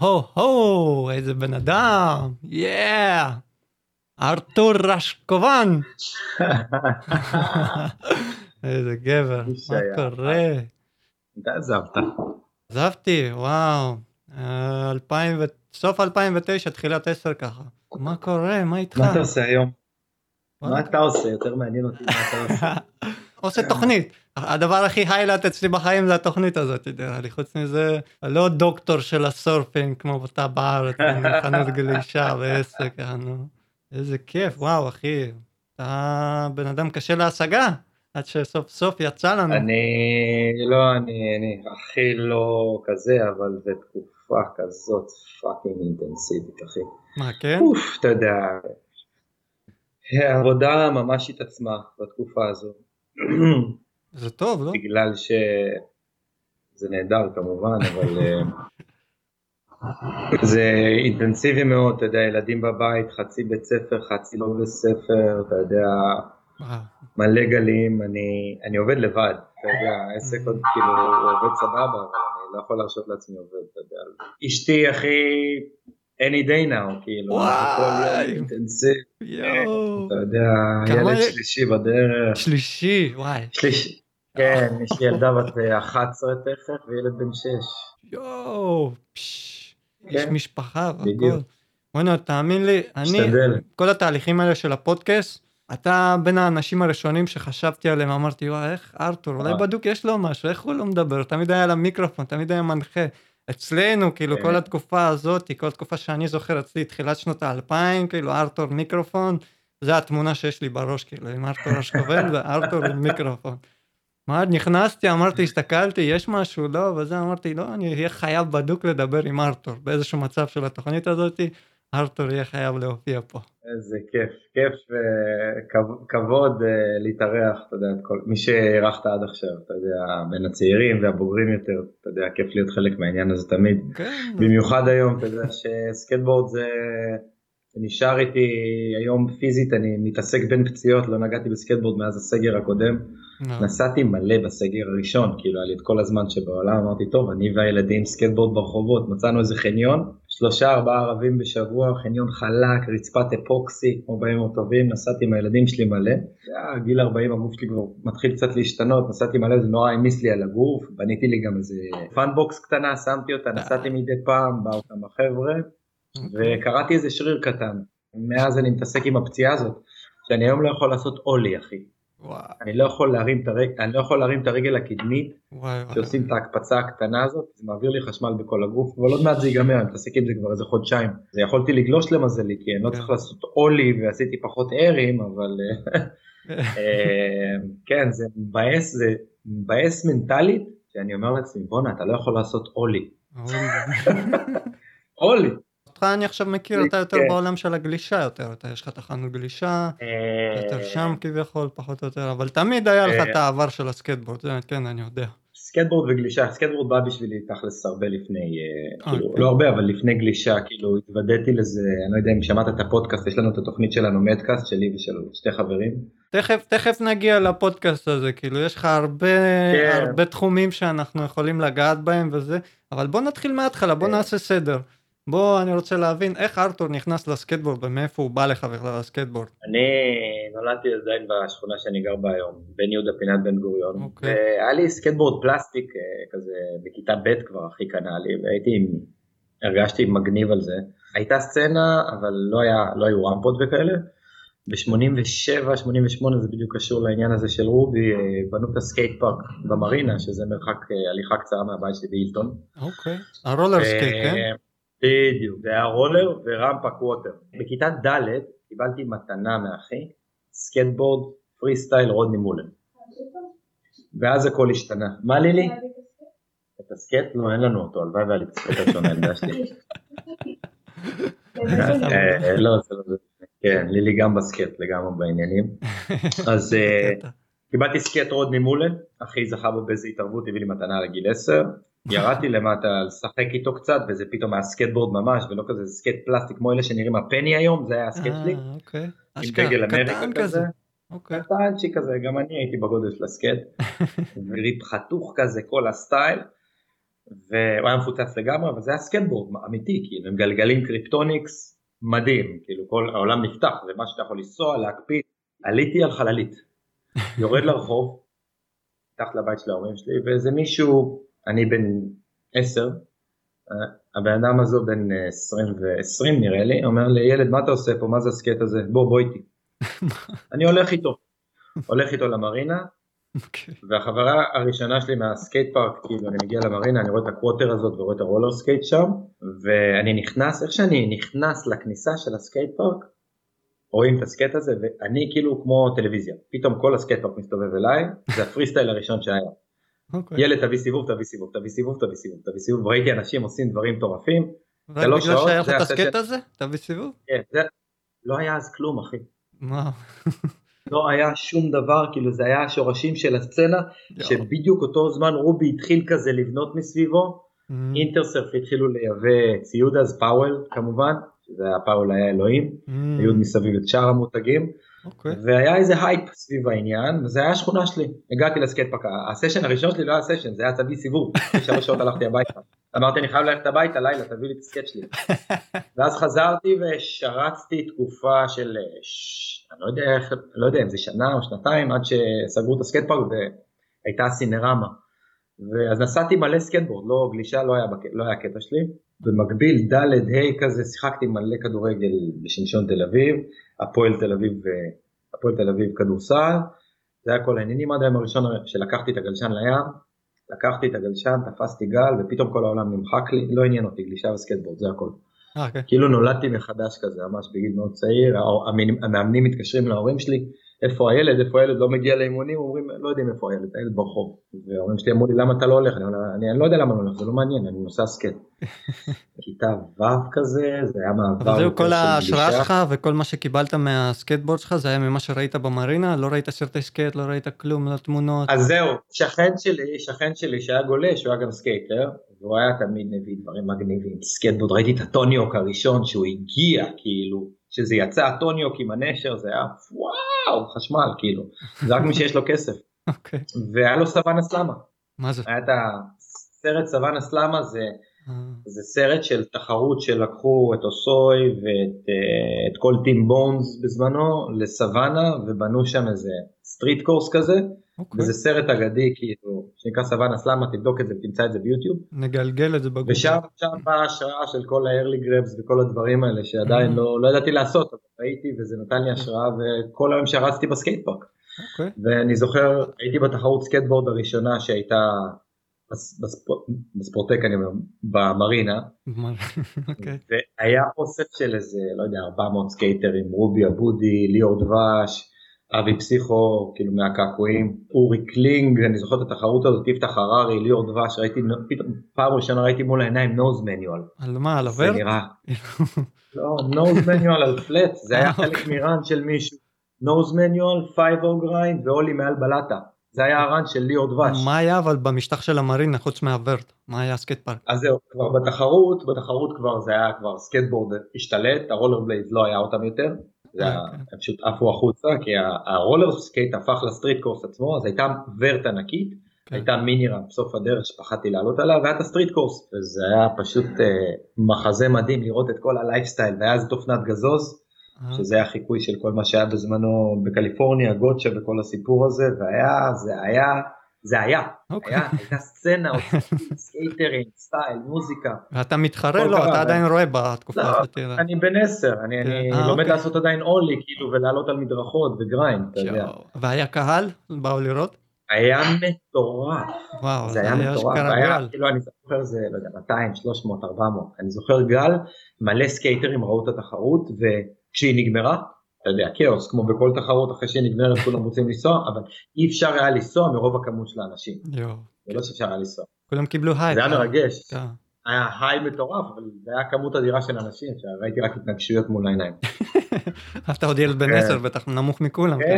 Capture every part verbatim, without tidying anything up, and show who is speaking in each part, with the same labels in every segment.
Speaker 1: הו הו, איזה בן אדם, יאה, ארתור רשקובן. איזה גבר, מה קורה?
Speaker 2: אתה עזבת.
Speaker 1: עזבתי, וואו, אלפיים ו... סוף אלפיים ותשע, תחילת עשר ככה. מה קורה, מה איתך?
Speaker 2: מה אתה עושה היום? מה אתה עושה? יותר מעניין אותי מה אתה עושה.
Speaker 1: עושה תוכנית. הדבר הכי היילייט אצלי בחיים זה התוכנית הזאת, נראה לי. חוץ מזה, לא דוקטור של הסורפינג, כמו אותה בארץ, חנות גלישה ועסק, נו. איזה כיף, וואו, אחי. אתה בן אדם קשה להשגה, עד שסוף סוף יצא לנו.
Speaker 2: אני, לא, אני, אני הכי לא כזה, אבל זה תקופה כזאת פאקינג אינטנסיבית, אחי.
Speaker 1: מה, כן?
Speaker 2: אוף, אתה יודע, העבודה ממש התעצמה בתקופה הזו.
Speaker 1: זה טוב, לא?
Speaker 2: בגלל ש... זה נהדר כמובן, אבל זה אינטנסיבי מאוד, אתה יודע, ילדים בבית, חצי בית ספר, חצי לא בית ספר, אתה יודע, מלא גלים, אני, אני עובד לבד, אתה יודע, העסק עוד כאילו הוא עובד סבבה, אבל אני לא יכול להרשות לעצמי עובד, אתה יודע. אשתי הכי any day now, כאילו,
Speaker 1: וואי,
Speaker 2: אינטנסיבי,
Speaker 1: יואו,
Speaker 2: אתה יודע, ילד שלישי בדרך.
Speaker 1: שלישי, וואי.
Speaker 2: שלישי. כן, יש לי ילדה בת אחת עשרה תכף וילד בן שש.
Speaker 1: יואו, יש משפחה
Speaker 2: בדיוק.
Speaker 1: והכל. בוא'נה, תאמין לי, אני,
Speaker 2: משתדל.
Speaker 1: כל התהליכים האלה של הפודקאסט, אתה בין האנשים הראשונים שחשבתי עליהם, אמרתי, וואי, איך ארתור, אולי בדוק יש לו משהו, איך הוא לא מדבר, תמיד היה לה מיקרופון, תמיד היה מנחה. אצלנו, כאילו, כל התקופה הזאת, כל התקופה שאני זוכר אצלי, תחילת שנות האלפיים, כאילו, ארתור מיקרופון, זה התמונה שיש לי בראש, כאילו, עם ארתור רשקובן וארתור עם מיקרופון. מה, נכנסתי, אמרתי, הסתכלתי, יש משהו, לא, וזה אמרתי, לא, אני אהיה חייב בדוק לדבר עם ארתור, באיזשהו מצב של התוכנית הזאת, ארתור יהיה חייב להופיע פה.
Speaker 2: איזה כיף, כיף וכבוד להתארח, אתה יודע, מי שהערכת עד עכשיו, אתה יודע, בין הצעירים והבוגרים יותר, אתה יודע, כיף להיות חלק מהעניין הזה תמיד, במיוחד היום, אתה יודע, שסקייטבורד זה נשאר איתי היום פיזית, אני מתעסק בין פציעות, לא נגעתי בסקייטבורד מאז הסגר הקודם, נסעתי מלא בסגר הראשון, כאילו היה לי את כל הזמן שבעולם, אמרתי טוב, אני והילדים סקייטבורד ברחובות, מצאנו איזה חניון, שלושה ארבעה ערבים בשבוע, חניון חלק, רצפת אפוקסי, כמו בימים הטובים, נסעתי עם הילדים שלי מלא, גיל ארבעים הגוף שלי כבר מתחיל קצת להשתנות, נסעתי מלא, זה נורא המיס לי על הגוף, בניתי לי גם איזה פאנבוקס קטנה, שמתי אותה, נסעתי מדי פעם, באו כמה חבר'ה, וקראתי איזה שריר קטן, מאז אני מתעסק עם הפציעה הזאת, שאני היום לא יכול לעשות אולי, אחי. אני לא יכול להרים את הרגל, אני לא יכול להרים את הרגל הקדמית, שעושים את ההקפצה הקטנה הזאת, זה מעביר לי חשמל בכל הגוף, אבל עוד מעט זה ייגמר, אני מתעסק עם זה כבר איזה חודשיים. זה יכולתי לגלוש למזלי, כי אני לא צריך לעשות אולי, ועשיתי פחות ערים, אבל כן, זה מבאס, זה מבאס מנטלית, שאני אומר לעצמי, בונה, אתה לא יכול לעשות אולי. אולי.
Speaker 1: אותך אני עכשיו מכיר, אתה יותר בעולם של הגלישה יותר, אתה יש לך תחנות גלישה, יותר שם כביכול, פחות או יותר, אבל תמיד היה לך את העבר של הסקייטבורד, זה כן, אני יודע.
Speaker 2: סקייטבורד וגלישה, סקייטבורד בא בשבילי תכלס הרבה לפני, לא הרבה, אבל לפני גלישה, כאילו התוודעתי לזה, אני לא יודע אם שמעת את הפודקאסט, יש לנו את התוכנית שלנו, מדקאסט שלי ושל שתי חברים.
Speaker 1: תכף, תכף נגיע לפודקאסט הזה, כאילו יש לך הרבה, הרבה תחומים שאנחנו יכולים לגעת בהם וזה, אבל בוא נתחיל מההתחלה, בוא נעשה סדר. בוא, אני רוצה להבין איך ארתור נכנס לסקייטבורד ומאיפה הוא בא לך בכלל לסקייטבורד.
Speaker 2: אני נולדתי עדיין בשכונה שאני גר בה היום, בן יהודה פינת בן גוריון, והיה לי סקייטבורד פלסטיק כזה בכיתה ב' כבר הכי קנה לי, והייתי, הרגשתי מגניב על זה. הייתה סצנה, אבל לא היה, לא היו רמפות וכאלה. ב-שמונים ושבע שמונים ושמונה זה בדיוק קשור לעניין הזה של רובי, בנו את הסקייט פארק במרינה, שזה מרחק הליכה קצרה מהבית שלי באילטון.
Speaker 1: אוקיי, הרולר סקייט, כן?
Speaker 2: בדיוק, זה היה רולר ורמפה קווטר. בכיתה ד' קיבלתי מתנה מאחי, סקייטבורד פרי סטייל רודני מולן. ואז הכל השתנה. מה לילי? את הסקייט? לא, אין לנו אותו, הלוואי והיה לי את הסקייט השונה, ילדה שלי. לא, זה לא זה. כן, לילי גם בסקייט, לגמרי בעניינים. אז קיבלתי סקייט רודני מולן, אחי זכה בו באיזה התערבות, הביא לי מתנה לגיל עשר. ירדתי למטה לשחק איתו קצת, וזה פתאום היה סקייטבורד ממש, ולא כזה סקייט פלסטיק, כמו אלה שנראים הפני היום, זה היה הסקייט שלי. עם דגל אמריקה כזה. קטנצ'י כזה, גם אני הייתי בגודל של הסקייט. גריפ חתוך כזה, כל הסטייל. והוא היה מפוצץ לגמרי, אבל זה היה סקייטבורד אמיתי, כאילו, עם גלגלים קריפטוניקס מדהים, כאילו, כל העולם נפתח, זה מה שאתה יכול לנסוע, להקפיד, עליתי על חללית, יורד לרחוב, תחת לבית של ההורים שלי, ואיזה מישהו, אני בן עשר, הבן אדם הזו בן עשרים ועשרים נראה לי, אומר לי, ילד, מה אתה עושה פה, מה זה הסקייט הזה? בוא, בוא איתי. אני הולך איתו, הולך איתו למרינה, והחברה הראשונה שלי מהסקייט פארק, כאילו אני מגיע למרינה, אני רואה את הקווטר הזאת ורואה את הרולר סקייט שם, ואני נכנס, איך שאני נכנס לכניסה של הסקייט פארק, רואים את הסקייט הזה, ואני כאילו כמו טלוויזיה, פתאום כל הסקייט פארק מסתובב אליי, זה הפרי סטייל הראשון שהיה. ילד תביא סיבוב, תביא סיבוב, תביא סיבוב, תביא סיבוב, תביא סיבוב, וראיתי אנשים עושים דברים טורפים,
Speaker 1: רק בגלל שהיה לך את הסקייט הזה? תביא סיבוב?
Speaker 2: כן, לא היה אז כלום אחי.
Speaker 1: וואו.
Speaker 2: לא היה שום דבר, כאילו זה היה השורשים של הסצנה, שבדיוק אותו זמן רובי התחיל כזה לבנות מסביבו, אינטרסרף התחילו לייבא ציוד אז, פאוול כמובן, שזה הפאוול היה אלוהים, היו מסביב את שאר המותגים, והיה איזה הייפ סביב העניין, וזה היה השכונה שלי, הגעתי לסקייט פארק, הסשן הראשון שלי לא היה סשן, זה היה תביא סיבוב, שלוש שעות הלכתי הביתה, אמרתי אני חייב ללכת הביתה לילה, תביא לי את הסקייט שלי, ואז חזרתי ושרצתי תקופה של, אני לא יודע, לא יודע אם זה שנה או שנתיים, עד שסגרו את הסקייט פארק והייתה סינרמה, ואז נסעתי מלא סקייטבורד, לא גלישה, לא היה, לא היה קטע שלי, במקביל ד' ה' כזה, שיחקתי מלא כדורגל בשמשון תל אביב, הפועל תל אביב, הפועל תל אביב כדורסל, זה היה כל העניינים עד היום הראשון שלקחתי את הגלשן לים, לקחתי את הגלשן, תפסתי גל, ופתאום כל העולם נמחק לי, לא עניין אותי, גלישה וסקייטבורד, זה הכל.
Speaker 1: Okay.
Speaker 2: כאילו נולדתי מחדש כזה, ממש בגיל מאוד צעיר, המאמנים מתקשרים להורים שלי, איפה הילד, איפה הילד, לא מגיע לאימונים, אומרים, לא יודעים איפה הילד, הילד ברחוב, וההורים שלי אמרו לי, למה אתה לא הולך? אני, אני, אני לא יודע למה לא הולך, זה לא מעניין, אני נוסע סקייט. כיתה ו' כזה, זה היה מעבר.
Speaker 1: אבל זהו, כל ההשראה שלך וכל מה שקיבלת מהסקייטבורד שלך, זה היה ממה שראית במרינה, לא ראית סרטי סקייט, לא ראית כלום, לא תמונות.
Speaker 2: אז זהו, שכן שלי, שכן שלי שהיה גולש, הוא היה גם סקייטר, והוא היה תמיד מביא דברים מגניבים, סקייטבורד, ראיתי את הטוניוק הראשון שהוא הגיע, כאילו, שזה יצא הטוניוק עם הנשר, זה היה וואו, חשמל, כאילו, זה רק מי שיש לו כסף.
Speaker 1: אוקיי.
Speaker 2: והיה לו סוואנה סלאמה.
Speaker 1: מה זה?
Speaker 2: היה את הסרט סוואנה סלאמה, זה, זה סרט של תחרות שלקחו את אוסוי ואת את כל טים בונס בזמנו לסוואנה, ובנו שם איזה סטריט קורס כזה, Okay. וזה סרט אגדי, כאילו, שנקרא סוואנה סלאמה, תבדוק את זה ותמצא את זה ביוטיוב.
Speaker 1: נגלגל את זה בגוגל.
Speaker 2: ושם באה ההשראה של כל הארלי גרבס וכל הדברים האלה, שעדיין לא, לא ידעתי לעשות, אבל ראיתי וזה נתן לי השראה, וכל היום שרצתי בסקייט פארק.
Speaker 1: Okay.
Speaker 2: ואני זוכר, הייתי בתחרות סקייטבורד הראשונה שהייתה בספורט, בספורטק, אני אומר, במרינה,
Speaker 1: okay.
Speaker 2: והיה אוסף של איזה, לא יודע, ארבע מאות סקייטרים, רובי אבודי, ליאור דבש, אבי פסיכו, כאילו מהקעקועים, אורי קלינג, אני זוכר את התחרות הזאת, יפתח הררי, ליאור דבש, ראיתי, פעם ראשונה ראיתי מול העיניים נוז מניואל.
Speaker 1: על מה, על עבר?
Speaker 2: זה נראה, לא, נוז מניואל על פלט, זה היה חלק מרן של מישהו, נוז מניואל, פייבר גריינד ואולי מעל בלטה, זה היה הרן של ליאור דבש.
Speaker 1: מה היה אבל במשטח של המרינה, חוץ מהוורט? מה היה הסקייט פארק?
Speaker 2: אז זהו, כבר בתחרות, בתחרות כבר זה היה כבר סקייטבורד השתלט, הרולר בלייד לא היה אותם יותר, זה היה פשוט עפו החוצה, כי הרולר סקייט הפך לסטריט קורס עצמו, אז הייתה ורט ענקית, הייתה מינירה בסוף הדרך שפחדתי לעלות עליה, והיה את הסטריט קורס, וזה היה פשוט מחזה מדהים לראות את כל הלייפסטייל, והיה אז תופנת גזוז, שזה היה חיקוי של כל מה שהיה בזמנו בקליפורניה, גוצ'ה וכל הסיפור הזה, והיה, זה היה, זה היה, היה, הייתה סצנה, סקייטרים, סטייל, מוזיקה.
Speaker 1: ואתה מתחרה לו, אתה עדיין רואה בתקופה הזאת.
Speaker 2: אני בן עשר, אני לומד לעשות עדיין אולי, כאילו, ולעלות על מדרכות וגריינד, אתה יודע.
Speaker 1: והיה קהל? באו לראות?
Speaker 2: היה מטורף.
Speaker 1: וואו,
Speaker 2: זה היה מטורף. היה, כאילו, אני זוכר זה, לא יודע, מאתיים, שלוש מאות, ארבע מאות. אני זוכר גל, מלא סקייטרים ראו את התחרות, וכשהיא נגמרה, אתה יודע, כאוס, כמו בכל תחרות, אחרי שהיא נגמרת, כולם רוצים לנסוע, אבל אי אפשר היה לנסוע מרוב הכמות של האנשים. זה לא שאפשר היה לנסוע.
Speaker 1: כולם קיבלו היי.
Speaker 2: זה היה מרגש. היה היי מטורף, אבל זה היה כמות אדירה של אנשים, שראיתי רק התנגשויות מול העיניים.
Speaker 1: אתה עוד ילד בן עשר, בטח נמוך מכולם.
Speaker 2: כן,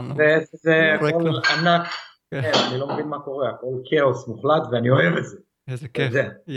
Speaker 2: זה הכל ענק, אני לא מבין מה קורה, הכל כאוס מוחלט, ואני אוהב את זה.
Speaker 1: איזה כיף.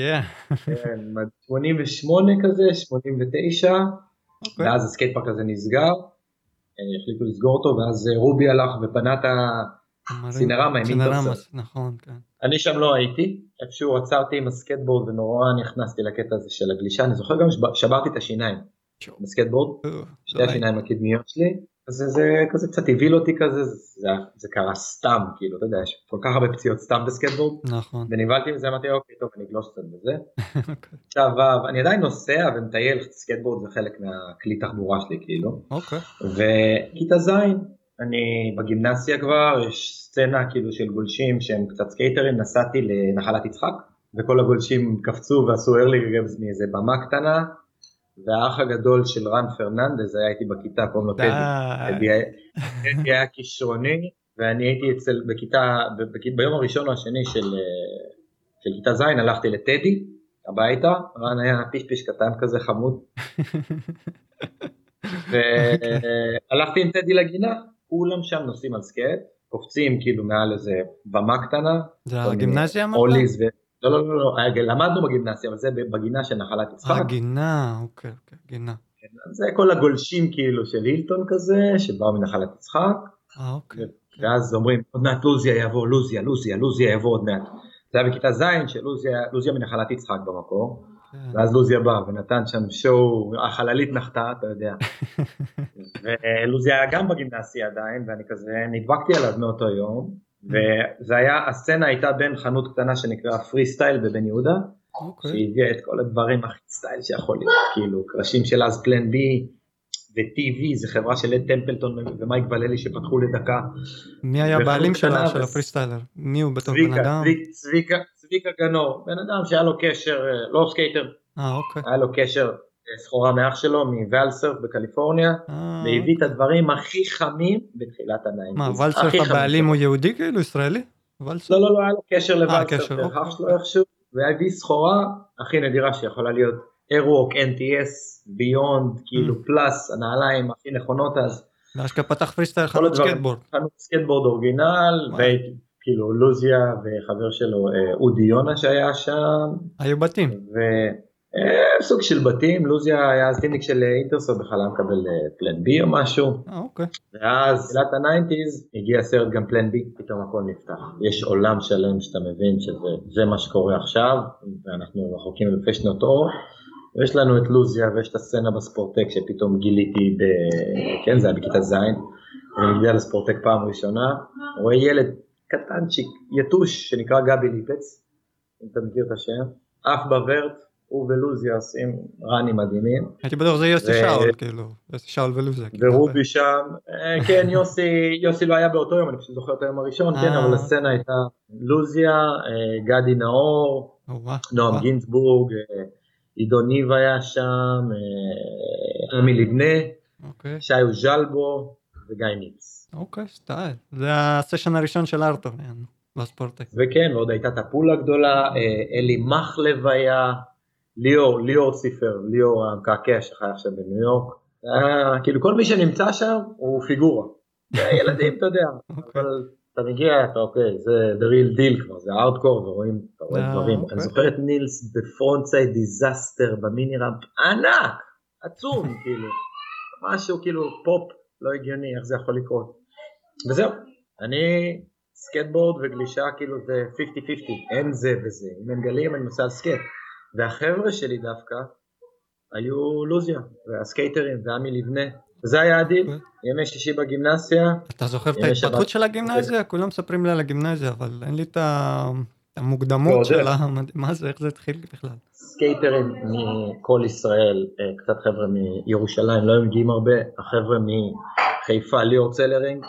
Speaker 2: שמונים ושמונה כזה, שמונים ותשע, ואז הסקייט פארק הזה נסגר, החליטו לסגור אותו, ואז רובי הלך ובנה סינרמה,
Speaker 1: סינרמס, נכון, כן.
Speaker 2: אני שם לא הייתי, איפשהו עצרתי עם הסקטבורד ונורא נכנסתי לקטע הזה של הגלישה, אני זוכר גם שברתי את השיניים בסקטבורד, שתי השיניים הקדמיות שלי, אז זה כזה קצת הביל אותי כזה, זה קרה סתם, כאילו, אתה יודע, יש כל כך הרבה פציעות סתם בסקטבורד,
Speaker 1: נכון.
Speaker 2: ונבלתי מזה, אמרתי, אוקיי, טוב, אני אגלוש קצת בזה. עכשיו, אני עדיין נוסע ומטייל, סקטבורד זה חלק מהכלי תחבורה שלי, כאילו.
Speaker 1: אוקיי.
Speaker 2: וכיתה זין, אני בגימנסיה כבר, יש סצנה כאילו של גולשים שהם קצת סקייטרים, נסעתי לנחלת יצחק, וכל הגולשים קפצו ועשו early games מאיזה במה קטנה, והאח הגדול של רן פרננדז, היה איתי בכיתה, קוראים לו טדי. טדי היה כישרוני, ואני הייתי אצל, בכיתה, ביום הראשון או השני של, של כיתה זין, הלכתי לטדי, הביתה, רן היה פיש-פיש קטן כזה חמוד, והלכתי עם טדי לגינה, כולם שם נוסעים על סקייט, קופצים כאילו מעל איזה במה קטנה.
Speaker 1: זה הגימנסיה אמרת?
Speaker 2: לא, לא, לא, לא, למדנו בגימנסיה, אבל זה בגינה של נחלת יצחק.
Speaker 1: אה, גינה, אוקיי, אוקיי, גינה.
Speaker 2: זה כל הגולשים כאילו של הילטון כזה, שבאו מנחלת יצחק.
Speaker 1: אה, אוקיי.
Speaker 2: ואז אומרים, עוד מעט לוזיה יבוא, לוזיה, לוזיה, לוזיה יבוא עוד מעט. זה היה בכיתה זין, שלוזיה מנחלת יצחק במקור. ואז לוזיה בא ונתן שם שואו, החללית נחתה, אתה יודע. ולוזיה היה גם בגימנסיה עדיין, ואני כזה נדבקתי עליו מאותו יום, וזה היה, הסצנה הייתה בין חנות קטנה שנקרא פרי סטייל בבן יהודה, שהביאה את כל הדברים הכי סטייל שיכול להיות, כאילו, קרשים של אז פלן בי, ו-טי וי, זה חברה של אד טמפלטון ומייק וללי שפתחו לדקה.
Speaker 1: מי היה בעלים של הפרי סטיילר? מי הוא בתור בן אדם?
Speaker 2: צביקה גנור, בן אדם שהיה לו קשר, לא סקייטר, היה לו קשר סחורה מאח שלו מוואלסרף בקליפורניה, והביא את הדברים הכי חמים בתחילת הניימטיז.
Speaker 1: מה, וואלסרף הבעלים הוא יהודי כאילו, ישראלי?
Speaker 2: לא, לא, לא, היה לו קשר לוואלסרף, אח שלו איכשהו, והביא סחורה הכי נדירה שיכולה להיות אירוק, אן טי אס, ביונד, כאילו פלאס, הנעליים הכי נכונות אז.
Speaker 1: להשקע פתח פריסטייל חנות סקייטבורד.
Speaker 2: חנות סקייטבורד אורגינל, וכאילו לוזיה וחבר שלו אודי יונה שהיה שם.
Speaker 1: היו בתים.
Speaker 2: וסוג של בתים, לוזיה היה אז טימניק של אינטרסו, בכלל היה מקבל פלן בי או משהו.
Speaker 1: אה, אוקיי.
Speaker 2: ואז תחילת הניינטיז הגיע סרט גם פלן בי, פתאום הכל נפתח. יש עולם שלם שאתה מבין שזה מה שקורה עכשיו, ואנחנו רחוקים אלפי שנות אור. ויש לנו את לוזיה ויש את הסצנה בספורטק שפתאום גיליתי, ב... כן זה היה בכיתה זין, אני מגיע לספורטק פעם ראשונה, רואה ילד קטנצ'יק, יתוש, שנקרא גבי ליפץ, אם אתה מכיר את השם, אף בוורט, הוא ולוזיה עושים רנים מדהימים.
Speaker 1: הייתי בטוח זה יוסי שאול, כאילו, יוסי שאול ולוזיה.
Speaker 2: ורובי שם, כן יוסי, יוסי לא היה באותו יום, אני פשוט זוכר את היום הראשון, כן, אבל הסצנה הייתה לוזיה, גדי נאור, נועם גינצבורג, עידו ניב היה שם, עמי לבנה, שיו ז'לבו וגיא ניץ.
Speaker 1: אוקיי, סטייל. זה הסשן הראשון של ארתור בספורטק.
Speaker 2: וכן, ועוד הייתה את הפולה הגדולה, אלי מחלב היה, ליאור, ליאור ציפר, ליאור המקעקע שחי עכשיו בניו יורק. כאילו כל מי שנמצא שם הוא פיגורה. ילדים, אתה יודע, אבל אתה מגיע, אתה אוקיי, זה the real deal כבר, זה הארדקור, ורואים, אתה רואה דברים. אני זוכר את נילס בפרונטסייד דיזסטר, במיני רמפ, ענק, עצום, כאילו, משהו כאילו פופ, לא הגיוני, איך זה יכול לקרות. וזהו, אני סקייטבורד וגלישה, כאילו זה חמישים חמישים, אין זה וזה, אם הם גלים אני נוסע על סקייט, והחבר'ה שלי דווקא, היו לוזיה, והסקייטרים, ועמי לבנה, וזה היה הדיל, ימי שישי בגימנסיה.
Speaker 1: אתה זוכר את ההתפתחות של הגימנסיה? כולם מספרים לי על הגימנסיה, אבל אין לי את המוקדמות שלה, מה זה, איך זה התחיל בכלל?
Speaker 2: סקייטרים מכל ישראל, קצת חבר'ה מירושלים, לא מגיעים הרבה, החבר'ה מחיפה, ליאור צלרינג,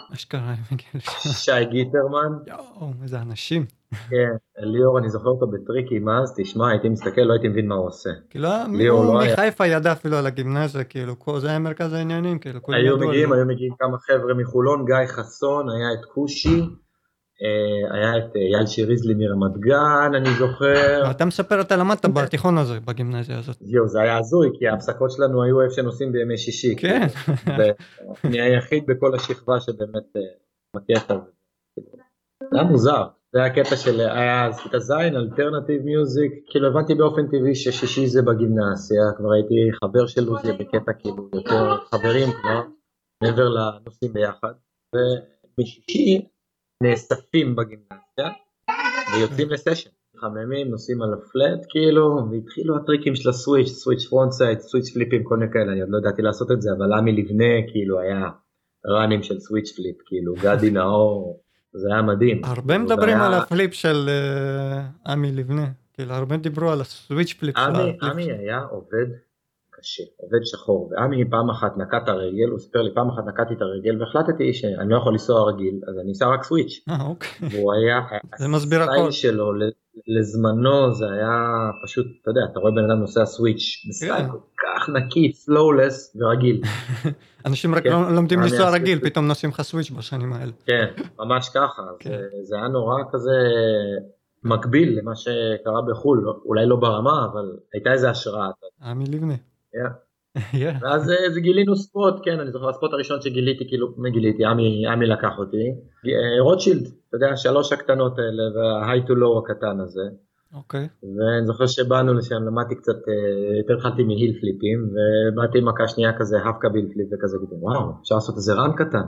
Speaker 2: שי גיטרמן.
Speaker 1: יואו, איזה אנשים.
Speaker 2: כן, ליאור אני זוכר אותו בטריקי, מה אז תשמע, הייתי מסתכל, לא הייתי מבין מה הוא עושה.
Speaker 1: כאילו, הוא מחיפה ידע אפילו על הגימנסיה, כאילו, זה היה מרכז העניינים, כאילו,
Speaker 2: היו מגיעים, היו מגיעים כמה חבר'ה מחולון, גיא חסון, היה את קושי, היה את יעל שיריזלי מרמת גן, אני זוכר.
Speaker 1: אתה מספר, אתה למדת בתיכון הזה, בגימנסיה הזאת.
Speaker 2: יו, זה היה הזוי, כי ההפסקות שלנו היו איפה שנוסעים בימי שישי.
Speaker 1: כן.
Speaker 2: ואני היחיד בכל השכבה שבאמת מכיר את זה. זה היה מוזר. זה היה קטע של, היה אז כיתה זין, אלטרנטיב מיוזיק, כאילו הבנתי באופן טבעי ששישי זה בגימנסיה, כבר הייתי חבר של לוזיה בקטע כאילו יותר חברים כבר, מעבר לנושאים ביחד, ומשישי נאספים בגימנסיה, ויוצאים לסשן. חממים, נוסעים על הפלט כאילו, והתחילו הטריקים של הסוויץ', סוויץ' פרונט סייד, סוויץ' פליפים, כל מיני כאלה, אני עוד לא ידעתי לעשות את זה, אבל עמי לבנה כאילו היה ראנים של סוויץ' פליפ, כאילו גדי נאור, זה היה מדהים.
Speaker 1: הרבה מדברים על הפליפ של עמי לבנה, כאילו הרבה דיברו על הסוויץ' פליפ.
Speaker 2: עמי היה עובד קשה, עובד שחור, ועמי פעם אחת נקט הרגל, הוא סיפר לי פעם אחת נקטתי את הרגל, והחלטתי שאני לא יכול לנסוע רגיל, אז אני אסע רק סוויץ'.
Speaker 1: אה, אוקיי.
Speaker 2: והוא היה,
Speaker 1: זה מסביר הכל.
Speaker 2: הסטייל שלו לזמנו זה היה פשוט, אתה יודע, אתה רואה בן אדם נוסע סוויץ', בסטייל כל כך נקי, פלולס ורגיל.
Speaker 1: אנשים רק לומדים לנסוע רגיל, פתאום נוסעים לך סוויץ' בשנים האלה.
Speaker 2: כן, ממש ככה, זה היה נורא כזה מקביל למה שקרה בחול, אולי לא ברמה, אבל הייתה איזו השראה.
Speaker 1: עמי לבנה.
Speaker 2: ואז זה גילינו ספוט, כן, אני זוכר, הספוט הראשון שגיליתי, כאילו, מגיליתי, עמי לקח אותי, רוטשילד, אתה יודע, שלוש הקטנות האלה, וה-high to low הקטן הזה.
Speaker 1: אוקיי.
Speaker 2: ואני זוכר שבאנו לשם, למדתי קצת, יותר התחלתי מהיל פליפים, ובאתי עם מכה שנייה כזה, הפקה ביל פליפ וכזה, וואו, אפשר לעשות איזה רן קטן.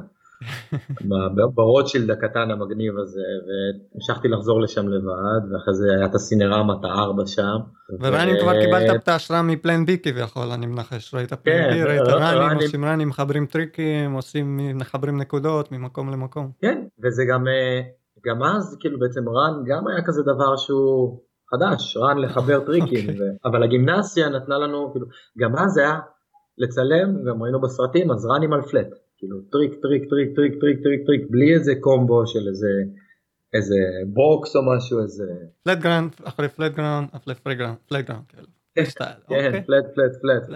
Speaker 2: ברוטשילד הקטן המגניב הזה, והמשכתי לחזור לשם לבד, ואחרי זה היה את הסינרמה, את הארבע שם.
Speaker 1: ורנים כבר קיבלת את ההשראה מפלן בי כביכול, אני מנחש, ראית פלן בי, ראית רנים, עושים רנים, מחברים טריקים, עושים, מחברים נקודות ממקום למקום.
Speaker 2: כן, וזה גם, גם אז, כאילו בעצם רן גם היה כזה דבר שהוא חדש, רן לחבר טריקים, אבל הגימנסיה נתנה לנו, כאילו, גם אז היה לצלם, גם ראינו בסרטים, אז רנים על פלט. כאילו טריק, טריק, טריק, טריק, טריק, טריק, טריק, בלי איזה קומבו של איזה, איזה בוקס או משהו, איזה...
Speaker 1: פלט גראונד, אחרי פלט גראונד, אחרי פלט גראונד, פלט גראונד, כאילו.
Speaker 2: כן, פלט, פלט, פלט.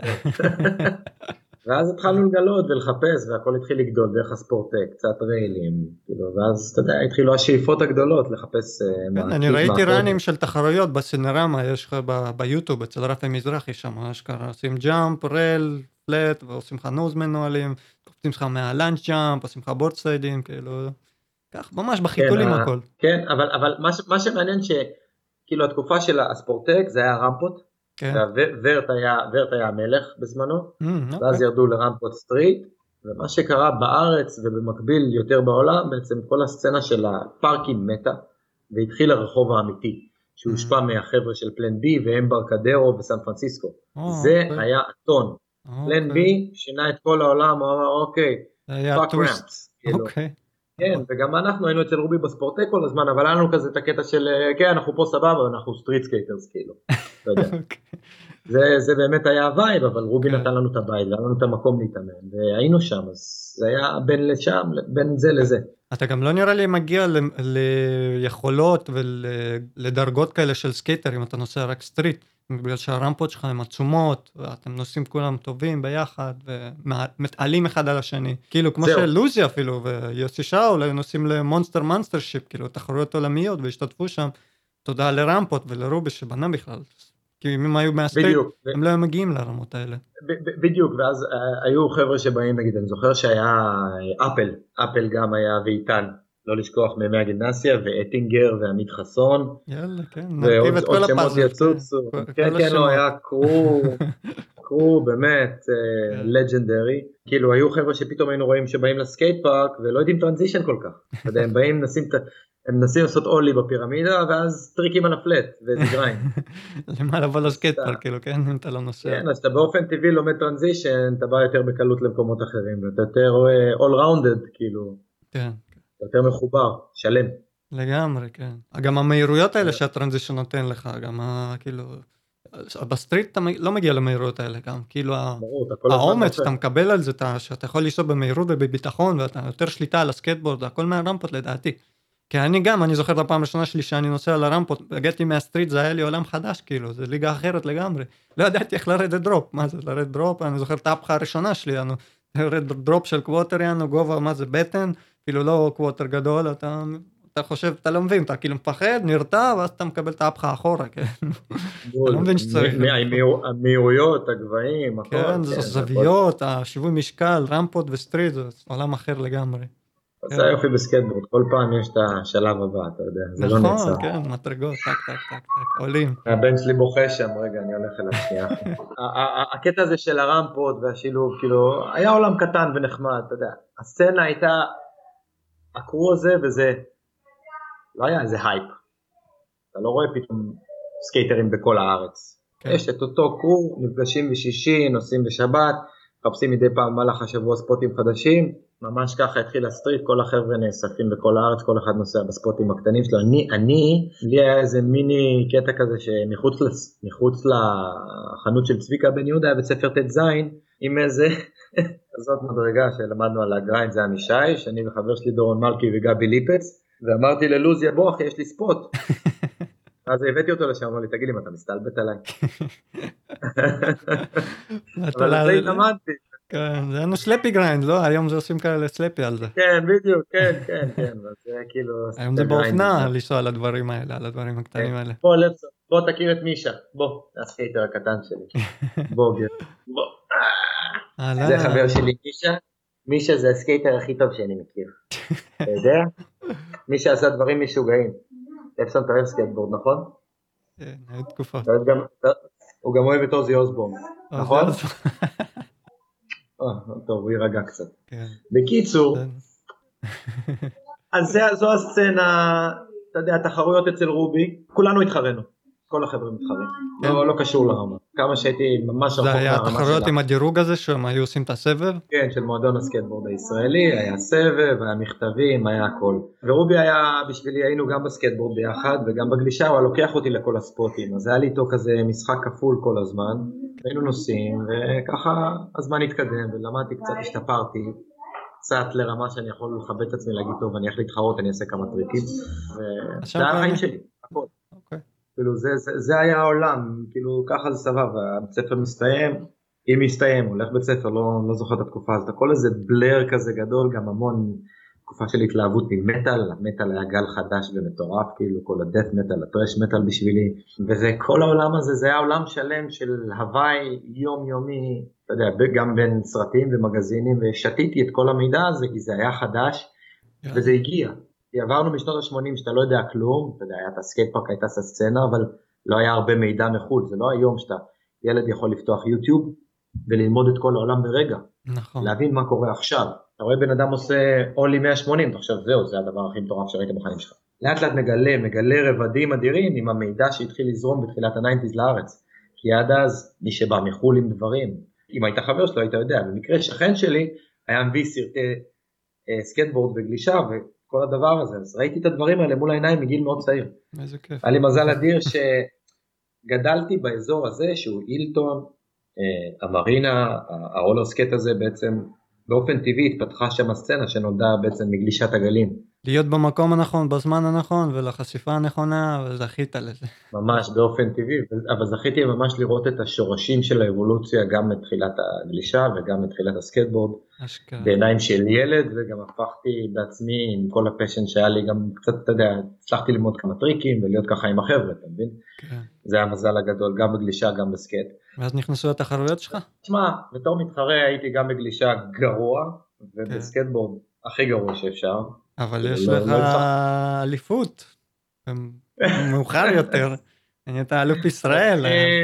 Speaker 2: ואז התחלנו לגלות ולחפש, והכל התחיל לגדול דרך הספורטק, קצת ריילים, כאילו, ואז, אתה יודע, התחילו השאיפות הגדולות לחפש...
Speaker 1: אני ראיתי רנים של תחרויות בסינרמה, יש לך ביוטיוב, אצל רפי מזרחי שם, יש ככה, עושים ג'אמפ, רייל, פלט, ועושים לך נוז מנואלים, עושים לך מהלנץ' ג'אמפ, עושים לך בורד סיידים, כאילו, כך, ממש בחיתולים הכל.
Speaker 2: כן, אבל, אבל מה שמעניין שכאילו התקופה של הספורטק זה היה רמפות, וורט היה, וורט היה המלך בזמנו, ואז ירדו לרמפות סטריט, ומה שקרה בארץ ובמקביל יותר בעולם, בעצם כל הסצנה של הפארקים מתה, והתחיל הרחוב האמיתי, שהוא הושפע מהחבר'ה של פלן בי ואמברקדרו וסן פרנסיסקו. זה היה הטון. פלן בי שינה את כל העולם, הוא אמר אוקיי, פאק רמפס. כן, וגם אנחנו היינו אצל רובי בספורטק כל הזמן, אבל לנו כזה את הקטע של, כן, אנחנו פה סבבה, אנחנו סטריט סקייטרס, כאילו. זה באמת היה הווייב, אבל רובי נתן לנו את הבית, והיה לנו את המקום להתאמן, והיינו שם, אז זה היה בין לשם, בין זה לזה.
Speaker 1: אתה גם לא נראה לי מגיע ליכולות ולדרגות כאלה של סקייטר, אם אתה נוסע רק סטריט, בגלל שהרמפות שלך הן עצומות, ואתם נוסעים כולם טובים ביחד, ומתעלים אחד על השני, כאילו כמו שלוזי אפילו, ויוסי שאול, נוסעים למונסטר מונסטר שיפ, כאילו תחרויות עולמיות, והשתתפו שם, תודה לרמפות ולרובי שבנה בכלל, כי אם הם היו מהסטריט, הם לא היו מגיעים לרמות האלה.
Speaker 2: בדיוק, ואז היו חבר'ה שבאים, נגיד, אני זוכר שהיה אפל, אפל גם היה ואיתן, לא לשכוח מימי הגימנסיה, ואטינגר, ועמית חסון,
Speaker 1: יאללה, כן,
Speaker 2: ועוד שמות יצוצו, כן, כן, לא, היה קרו, קרו באמת לג'נדרי, כאילו היו חבר'ה שפתאום היינו רואים שבאים לסקייט פארק, ולא יודעים טרנזישן כל כך, אתה יודע, הם באים, הם מנסים לעשות אולי בפירמידה, ואז טריקים על הפלט, וזה גריין.
Speaker 1: למה לבוא לסקייט פארק, כאילו, כן, אם אתה לא נוסע.
Speaker 2: כן, אז אתה באופן טבעי לומד טרנזישן, אתה בא יותר בקלות למקומות אחרים, ואתה יותר all rounded, כאילו.
Speaker 1: כן.
Speaker 2: יותר מחובר, שלם.
Speaker 1: לגמרי, כן. גם המהירויות האלה שהטרנזישן נותן לך, גם כאילו, בסטריט אתה לא מגיע למהירויות האלה גם, כאילו האומץ שאתה מקבל על זה, שאתה יכול לנסוע במהירות ובביטחון, ואתה יותר שליטה על הסקייטבורד, הכל מהרמפות לדעתי. כי אני גם, אני זוכר את הפעם הראשונה שלי שאני נוסע על הרמפות, הגעתי מהסטריט, זה היה לי עולם חדש, כאילו, זה ליגה אחרת לגמרי. לא ידעתי איך לרדת דרופ, מה זה לרדת דרופ, אני זוכר את ההפכה הראשונה שלי, לרדת דרופ של קווטר, יענו, גובה, מה זה בטן, כאילו לא קווטר גדול, אתה, אתה חושב, אתה לא מבין, אתה כאילו מפחד, נרתע, ואז אתה מקבל את ההפכה אחורה, כן. אתה לא מבין שצריך.
Speaker 2: המהירויות, הגבהים, הכל.
Speaker 1: כן, זה זוויות, השיווי משקל, רמפות וסטריט, זה עולם אחר לגמרי.
Speaker 2: זה היופי בסקייטבורד, כל פעם יש את השלב הבא, אתה יודע, זה לא נעצר.
Speaker 1: נכון, כן, מטרגות, טק, טק, טק, טק, עולים.
Speaker 2: הבן שלי בוכה שם, רגע, אני הולך אליו שנייה. הקטע הזה של הרמפות והשילוב, כאילו, היה עולם קטן ונחמד, אתה יודע. הסצנה הייתה, הקרו הזה וזה, לא היה איזה הייפ. אתה לא רואה פתאום סקייטרים בכל הארץ. כן. יש את אותו קור, נפגשים בשישי, נוסעים בשבת, חפשים מדי פעם במהלך השבוע ספוטים חדשים, ממש ככה התחיל הסטריט, כל החבר'ה נאספים בכל הארץ, כל אחד נוסע בספוטים הקטנים שלו. אני, אני, לי היה איזה מיני קטע כזה שמחוץ לס, מחוץ לחנות של צביקה בן יהודה, היה בית ספר תת זין, עם איזה, זאת מדרגה שלמדנו על הגריינד, זה עמישי, שאני וחבר שלי דורון מלכי וגבי ליפץ, ואמרתי ללוזיה, בוא אחי, יש לי ספוט. אז הבאתי אותו לשם, אמר לי, תגיד לי, מה אתה מסתלבט עליי? אבל זה התלמדתי.
Speaker 1: כן, זה היינו סלפי גריינד, לא? היום זה עושים כאלה סלפי על זה.
Speaker 2: כן, בדיוק, כן, כן, כן. זה כאילו...
Speaker 1: היום זה באופנה לנסוע על הדברים האלה, על הדברים הקטנים האלה.
Speaker 2: בוא, בוא תכיר את מישה, בוא, זה הסקייטר הקטן שלי. בוא, בוא. זה חבר שלי, מישה. מישה זה הסקייטר הכי טוב שאני מכיר. אתה יודע? מישה עשה דברים משוגעים. אפסון אתה אוהב סקייטבורד, נכון?
Speaker 1: כן, היו תקופות.
Speaker 2: הוא גם אוהב את עוזי אוסבורן, נכון? טוב, הוא יירגע קצת. בקיצור, אז זו הסצנה, אתה יודע, התחרויות אצל רובי, כולנו התחרנו, כל החבר'ה מתחרים, לא קשור לרמה, כמה שהייתי ממש רחוק
Speaker 1: מהרמה שלה. זה היה תחרויות עם הדירוג הזה שהם היו עושים את הסבב?
Speaker 2: כן, של מועדון הסקייטבורד הישראלי, היה סבב, היה מכתבים, היה הכל. ורובי היה, בשבילי היינו גם בסקייטבורד ביחד, וגם בגלישה, הוא לוקח אותי לכל הספוטים, אז היה לי איתו כזה משחק כפול כל הזמן, היינו נוסעים, וככה הזמן התקדם, ולמדתי קצת, השתפרתי, קצת לרמה שאני יכול לכבד את עצמי, להגיד טוב, אני הולך להתחרות, אני אעשה כמה טריקים, וזה היה החיים שלי, הכל. כאילו זה, זה, זה היה העולם, כאילו ככה זה סבבה, הבית ספר מסתיים, אם מסתיים, הולך בית ספר, לא, לא זוכר את התקופה הזאת, הכל איזה בלר כזה גדול, גם המון תקופה של התלהבות ממטל, המטל היה גל חדש ומטורף, כאילו כל הדף מטל, הטרש מטל בשבילי, וזה כל העולם הזה, זה היה עולם שלם של הוואי יום יומי, אתה יודע, גם בין סרטים ומגזינים, ושתיתי את כל המידע הזה, כי זה היה חדש, וזה הגיע. כי עברנו משנות ה-שמונים שאתה לא יודע כלום, אתה יודע, היה את הסקייט פארק, הייתה סצנה, אבל לא היה הרבה מידע מחול, זה לא היום שאתה, ילד יכול לפתוח יוטיוב, וללמוד את כל העולם ברגע.
Speaker 1: נכון.
Speaker 2: להבין מה קורה עכשיו. אתה רואה בן אדם עושה אולי מאה ושמונים, אתה חושב, זהו, זה הדבר הכי מטורף שראית בחיים שלך. לאט לאט מגלה, מגלה רבדים אדירים עם המידע שהתחיל לזרום בתחילת ה-תשעים לארץ. כי עד אז, מי שבא מחול עם דברים, אם היית חבר שלו, היית יודע, במקרה שכן שלי, היה מביא סרטי אה, סקייטבורד וגלישה, וכל הדבר הזה, אז ראיתי את הדברים האלה מול העיניים מגיל מאוד צעיר.
Speaker 1: איזה כיף.
Speaker 2: היה לי מזל אדיר שגדלתי באזור הזה, שהוא אילטון, אה, המרינה, הרולר סקייט הזה בעצם, באופן טבעי התפתחה שם הסצנה שנולדה בעצם מגלישת הגלים.
Speaker 1: להיות במקום הנכון, בזמן הנכון, ולחשיפה הנכונה, וזכית לזה.
Speaker 2: ממש באופן טבעי, אבל זכיתי ממש לראות את השורשים של האבולוציה, גם מתחילת הגלישה וגם מתחילת הסקייטבורד,
Speaker 1: אשכרה.
Speaker 2: בעיניים של ילד, וגם הפכתי בעצמי עם כל הפשן שהיה לי, גם קצת, אתה יודע, הצלחתי ללמוד כמה טריקים, ולהיות ככה עם החבר'ה, אתה מבין? כן. זה המזל הגדול, גם בגלישה, גם בסקייט.
Speaker 1: ואז נכנסו לתחרויות שלך?
Speaker 2: תשמע, בתור מתחרה הייתי גם בגלישה גרוע, ובסקייטבורד הכי גרוע שאפשר.
Speaker 1: אבל יש לך אליפות, מאוחר יותר, אתה אלוף ישראל.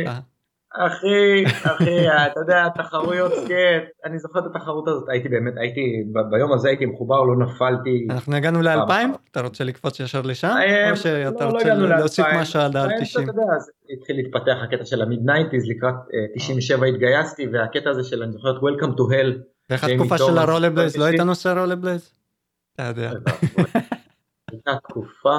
Speaker 2: אחי, אחי, אתה יודע, תחרויות סקייט, אני זוכר את התחרות הזאת, הייתי באמת, הייתי, ביום הזה הייתי מחובר, לא נפלתי.
Speaker 1: אנחנו הגענו ל-אלפיים? אתה רוצה לקפוץ ישר לשם? או שאתה רוצה להוסיף משהו עד ה-תשעים?
Speaker 2: אתה יודע, אז התחיל להתפתח הקטע של המיד-ניינטיז, לקראת תשעים ושבע התגייסתי, והקטע הזה של, אני זוכרת, Welcome to Hell.
Speaker 1: ואיך התקופה של הרולבלייז, לא היית נושא רולבלייז? אתה יודע.
Speaker 2: הייתה תקופה,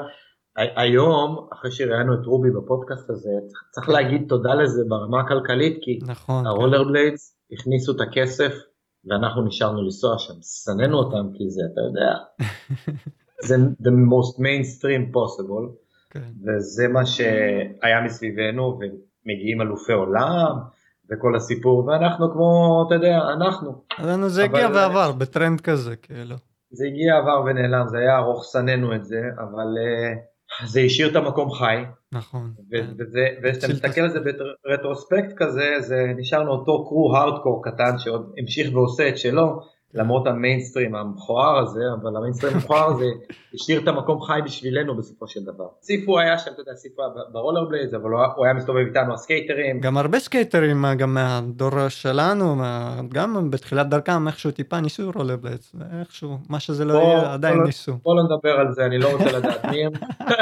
Speaker 2: היום, אחרי שראינו את רובי בפודקאסט הזה, צריך להגיד תודה לזה ברמה הכלכלית, כי הרולרבליידס הכניסו את הכסף, ואנחנו נשארנו לנסוע שם, סננו אותם, כי זה, אתה יודע, זה the most mainstream possible, וזה מה שהיה מסביבנו, ומגיעים אלופי עולם, וכל הסיפור, ואנחנו כמו, אתה יודע, אנחנו.
Speaker 1: אז זה הגיע ועבר, בטרנד כזה, כאילו.
Speaker 2: זה הגיע עבר ונעלם, זה היה ארוך, סננו את זה, אבל זה השאיר את המקום חי.
Speaker 1: נכון.
Speaker 2: וכשאתה מסתכל על זה ברטרוספקט כזה, זה נשארנו אותו קרו הארדקור קטן, שעוד המשיך ועושה את שלו, למרות המיינסטרים המכוער הזה, אבל המיינסטרים המכוער הזה השאיר את המקום חי בשבילנו בסופו של דבר. סיפו היה שם, אתה יודע, סיפו ברולר בליידס, אבל הוא היה מסתובב איתנו, הסקייטרים.
Speaker 1: גם הרבה סקייטרים, גם מהדור שלנו, גם בתחילת דרכם, איכשהו טיפה ניסו רולר בליידס, איכשהו, מה שזה לא יהיה, עדיין ניסו.
Speaker 2: בוא לא נדבר על זה, אני לא רוצה לדעת מי הם.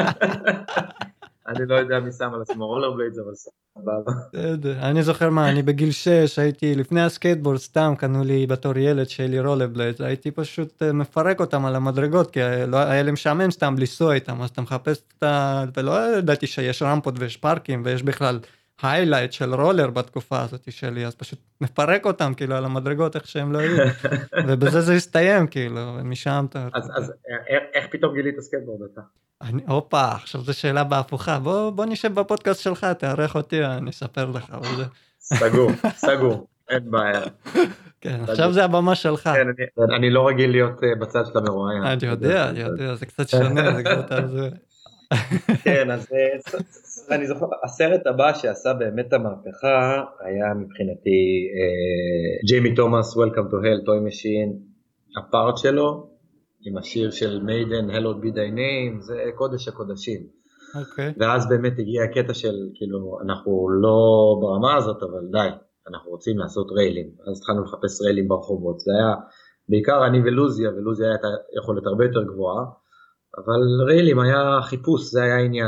Speaker 2: אני לא יודע מי שם על עצמו רולר בליידס, אבל סבבה.
Speaker 1: אני זוכר מה, אני בגיל שש, הייתי לפני הסקייטבורד, סתם קנו לי בתור ילד שיהיה לי רולר בליידס, הייתי פשוט מפרק אותם על המדרגות, כי היה לי משעמם סתם לנסוע איתם, אז אתה מחפש את ה... ולא ידעתי שיש רמפות ויש פארקים, ויש בכלל היילייט של רולר בתקופה הזאת שלי, אז פשוט מפרק אותם כאילו על המדרגות, איך שהם לא יהיו, ובזה זה הסתיים כאילו, ומשם אתה...
Speaker 2: אז איך פתאום גילית הסקייטבורד אתה?
Speaker 1: אני, אופה, עכשיו זו שאלה בהפוכה, בוא, בוא נשב בפודקאסט שלך, תערך אותי, אני אספר לך.
Speaker 2: סגור, סגור, אין בעיה.
Speaker 1: כן, עכשיו זה הבמה שלך.
Speaker 2: כן, אני, אני לא רגיל להיות בצד של המרואיין.
Speaker 1: אני יודע, אני יודע, זה קצת שונה, זה קצת על זה.
Speaker 2: כן, אז אני זוכר, הסרט הבא שעשה באמת המהפכה, היה מבחינתי ג'יימי תומאס, Welcome to Hell, Toy Machine, הפארט שלו, עם השיר של מיידן, Hallowed be thy name, זה קודש הקודשים.
Speaker 1: אוקיי.
Speaker 2: ואז באמת הגיע הקטע של, כאילו, אנחנו לא ברמה הזאת, אבל די, אנחנו רוצים לעשות ריילים. אז התחלנו לחפש ריילים ברחובות. זה היה, בעיקר אני ולוזיה, ולוזיה הייתה יכולת הרבה יותר גבוהה, אבל ריילים היה חיפוש, זה היה העניין.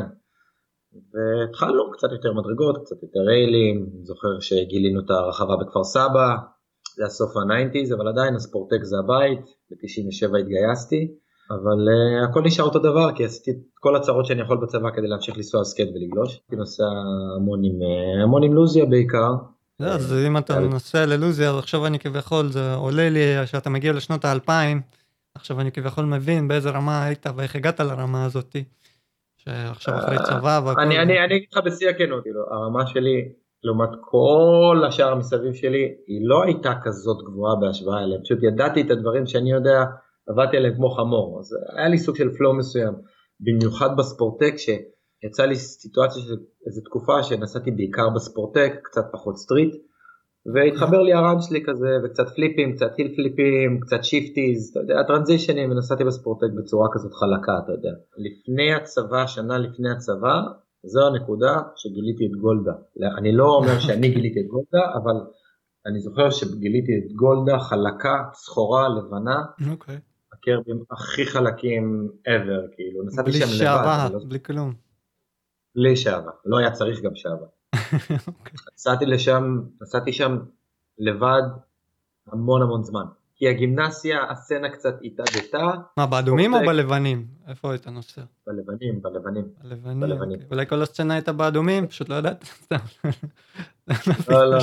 Speaker 2: והתחלנו קצת יותר מדרגות, קצת יותר ריילים, זוכר שגילינו את הרחבה בכפר סבא, זה הסוף ה-תשעים, אבל עדיין הספורטק זה הבית, ב-תשעים ושבע התגייסתי, אבל uh, הכל נשאר אותו דבר, כי עשיתי את כל הצרות שאני יכול בצבא כדי להמשיך לנסוע סקייט ולגלוש, הייתי נוסע המון עם, המון עם לוזיה בעיקר.
Speaker 1: לא, אז אם אתה נוסע ללוזיה, אז עכשיו אני כביכול, זה עולה לי שאתה מגיע לשנות האלפיים, עכשיו אני כביכול מבין באיזה רמה היית ואיך הגעת לרמה הזאת, שעכשיו אחרי צבא והכל.
Speaker 2: אני אגיד לך בשיא הכנות, הרמה שלי, לעומת כל השאר מסביב שלי, היא לא הייתה כזאת גבוהה בהשוואה אליהם, פשוט ידעתי את הדברים שאני יודע, עבדתי עליהם כמו חמור, אז היה לי סוג של פלואו מסוים, במיוחד בספורטק, שיצא לי סיטואציה של איזו תקופה, שנסעתי בעיקר בספורטק, קצת פחות סטריט, והתחבר לי הרן שלי כזה, וקצת פליפים, קצת היל פליפים, קצת שיפטיז, אתה יודע, הטרנזישנים, ונסעתי בספורטק בצורה כזאת חלקה, אתה יודע. לפני הצבא, שנה לפני הצבא, זו הנקודה שגיליתי את גולדה. אני לא אומר שאני גיליתי את גולדה, אבל אני זוכר שגיליתי את גולדה חלקה, סחורה, לבנה,
Speaker 1: אוקיי.
Speaker 2: הקרבים הכי חלקים ever, כאילו, נסעתי שם לבד.
Speaker 1: בלי שעבה, בלי כלום.
Speaker 2: בלי שעבה, לא היה צריך גם שעבה. נסעתי לשם, נסעתי שם לבד המון המון זמן. כי הגימנסיה, הסצנה קצת התעדתה.
Speaker 1: מה, באדומים או בלבנים? איפה היית נוסע?
Speaker 2: בלבנים, בלבנים.
Speaker 1: בלבנים, אולי כל הסצנה הייתה באדומים, פשוט לא יודעת.
Speaker 2: לא, לא.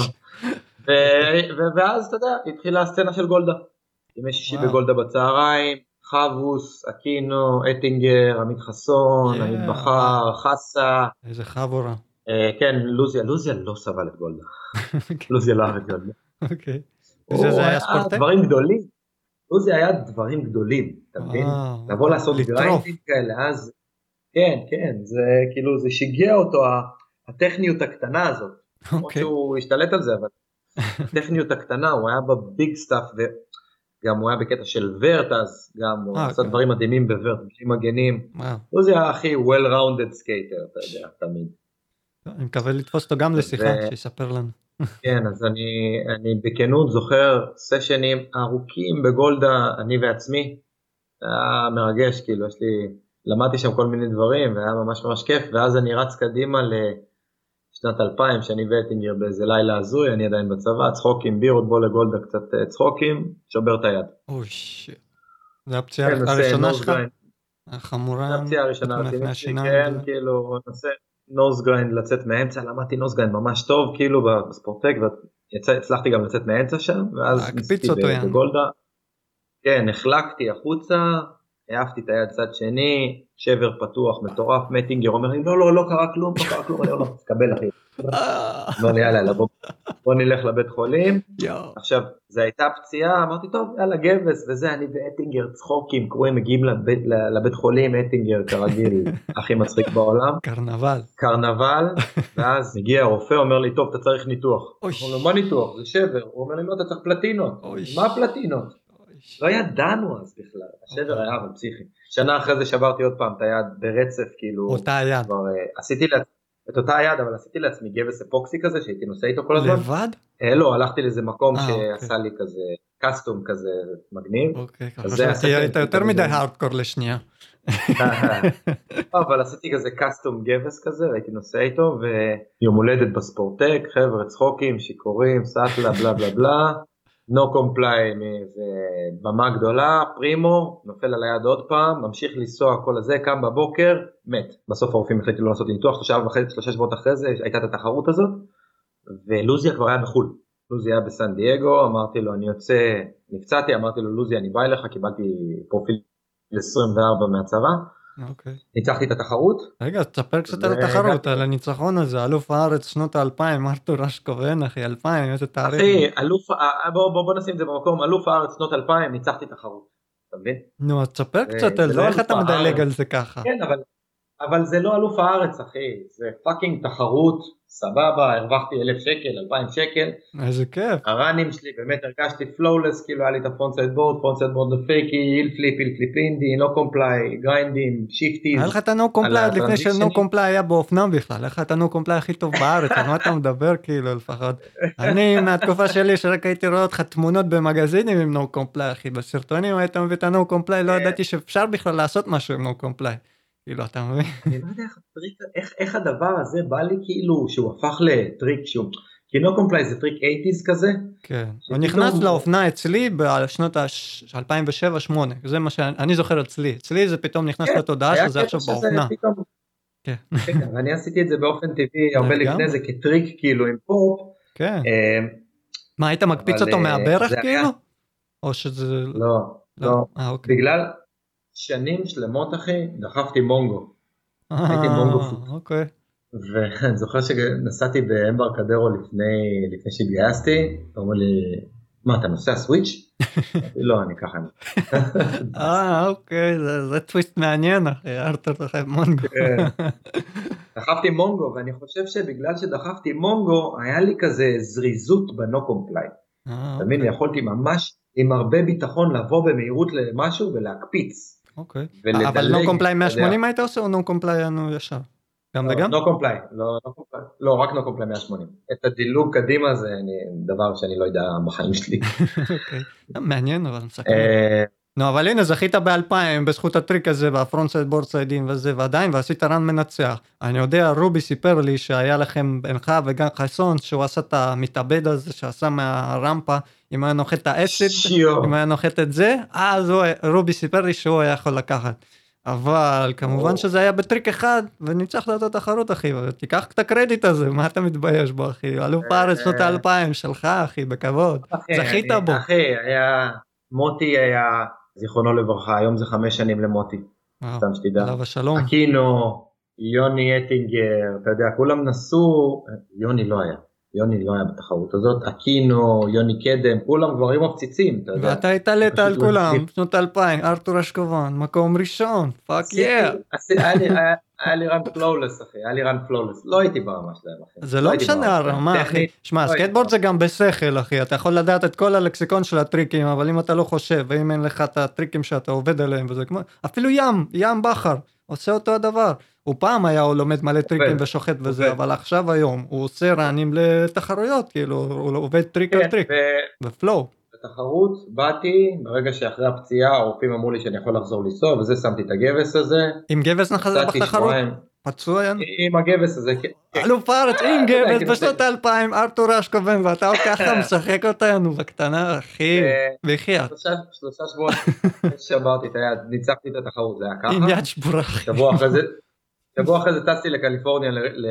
Speaker 2: ואז, אתה יודע, התחילה הסצנה של גולדה. ימי שישי בגולדה בצהריים, חבוס, אקינו, אטינגר, עמית חסון, עמית בחר, חסה.
Speaker 1: איזה חבורה.
Speaker 2: כן, לוזיה, לוזיה לא סבל את גולדה. לוזיה לא אהב את גולדה.
Speaker 1: אוקיי. זה היה ספורטק?
Speaker 2: דברים גדולים. לוזיה היה דברים גדולים, אתה מבין? לבוא לעשות גריינדים כאלה, אז, כן, כן, זה כאילו, זה שיגע אותו, הטכניות הקטנה הזאת. כמו שהוא השתלט על זה, אבל הטכניות הקטנה, הוא היה בביג סטאפ, וגם הוא היה בקטע של ורט, אז גם הוא עשה דברים מדהימים בוורט, עם מגנים. לוזיה הכי well-rounded skater, אתה יודע, תמיד.
Speaker 1: אני מקווה לתפוס אותו גם לשיחה, שיספר לנו.
Speaker 2: כן, אז אני, אני בכנות זוכר סשנים ארוכים בגולדה, אני ועצמי, היה מרגש, כאילו, יש לי, למדתי שם כל מיני דברים, והיה ממש ממש כיף, ואז אני רץ קדימה לשנת אלפיים, שאני ואטינגר באיזה לילה הזוי, אני עדיין בצבא, צחוקים, בירות, בוא לגולדה, קצת צחוקים, שובר את היד.
Speaker 1: אוש, זה הפציעה הראשונה שלך? החמורה?
Speaker 2: זה הפציעה הראשונה, כן, כאילו, נושא, נוזגריינד לצאת מהאמצע, למדתי נוזגריינד ממש טוב, כאילו בספורטק, והצלחתי גם לצאת מהאמצע שם, ואז ניסיתי בגולדה, כן, החלקתי החוצה, העפתי את היד צד שני, שבר פתוח, מטורף, מטינגר, אומר לי, לא, לא, לא קרה כלום, לא קרה כלום, אני אומר, תקבל אחי, לא, יאללה, בוא נלך לבית חולים, עכשיו, זו הייתה פציעה, אמרתי, טוב, יאללה, גבס, וזה, אני ואטינגר צחוקים, קרואים, מגיעים לבית חולים, אטינגר, כרגיל, הכי מצחיק בעולם,
Speaker 1: קרנבל,
Speaker 2: קרנבל, ואז מגיע הרופא, אומר לי, טוב, אתה צריך ניתוח, אומר לו, מה ניתוח? זה שבר, הוא אומר לי, לא, אתה צריך פלטינות, מה פלטינות? לא ידענו אז בכלל, השבר היה אבל פסיכי. שנה אחרי זה שברתי עוד פעם את היד ברצף, כאילו...
Speaker 1: אותה היד.
Speaker 2: כבר, עשיתי לה... את אותה היד, אבל עשיתי לעצמי גבס אפוקסי כזה, שהייתי נוסע איתו כל הזמן.
Speaker 1: לבד?
Speaker 2: אה, לא, הלכתי לאיזה מקום
Speaker 1: אה,
Speaker 2: שעשה לי כזה, קסטום כזה מגניב.
Speaker 1: אוקיי, חשבתי היית יותר מדי הארדקור לשנייה.
Speaker 2: אבל עשיתי כזה קסטום גבס כזה, והייתי נוסע איתו, ויום הולדת בספורטק, חבר'ה צחוקים, שיקורים, סטלה, בלה בלה בלה, no comply, במה גדולה, פרימו, נופל על היד עוד פעם, ממשיך לנסוע כל הזה, קם בבוקר, מת. בסוף הרופאים החליטו לא לעשות ניתוח, שלושה וחצי, שלושה שבועות אחרי זה, הייתה את התחרות הזאת, ולוזיה כבר היה בחול. לוזיה היה בסן דייגו, אמרתי לו, אני יוצא, נפצעתי, אמרתי לו, לוזיה, אני בא אליך, קיבלתי פרופיל עשרים וארבע מהצבא,
Speaker 1: אוקיי.
Speaker 2: ניצחתי את התחרות.
Speaker 1: רגע, תספר קצת על התחרות, על הניצחון הזה, אלוף הארץ שנות האלפיים, ארתור אשקובן, אחי, אלפיים, איזה תאריך.
Speaker 2: אחי, אלוף, בוא, בוא, בוא נשים את זה במקום, אלוף הארץ שנות אלפיים, ניצחתי תחרות, אתה מבין?
Speaker 1: נו, אז תספר קצת על זה, איך אתה מדלג על זה ככה?
Speaker 2: כן, אבל, אבל זה לא אלוף הארץ, אחי, זה פאקינג תחרות, סבבה, הרווחתי אלף שקל, אלפיים שקל.
Speaker 1: איזה כיף.
Speaker 2: הרנים שלי, באמת הרגשתי פלולס, כאילו היה לי את הפרונט-סייד בורד, פרונט-סייד בורד פייקי, היל פליפ, היל פליפ אינדי, נו קומפליי, גריינדים, שיפטיז.
Speaker 1: היה לך את הנו קומפליי עד לפני שנו קומפליי היה באופנם בכלל, היה לך את הנו קומפליי הכי טוב בארץ, על מה אתה מדבר כאילו לפחות. אני מהתקופה שלי שרק הייתי רואה אותך תמונות במגזינים עם נו קומפליי, אחי, בסרטונים היית מביא את הנו קומפליי, לא ידעתי שאפשר בכלל לעשות משהו עם נו קומפליי. כאילו, אתה מבין?
Speaker 2: אני לא יודע איך, איך הדבר הזה בא לי כאילו, שהוא הפך לטריק, שהוא, כי נו קומפליי זה טריק שמונים כזה.
Speaker 1: כן, הוא נכנס לאופנה אצלי בשנות אלפיים ושבע שמונה, זה מה שאני זוכר אצלי, אצלי זה פתאום נכנס לתודעה שזה עכשיו באופנה.
Speaker 2: כן, ואני עשיתי את זה באופן טבעי, הרבה לפני זה כטריק כאילו עם פופ.
Speaker 1: כן. מה, היית מקפיץ אותו מהברך כאילו? או שזה...
Speaker 2: לא, לא, בגלל... שנים שלמות אחי, דחפתי מונגו. הייתי מונגו פוט.
Speaker 1: אוקיי.
Speaker 2: ואני זוכר שנסעתי באמברקדרו לפני, לפני שהתגייסתי, אמרו לי, מה, אתה נוסע סוויץ'? לא, אני ככה.
Speaker 1: אה, אוקיי, זה טוויסט מעניין, אחי, ארתור דחף מונגו.
Speaker 2: דחפתי מונגו, ואני חושב שבגלל שדחפתי מונגו, היה לי כזה זריזות בנו קומפליי. תמיד יכולתי ממש עם הרבה ביטחון לבוא במהירות למשהו ולהקפיץ.
Speaker 1: אוקיי, אבל נו קומפליי מאה ושמונים היית עושה או נו קומפליי ישר? גם וגם?
Speaker 2: נו קומפליי, לא רק נו קומפליי מאה ושמונים. את הדילוג קדימה זה דבר שאני לא יודע בחיים שלי.
Speaker 1: אוקיי, מעניין אבל מסכן. נו אבל הנה זכית ב-אלפיים בזכות הטריק הזה והפרונט-סייד בורד-סיידים וזה ועדיין ועשית רן מנצח. אני יודע רובי סיפר לי שהיה לכם בינך וגם חסון שהוא עשה את המתאבד הזה שעשה מהרמפה אם היה נוחת את האסיד, אם היה נוחת את זה, אז רובי סיפר לי שהוא היה יכול לקחת. אבל כמובן שזה היה בטריק אחד, וניצחת את התחרות אחי, תיקח את הקרדיט הזה, מה אתה מתבייש בו אחי? אלוף הארץ שנות האלפיים שלך אחי, בכבוד, זכית בו.
Speaker 2: אחי, היה, מוטי היה, זיכרונו לברכה, היום זה חמש שנים למוטי, סתם שתדע.
Speaker 1: עליו השלום.
Speaker 2: אקינו, יוני אטינגר, אתה יודע, כולם נסו, יוני לא היה. יוני לא היה בתחרות הזאת, אקינו, יוני קדם, כולם גברים מפציצים, אתה יודע.
Speaker 1: ואתה התעלית על כולם, שנות אלפיים, ארתור אשקובן, מקום ראשון, פאק יא.
Speaker 2: היה לי רן פלולס, אחי, היה לי רן פלולס, לא הייתי ברמה שלהם, אחי.
Speaker 1: זה לא משנה הרמה, אחי. שמע, סקייטבורד זה גם בשכל, אחי, אתה יכול לדעת את כל הלקסיקון של הטריקים, אבל אם אתה לא חושב, ואם אין לך את הטריקים שאתה עובד עליהם, וזה כמו, אפילו ים, ים בחר, עושה אותו הדבר. הוא פעם היה, הוא לומד מלא טריקים ושוחט וזה, אבל עכשיו היום הוא עושה רנים לתחרויות, כאילו, הוא עובד טריק על טריק, ופלואו.
Speaker 2: בתחרות באתי, ברגע שאחרי הפציעה, הרופאים אמרו לי שאני יכול לחזור לנסוע, וזה שמתי את הגבס הזה.
Speaker 1: עם גבס נחזר בתחרות? פצוע ין?
Speaker 2: עם הגבס הזה, כן.
Speaker 1: אלוף הארץ, עם גבס, בשנות האלפיים, ארתור אשקובן, ואתה עוד ככה משחק אותנו בקטנה, אחי, בחייאת.
Speaker 2: שלושה שבועות שברתי את היד, ניצחתי את התחרות, זה היה ככה.
Speaker 1: עם יד שבורה.
Speaker 2: שבוע אחרי זה, שבוע אחרי זה טסתי לקליפורניה,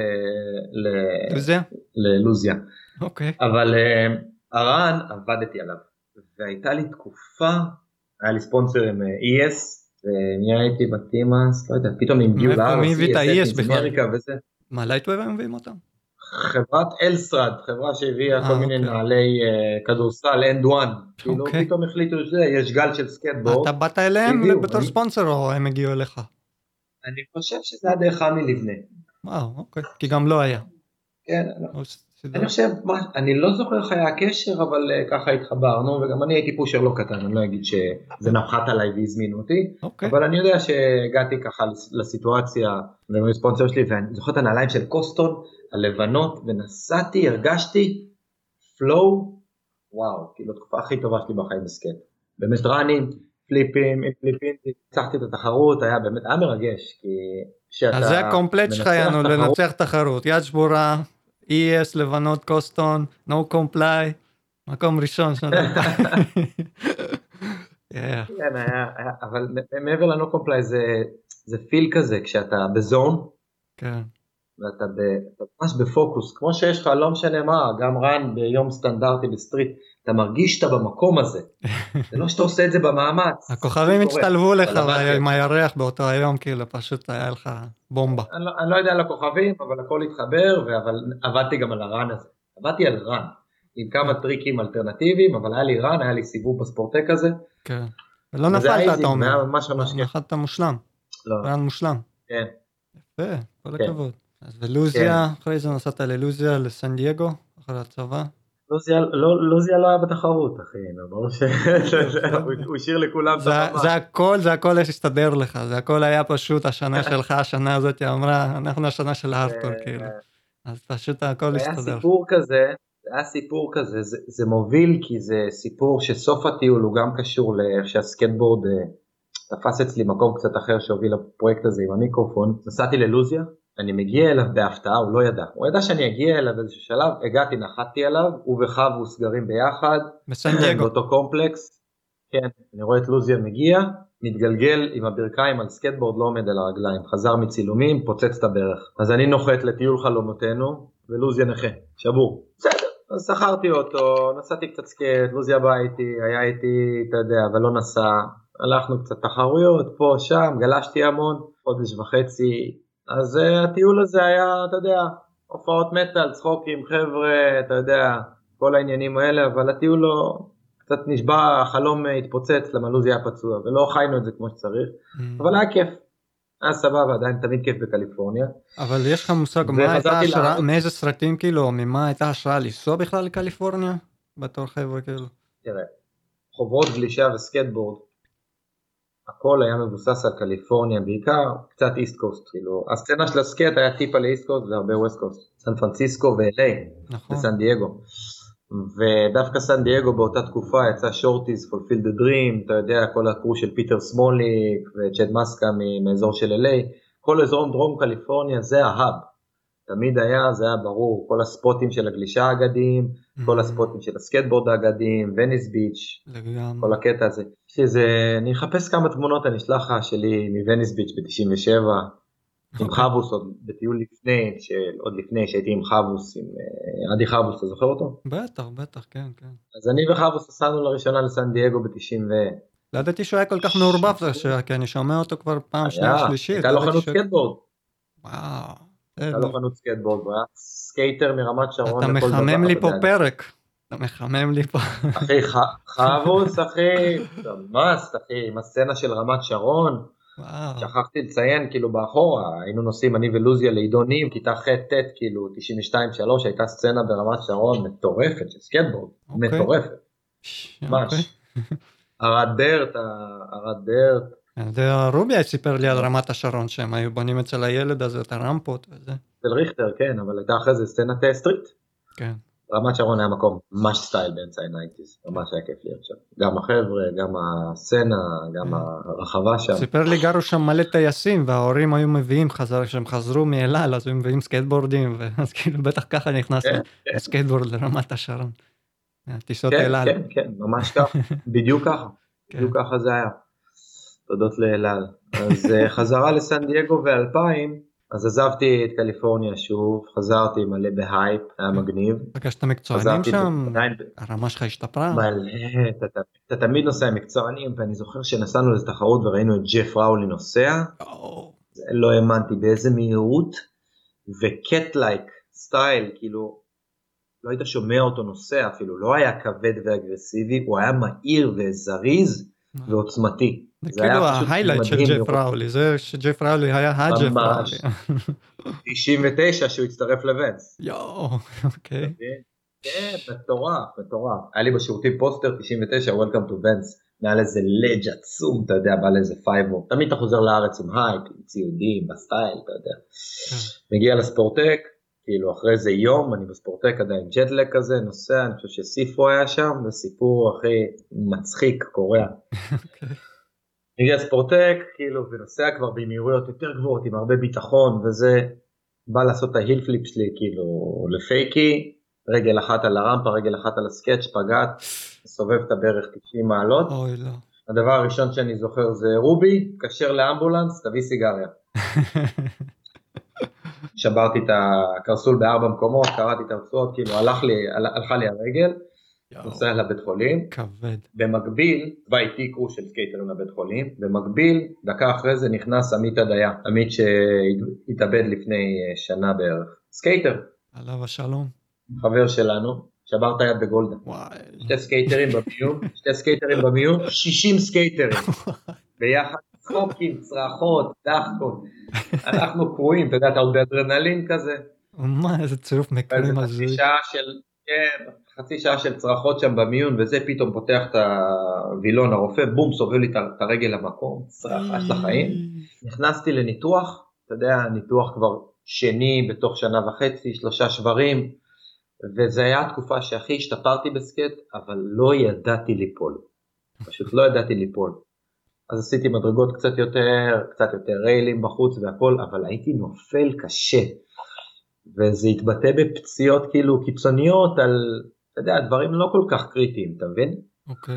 Speaker 2: ללוזיה.
Speaker 1: אוקיי.
Speaker 2: אבל הרן, עבדתי עליו, והייתה לי תקופה, היה לי ספונסר עם אי אס, ומי הייתי בטימאס, לא יודע, פתאום הם הגיעו לארץ,
Speaker 1: מי הביא את ה-אי אס בכלל?
Speaker 2: וזה.
Speaker 1: מה, לייטווב הם מביאים אותם?
Speaker 2: חברת אלסרד, חברה שהביאה כל מיני נעלי כדורסל, אנד וואן, כאילו פתאום החליטו שזה, יש גל של סקייטבורד.
Speaker 1: אתה באת אליהם בתור ספונסר או הם הגיעו אליך?
Speaker 2: אני חושב שזה היה דרך עמי לבנה.
Speaker 1: וואו, אוקיי, כי גם לא היה.
Speaker 2: כן, אני חושב, אני לא זוכר איך היה הקשר, אבל ככה התחברנו, וגם אני הייתי פושר לא קטן, אני לא אגיד שזה נחת עליי והזמינו אותי, אבל אני יודע שהגעתי ככה לסיטואציה, ומי ספונסר שלי, ואני זוכר את הנעליים של קוסטון, הלבנות, ונסעתי, הרגשתי, פלואו, וואו, כאילו התקופה הכי טובה שלי בחיים בסקייט. באמת ראנים, פליפים, עם פליפים, הצלחתי את התחרות, היה באמת, היה מרגש, כי שאתה...
Speaker 1: אז זה הקומפלט שלך, יענו, לנצח תחרות, יד שבורה, אי אס, לבנות, קוסטון, no comply, מקום ראשון, שנות אלפיים.
Speaker 2: כן, אבל מעבר ל-no comply, זה פיל כזה, כשאתה בזון,
Speaker 1: כן.
Speaker 2: ואתה ממש בפוקוס, כמו שיש לך, לא משנה מה, גם רן ביום סטנדרטי בסטריט, אתה מרגיש שאתה במקום הזה, זה לא שאתה עושה את זה במאמץ.
Speaker 1: הכוכבים הצטלבו לך עם הירח באותו היום, כאילו פשוט היה לך בומבה.
Speaker 2: אני לא יודע על הכוכבים, אבל הכל התחבר, ועבדתי גם על הרן הזה, עבדתי על רן, עם כמה טריקים אלטרנטיביים, אבל היה לי רן, היה לי סיבוב בספורטק הזה.
Speaker 1: כן, ולא נפלת, אתה אומר, נחת מושלם, רן מושלם.
Speaker 2: כן.
Speaker 1: יפה, כל הכבוד. אז ולוזיה, אחרי זה נסעת ללוזיה, לסן דייגו, אחרי הצבא.
Speaker 2: לוזיה לא היה בתחרות, אחי, ברור שהוא השאיר לכולם את הבמה.
Speaker 1: זה הכל, זה הכל הסתדר לך, זה הכל היה פשוט השנה שלך, השנה הזאת היא אמרה, אנחנו השנה של הארטור, כאילו. אז פשוט הכל הסתדר.
Speaker 2: היה סיפור כזה, היה סיפור כזה, זה מוביל, כי זה סיפור שסוף הטיול הוא גם קשור לאיך שהסקטבורד תפס אצלי מקום קצת אחר שהוביל לפרויקט הזה עם המיקרופון. נסעתי ללוזיה, אני מגיע אליו בהפתעה, הוא לא ידע. הוא ידע שאני אגיע אליו באיזשהו שלב, הגעתי, נחתתי עליו, הוא וחבוס גרים ביחד.
Speaker 1: בסן דייגו.
Speaker 2: באותו קומפלקס. כן, אני רואה את לוזיה מגיע, מתגלגל עם הברכיים על סקטבורד, לא עומד על הרגליים, חזר מצילומים, פוצץ את הברך. אז אני נוחת לטיול חלומותינו, ולוזיה נכה, שבור. בסדר, אז שכרתי אותו, נסעתי קצת סקייט, לוזיה בא איתי, היה איתי, אתה יודע, אבל לא נסע. הלכנו קצת תחרויות, פה, שם, גלשתי המון, חודש וחצי. אז uh, הטיול הזה היה, אתה יודע, הופעות מטל, צחוקים, חבר'ה, אתה יודע, כל העניינים האלה, אבל הטיול לא, קצת נשבע, החלום התפוצץ, למה לוזי היה פצוע, ולא חיינו את זה כמו שצריך, mm. אבל היה כיף, היה סבבה, עדיין תמיד כיף בקליפורניה.
Speaker 1: אבל יש לך מושג, מה הייתה השראה, מאיזה סרטים כאילו, ממה הייתה השראה לנסוע בכלל לקליפורניה, בתור חבר'ה כאילו?
Speaker 2: תראה, חוברות גלישה וסקטבורד, הכל היה מבוסס על קליפורניה, בעיקר קצת איסט קוסט, כאילו, הסצנה של הסקייט היה טיפה לאיסט קוסט והרבה ווסט קוסט, סן פרנסיסקו ו-אל איי, נכון. וסן דייגו, ודווקא סן דייגו באותה תקופה יצא שורטיז, Fulfill the Dream, אתה יודע, כל הקרוס של פיטר סמוליק וצ'ד מסקה מאזור של אל איי, כל אזור דרום קליפורניה זה ההאב, תמיד היה, זה היה ברור, כל הספוטים של הגלישה האגדיים, mm-hmm. כל הספוטים של הסקטבורד האגדיים, וניס ביץ', לגמרי. כל הקטע הזה. שזה, אני אחפש כמה תמונות, אני אשלח לך שלי מווניס ביץ' ב-תשעים ושבע, עם חבוס עוד בטיול לפני, של, עוד לפני שהייתי עם חבוס, עם uh, עדי חבוס, אתה זוכר אותו?
Speaker 1: בטח, בטח, כן, כן.
Speaker 2: אז אני וחבוס עשינו לראשונה לסן דייגו ב-תשעים ו...
Speaker 1: לא ידעתי שהוא היה כל כך מעורבב, כי אני שומע אותו כבר פעם שנייה שלישית.
Speaker 2: הייתה לו חנות סקייטבורד.
Speaker 1: וואו.
Speaker 2: הייתה לו חנות סקייטבורד, הוא היה סקייטר מרמת שרון.
Speaker 1: אתה מחמם לי פה פרק. אתה מחמם לי פה.
Speaker 2: אחי, חבוס, אחי, ממש, אחי, עם הסצנה של רמת שרון. שכחתי לציין, כאילו באחורה, היינו נוסעים, אני ולוזיה לעידונים, כיתה ח'-ט', כאילו, תשעים ושתיים שלוש, הייתה סצנה ברמת שרון מטורפת, של סקייטבורד, מטורפת. ממש. ארד דרט, ארד דרט.
Speaker 1: רובי סיפר לי על רמת השרון, שהם היו בונים אצל הילד הזה, את הרמפות וזה.
Speaker 2: אצל ריכטר, כן, אבל הייתה אחרי זה סצנת סטריט.
Speaker 1: כן.
Speaker 2: רמת שרון היה מקום ממש סטייל באמצע ה-תשעים, ממש היה כיף להיות שם. גם החבר'ה, גם הסצנה, גם הרחבה שם.
Speaker 1: סיפר לי גרו שם מלא טייסים, וההורים היו מביאים חזר, כשהם חזרו מאלעל, אז הם מביאים סקייטבורדים, אז כאילו בטח ככה נכנס לסקייטבורד לרמת השרון. טיסות אלעל.
Speaker 2: כן, כן, ממש ככה, בדיוק ככה, בדיוק ככה זה היה. תודות לאלעל. אז חזרה לסן דייגו ב-אלפיים, אז עזבתי את קליפורניה שוב, חזרתי מלא בהייפ, היה מגניב.
Speaker 1: פגשת מקצוענים שם? הרמה שלך השתפרה?
Speaker 2: מלא, אתה תמיד נוסע עם מקצוענים, ואני זוכר שנסענו לאיזו תחרות וראינו את ג'ף ראולי נוסע, לא האמנתי באיזה מהירות, וקט-לייק סטייל, כאילו, לא היית שומע אותו נוסע אפילו, לא היה כבד ואגרסיבי, הוא היה מהיר וזריז ועוצמתי.
Speaker 1: זה כאילו ההיילייט של ג'ף ראולי, זה שג'ף ראולי היה הג'ף ראולי.
Speaker 2: תשעים ותשע שהוא הצטרף לוונס.
Speaker 1: יואו, אוקיי.
Speaker 2: כן, מטורף, מטורף. היה לי בשירותים פוסטר תשעים ותשע, Welcome to Vans, מעל איזה לג' עצום, אתה יודע, בא לאיזה פייבור. תמיד אתה חוזר לארץ עם הייפ, עם ציודים, בסטייל, אתה יודע. מגיע לספורטק, כאילו אחרי זה יום, אני בספורטק עדיין ג'טלג כזה, נוסע, אני חושב שסיפו היה שם, זה סיפור הכי מצחיק, קורע. מגיע לספורטק, כאילו, ונוסע כבר במהירויות יותר גבוהות, עם הרבה ביטחון, וזה בא לעשות את ההיל פליפ שלי, כאילו, לפייקי, רגל אחת על הרמפה, רגל אחת על הסקץ', פגעת, סובב את הברך תשעים מעלות.
Speaker 1: אוי לא.
Speaker 2: הדבר הראשון שאני זוכר זה רובי, קשר לאמבולנס, תביא סיגריה. שברתי את הקרסול בארבע מקומות, קראתי את הרצועות, כאילו הלך לי, הלכה לי הרגל, נוסע לבית חולים.
Speaker 1: כבד.
Speaker 2: במקביל, בא איתי קרוס של סקייטרים לבית חולים, במקביל, דקה אחרי זה נכנס עמית הדיה, עמית שהתאבד לפני שנה בערך. סקייטר.
Speaker 1: עליו השלום.
Speaker 2: חבר שלנו, שבר את היד בגולדה.
Speaker 1: וואי.
Speaker 2: שתי סקייטרים במיון, שתי סקייטרים במיון, שישים סקייטרים. ביחד, צחוקים, צרחות, דחקות. אנחנו קרואים, אתה יודע, אתה עוד באדרנלין כזה.
Speaker 1: מה, איזה צירוף מקרים הזוי.
Speaker 2: חצי שעה של, כן, חצי שעה של צרחות שם במיון, וזה פתאום פותח את הווילון, הרופא, בום, סובב לי את הרגל למקום, צרחה של החיים. נכנסתי לניתוח, אתה יודע, ניתוח כבר שני בתוך שנה וחצי, שלושה שברים, וזה היה התקופה שהכי השתפרתי בסקייט, אבל לא ידעתי ליפול. פשוט לא ידעתי ליפול. אז עשיתי מדרגות קצת יותר, קצת יותר ריילים בחוץ והכל, אבל הייתי נופל קשה. וזה התבטא בפציעות כאילו קיצוניות על, אתה יודע, דברים לא כל כך קריטיים, אתה מבין?
Speaker 1: אוקיי.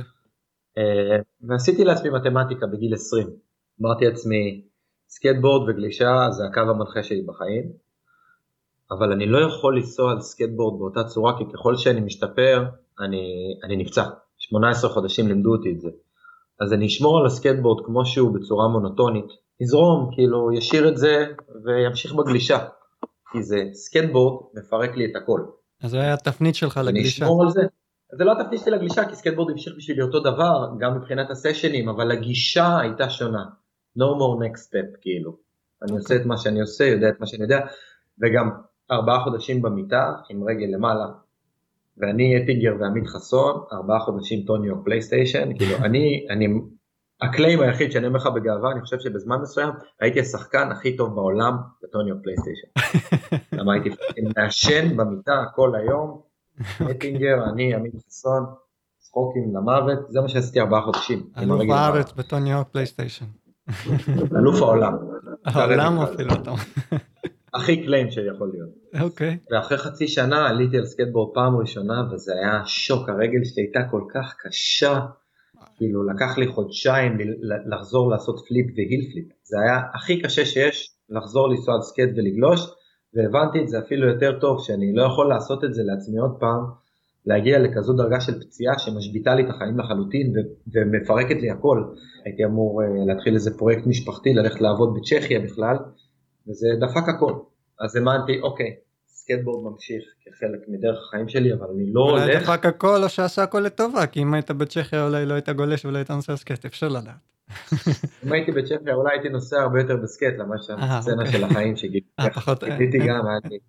Speaker 2: ועשיתי לעצמי מתמטיקה בגיל עשרים. אמרתי לעצמי, סקייטבורד וגלישה זה הקו המנחה שלי בחיים, אבל אני לא יכול לנסוע על סקייטבורד באותה צורה, כי ככל שאני משתפר, אני, אני נפצע. שמונה עשרה חודשים לימדו אותי את זה. אז אני אשמור על הסקייטבורד כמו שהוא בצורה מונוטונית, יזרום, כאילו ישיר את זה וימשיך בגלישה. כי זה סקייטבורד מפרק לי את הכל.
Speaker 1: אז זה היה התפנית שלך לגלישה.
Speaker 2: אני אשמור על זה. זה לא התפנית שלי לגלישה, כי סקייטבורד המשיך בשבילי אותו דבר, גם מבחינת הסשנים, אבל הגישה הייתה שונה. No more next step, כאילו. אני okay. עושה את מה שאני עושה, יודע את מה שאני יודע, וגם ארבעה חודשים במיטה, עם רגל למעלה, ואני אטינגר ועמית חסון, ארבעה חודשים טוניו פלייסטיישן, כאילו אני, אני, הקליים היחיד שאני אומר לך בגאווה, אני חושב שבזמן מסוים, הייתי השחקן הכי טוב בעולם בטוניו פלייסטיישן. למה הייתי מעשן במיטה כל היום, אטינגר, אני, עמית חסון, צחוקים למוות, זה מה שעשיתי ארבעה חודשים.
Speaker 1: אלוף הארץ בטוניו פלייסטיישן.
Speaker 2: אלוף העולם.
Speaker 1: העולם אפילו אתה.
Speaker 2: הכי קליים שיכול להיות.
Speaker 1: אוקיי.
Speaker 2: ואחרי חצי שנה עליתי על סקייטבורד פעם ראשונה, וזה היה שוק, הרגל שלי הייתה כל כך קשה, כאילו לקח לי חודשיים לחזור לעשות פליפ והיל פליפ. זה היה הכי קשה שיש, לחזור לנסוע על סקייט ולגלוש, והבנתי את זה אפילו יותר טוב, שאני לא יכול לעשות את זה לעצמי עוד פעם, להגיע לכזו דרגה של פציעה שמשביטה לי את החיים לחלוטין ומפרקת לי הכל. הייתי אמור להתחיל איזה פרויקט משפחתי, ללכת לעבוד בצ'כיה בכלל, וזה דפק הכל. אז אמרתי, אוקיי, סקייטבורד ממשיך כחלק מדרך החיים שלי, אבל אני לא הולך.
Speaker 1: אולי דפק הכל או שעשה הכל לטובה, כי אם היית בצ'כיה אולי לא היית גולש ואולי היית נוסע סקייט, אפשר לדעת. אם
Speaker 2: הייתי בצ'כיה אולי הייתי נוסע הרבה יותר בסקייט, למה שהסצנה של החיים שגיליתי גם,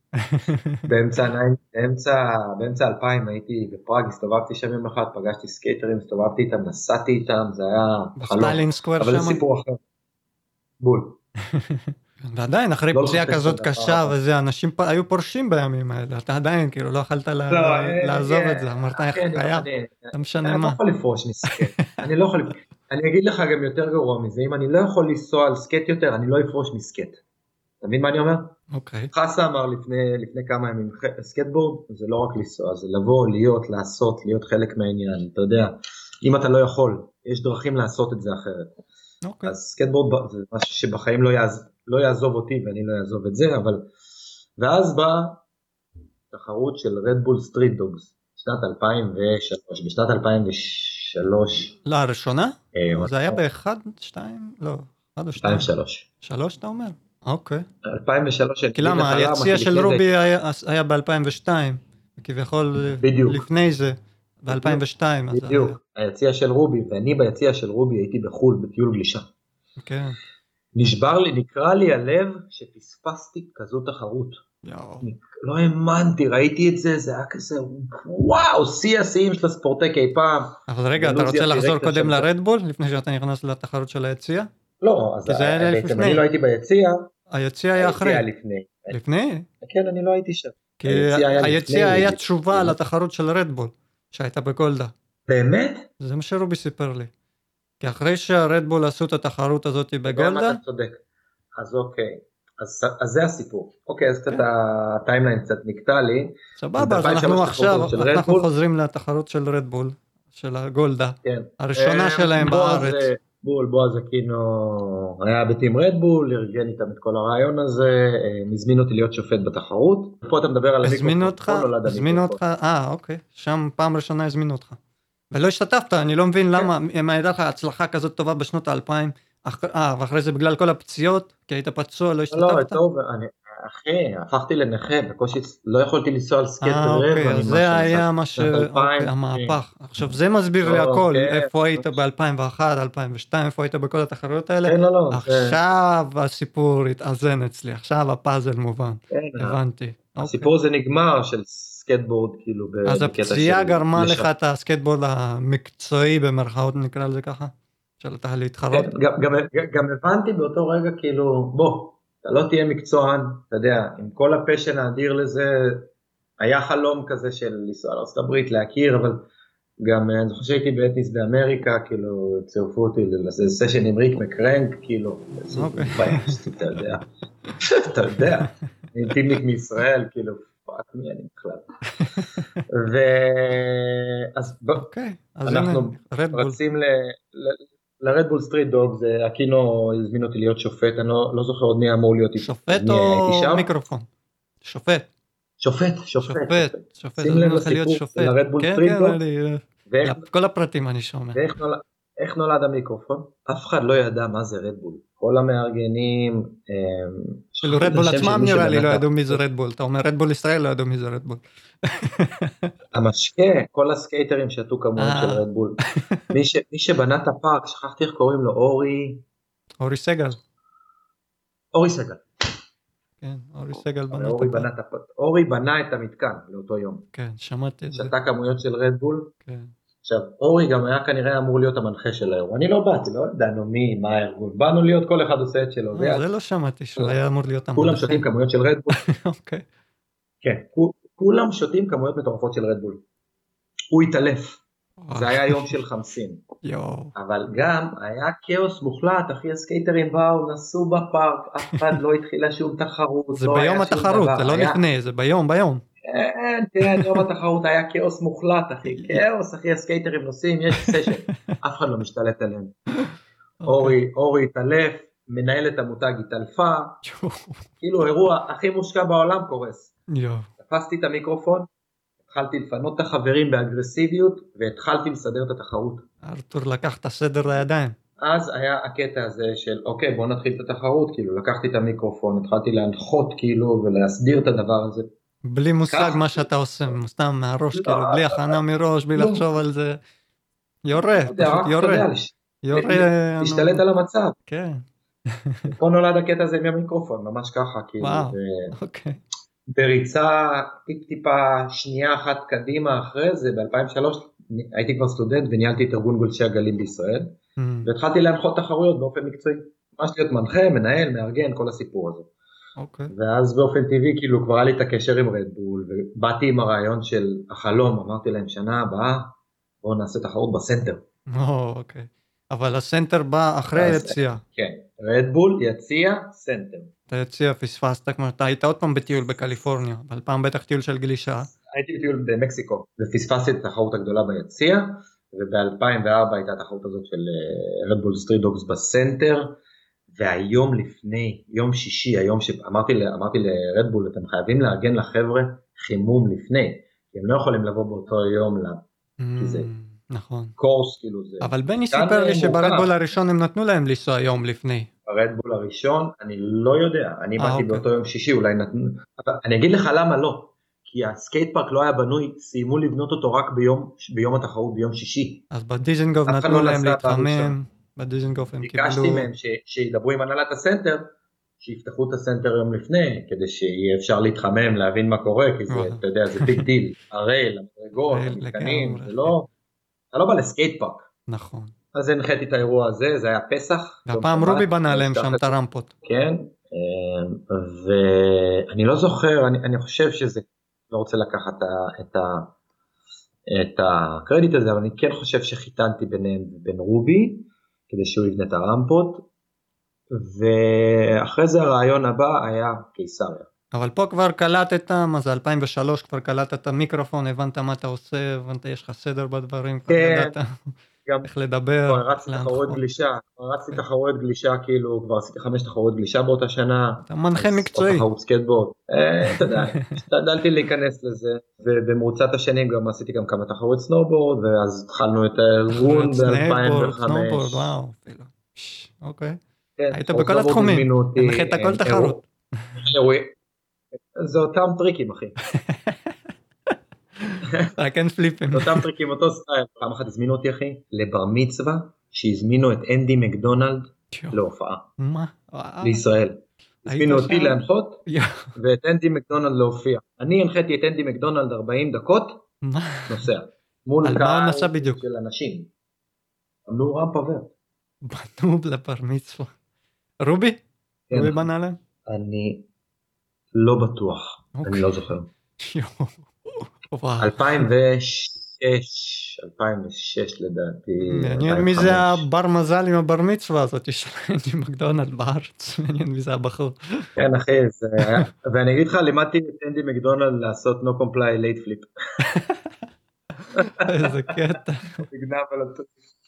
Speaker 2: באמצע אלפיים הייתי בפראג, הסתובבתי שם יום אחד, פגשתי סקייטרים, הסתובבתי איתם, נסעתי איתם, זה היה חלום, אבל זה סיפור אחר. בול.
Speaker 1: ועדיין, אחרי פציעה כזאת קשה וזה, אנשים היו פורשים בימים האלה, אתה עדיין כאילו לא יכלת לעזוב את זה, אמרת איך חייב, אתה משנה מה.
Speaker 2: אני לא יכול לפרוש מסקייט, אני לא יכול לפרוש, אני אגיד לך גם יותר גרוע מזה, אם אני לא יכול לנסוע על סקייט יותר, אני לא אפרוש מסקייט. אתה מבין מה אני אומר?
Speaker 1: אוקיי.
Speaker 2: חסה אמר לפני כמה ימים, סקייטבורד זה לא רק לנסוע, זה לבוא, להיות, לעשות, להיות חלק מהעניין, אתה יודע, אם אתה לא יכול, יש דרכים לעשות את זה אחרת. אז סקייטבורד זה משהו שבחיים לא יעז לא יעזוב אותי ואני לא יעזוב את זה, אבל, ואז באה תחרות של רדבול סטריט דוגס, שנת אלפיים ושלוש, בשנת אלפיים ושלוש.
Speaker 1: לא, הראשונה? זה היה באחד, שתיים, לא, אחד או שתיים.
Speaker 2: אלפיים ושלוש.
Speaker 1: שלוש אתה אומר? אוקיי.
Speaker 2: אלפיים ושלוש.
Speaker 1: כי למה, היציאה של רובי היה ב-אלפיים ושתיים, כביכול לפני זה, ב-אלפיים ושתיים.
Speaker 2: בדיוק, היציאה של רובי, ואני ביציאה של רובי הייתי בחול בטיול גלישה.
Speaker 1: אוקיי.
Speaker 2: נשבר לי, נקרא לי הלב שפספסתי כזו תחרות. לא האמנתי, ראיתי את זה, זה היה כזה, וואו, שיא השיאים של הספורטק אי פעם.
Speaker 1: אבל רגע, אתה רוצה לחזור קודם לרדבול, לפני שאתה נכנס לתחרות של היציאה?
Speaker 2: לא, אז בעצם אני לא הייתי ביציאה.
Speaker 1: היציאה היה אחרי.
Speaker 2: היציאה לפני.
Speaker 1: לפני?
Speaker 2: כן, אני לא הייתי שם.
Speaker 1: כי היציאה היה תשובה לתחרות של רדבול, שהייתה בגולדה.
Speaker 2: באמת?
Speaker 1: זה מה שרובי סיפר לי. כי אחרי שהרדבול עשו את התחרות הזאת בגולדה...
Speaker 2: אתה צודק. אז אוקיי. אז, אז זה הסיפור. אוקיי, אז קצת הטיימליין קצת נקטע לי.
Speaker 1: סבבה, אז אנחנו עכשיו, אנחנו חוזרים לתחרות של רדבול, של הגולדה. כן. הראשונה שלהם בארץ.
Speaker 2: בול, בועז אקינו היה בטים רדבול, ארגן איתם את כל הרעיון הזה, מזמין אותי להיות שופט בתחרות. פה אתה מדבר על המיקרופון.
Speaker 1: הזמין אותך, אה, אוקיי. שם פעם ראשונה הזמינו אותך. ולא השתתפת, אני לא מבין למה, אם הייתה לך הצלחה כזאת טובה בשנות האלפיים, אה, ואחרי זה בגלל כל הפציעות, כי היית פצוע, לא השתתפת?
Speaker 2: לא, טוב, אחי, הפכתי לנכה, בקושי לא יכולתי לנסוע על סקייט רבע.
Speaker 1: אוקיי, זה היה מה ש... המהפך. עכשיו, זה מסביר לי הכל, איפה היית ב-אלפיים ואחת, אלפיים ושתיים, איפה היית בכל התחרויות האלה?
Speaker 2: כן, לא, לא.
Speaker 1: עכשיו הסיפור התאזן אצלי, עכשיו הפאזל מובן, הבנתי.
Speaker 2: הסיפור הזה נגמר של סקייטבורד, כאילו,
Speaker 1: אז הפציעה גרמה לך את הסקייטבורד המקצועי, במרכאות נקרא לזה ככה, של אתה להתחרות.
Speaker 2: גם הבנתי באותו רגע, כאילו, בוא, אתה לא תהיה מקצוען, אתה יודע, עם כל הפשן האדיר לזה, היה חלום כזה של לנסוע לארצות הברית, להכיר, אבל גם, אני חושב שהייתי באתניס באמריקה, כאילו, צירפו אותי לסשן עם ריק מקרנק, כאילו, אתה יודע, אתה יודע, אינטימניק מישראל, כאילו, פאק מי אני בכלל. ואז אנחנו רצים לרדבול סטריט דוג, זה אקינו הזמין אותי להיות שופט, אני לא זוכר עוד מי אמור להיות
Speaker 1: שופט או מיקרופון? שופט.
Speaker 2: שופט, שופט.
Speaker 1: שופט,
Speaker 2: שים לב לסיפור לרדבול סטריט דוג.
Speaker 1: כל הפרטים אני שומע.
Speaker 2: איך נולד המיקרופון? אף אחד לא ידע מה זה רדבול. כל המארגנים...
Speaker 1: כאילו רדבול עצמם נראה לי לא ידעו מי זה רדבול. אתה אומר רדבול ישראל לא ידעו מי זה רדבול.
Speaker 2: המשקה, כל הסקייטרים שתו כמויות של רדבול. מי שבנה את הפארק, שכחתי איך קוראים לו, אורי...
Speaker 1: אורי סגל.
Speaker 2: אורי סגל.
Speaker 1: כן, אורי סגל בנה
Speaker 2: את הפארק. אורי בנה את המתקן לאותו יום.
Speaker 1: כן, שמעתי את זה.
Speaker 2: שתה כמויות של רדבול.
Speaker 1: כן.
Speaker 2: עכשיו, אורי גם היה כנראה אמור להיות המנחה של האירוע. אני לא באתי, לא ידענו מי, מה הארגון. באנו להיות, כל אחד עושה את שלו.
Speaker 1: זה לא שמעתי שהוא היה אמור להיות המנחה.
Speaker 2: כולם שותים כמויות של רדבול.
Speaker 1: אוקיי.
Speaker 2: כן, כולם שותים כמויות מטורפות של רדבול. הוא התעלף. זה היה יום של חמסין. אבל גם היה כאוס מוחלט, אחי הסקייטרים באו, נסו בפארק, אף אחד לא התחילה שום תחרות.
Speaker 1: זה ביום התחרות, זה לא לפני, זה ביום, ביום.
Speaker 2: כן, תראה, יום התחרות היה כאוס מוחלט, אחי, כאוס, אחי, הסקייטרים נוסעים, יש סשן, אף אחד לא משתלט עליהם. אורי, אורי התעלף, מנהלת המותג התעלפה, כאילו אירוע הכי מושקע בעולם קורס. תפסתי את המיקרופון, התחלתי לפנות את החברים באגרסיביות, והתחלתי לסדר את התחרות.
Speaker 1: ארתור לקח את הסדר לידיים.
Speaker 2: אז היה הקטע הזה של, אוקיי, בוא נתחיל את התחרות, כאילו, לקחתי את המיקרופון, התחלתי להנחות, כאילו, ולהסדיר את הדבר הזה.
Speaker 1: בלי מושג מה שאתה עושה, סתם מהראש, כאילו, בלי הכנה מראש, בלי לחשוב על זה. יורה, פשוט יורה.
Speaker 2: יורה. להשתלט על המצב.
Speaker 1: כן.
Speaker 2: פה נולד הקטע הזה עם המיקרופון, ממש ככה, כאילו.
Speaker 1: וואו, אוקיי.
Speaker 2: בריצה טיפ-טיפה שנייה אחת קדימה אחרי זה, ב-אלפיים ושלוש הייתי כבר סטודנט וניהלתי את ארגון גולשי הגלים בישראל, והתחלתי להנחות תחרויות באופן מקצועי. ממש להיות מנחה, מנהל, מארגן, כל הסיפור הזה.
Speaker 1: Okay.
Speaker 2: ואז באופן טבעי כאילו כבר היה לי את הקשר עם רדבול, ובאתי עם הרעיון של החלום, אמרתי להם שנה הבאה, בואו נעשה תחרות בסנטר.
Speaker 1: אוקיי, oh, okay. אבל הסנטר בא אחרי היציאה.
Speaker 2: כן, רדבול יציאה סנטר.
Speaker 1: אתה יציאה, פספסת, כמו אתה היית עוד פעם בטיול בקליפורניה, אבל פעם בטח טיול של גלישה.
Speaker 2: הייתי בטיול במקסיקו, ופספסתי את התחרות הגדולה ביציאה, וב-אלפיים וארבע הייתה התחרות הזאת של רדבול סטריט דוגס בסנטר, והיום לפני, יום שישי, היום שאמרתי אמרתי לרדבול, אתם חייבים לארגן לחבר'ה חימום לפני, כי הם לא יכולים לבוא באותו יום, כי זה
Speaker 1: נכון.
Speaker 2: קורס, כאילו זה.
Speaker 1: אבל בני סיפר לי שברדבול הראשון הם נתנו להם לנסוע יום לפני.
Speaker 2: ברדבול הראשון, אני לא יודע, אני באתי באותו יום שישי, אולי נתנו, אני אגיד לך למה לא, כי הסקייט פארק לא היה בנוי, סיימו לבנות אותו רק ביום, ביום התחרות, ביום שישי.
Speaker 1: אז בדיזנגוף נתנו להם להתחמם. בדיזנגוף הם קיבלו...
Speaker 2: ביקשתי מהם שידברו עם הנהלת הסנטר, שיפתחו את הסנטר יום לפני, כדי שיהיה אפשר להתחמם, להבין מה קורה, כי זה, אתה יודע, זה ביג דיל, הראל, המדרגות, המתקנים, זה לא, אתה לא בא לסקייט פארק.
Speaker 1: נכון.
Speaker 2: אז הנחיתי את האירוע הזה, זה היה פסח.
Speaker 1: והפעם רובי בנה עליהם שם את הרמפות.
Speaker 2: כן, ואני לא זוכר, אני, אני חושב שזה, לא רוצה לקחת את, ה, את הקרדיט הזה, אבל אני כן חושב שחיתנתי ביניהם, בין רובי, כדי שהוא יבנה את הרמפות, ואחרי זה הרעיון הבא היה קיסריה.
Speaker 1: אבל פה כבר קלטת, מה זה אלפיים ושלוש, כבר קלטת את המיקרופון, הבנת מה אתה עושה, הבנת יש לך סדר בדברים, כבר ידעת איך לדבר.
Speaker 2: כבר רצתי תחרות גלישה, כבר רצתי תחרות גלישה, כאילו כבר עשיתי חמש תחרות גלישה באותה שנה.
Speaker 1: אתה מנחה מקצועי.
Speaker 2: תחרות סקייטבורד, אתה יודע, השתדלתי להיכנס לזה, ובמרוצת השנים גם עשיתי גם כמה תחרות סנובורד, ואז התחלנו את הארגון ב-אלפיים וחמש.
Speaker 1: וואו, אוקיי. היית בכל התחומים, הנחית כל תחרות.
Speaker 2: זה אותם טריקים, אחי.
Speaker 1: רק אין פליפים.
Speaker 2: זה אותם טריקים, אותו סטייל. פעם אחת הזמינו אותי, אחי, לבר מצווה, שהזמינו את אנדי מקדונלד להופעה.
Speaker 1: מה?
Speaker 2: לישראל. הזמינו אותי להנחות, ואת אנדי מקדונלד להופיע. אני הנחיתי את אנדי מקדונלד ארבעים דקות, נוסע. מול קהל של אנשים. אמנו רמפה ורד.
Speaker 1: בנו לבר מצווה. רובי? רובי בנה להם?
Speaker 2: אני לא בטוח, אני לא זוכר. אלפיים ושש, אלפיים ושש לדעתי.
Speaker 1: מעניין מי זה הבר מזל עם הבר מצווה הזאת, יש להם מקדונלד בארץ, מעניין מי זה הבחור.
Speaker 2: כן אחי, ואני אגיד לך, לימדתי את אנדי מקדונלד לעשות no comply late flip.
Speaker 1: איזה קטע.
Speaker 2: תגנב על אותו.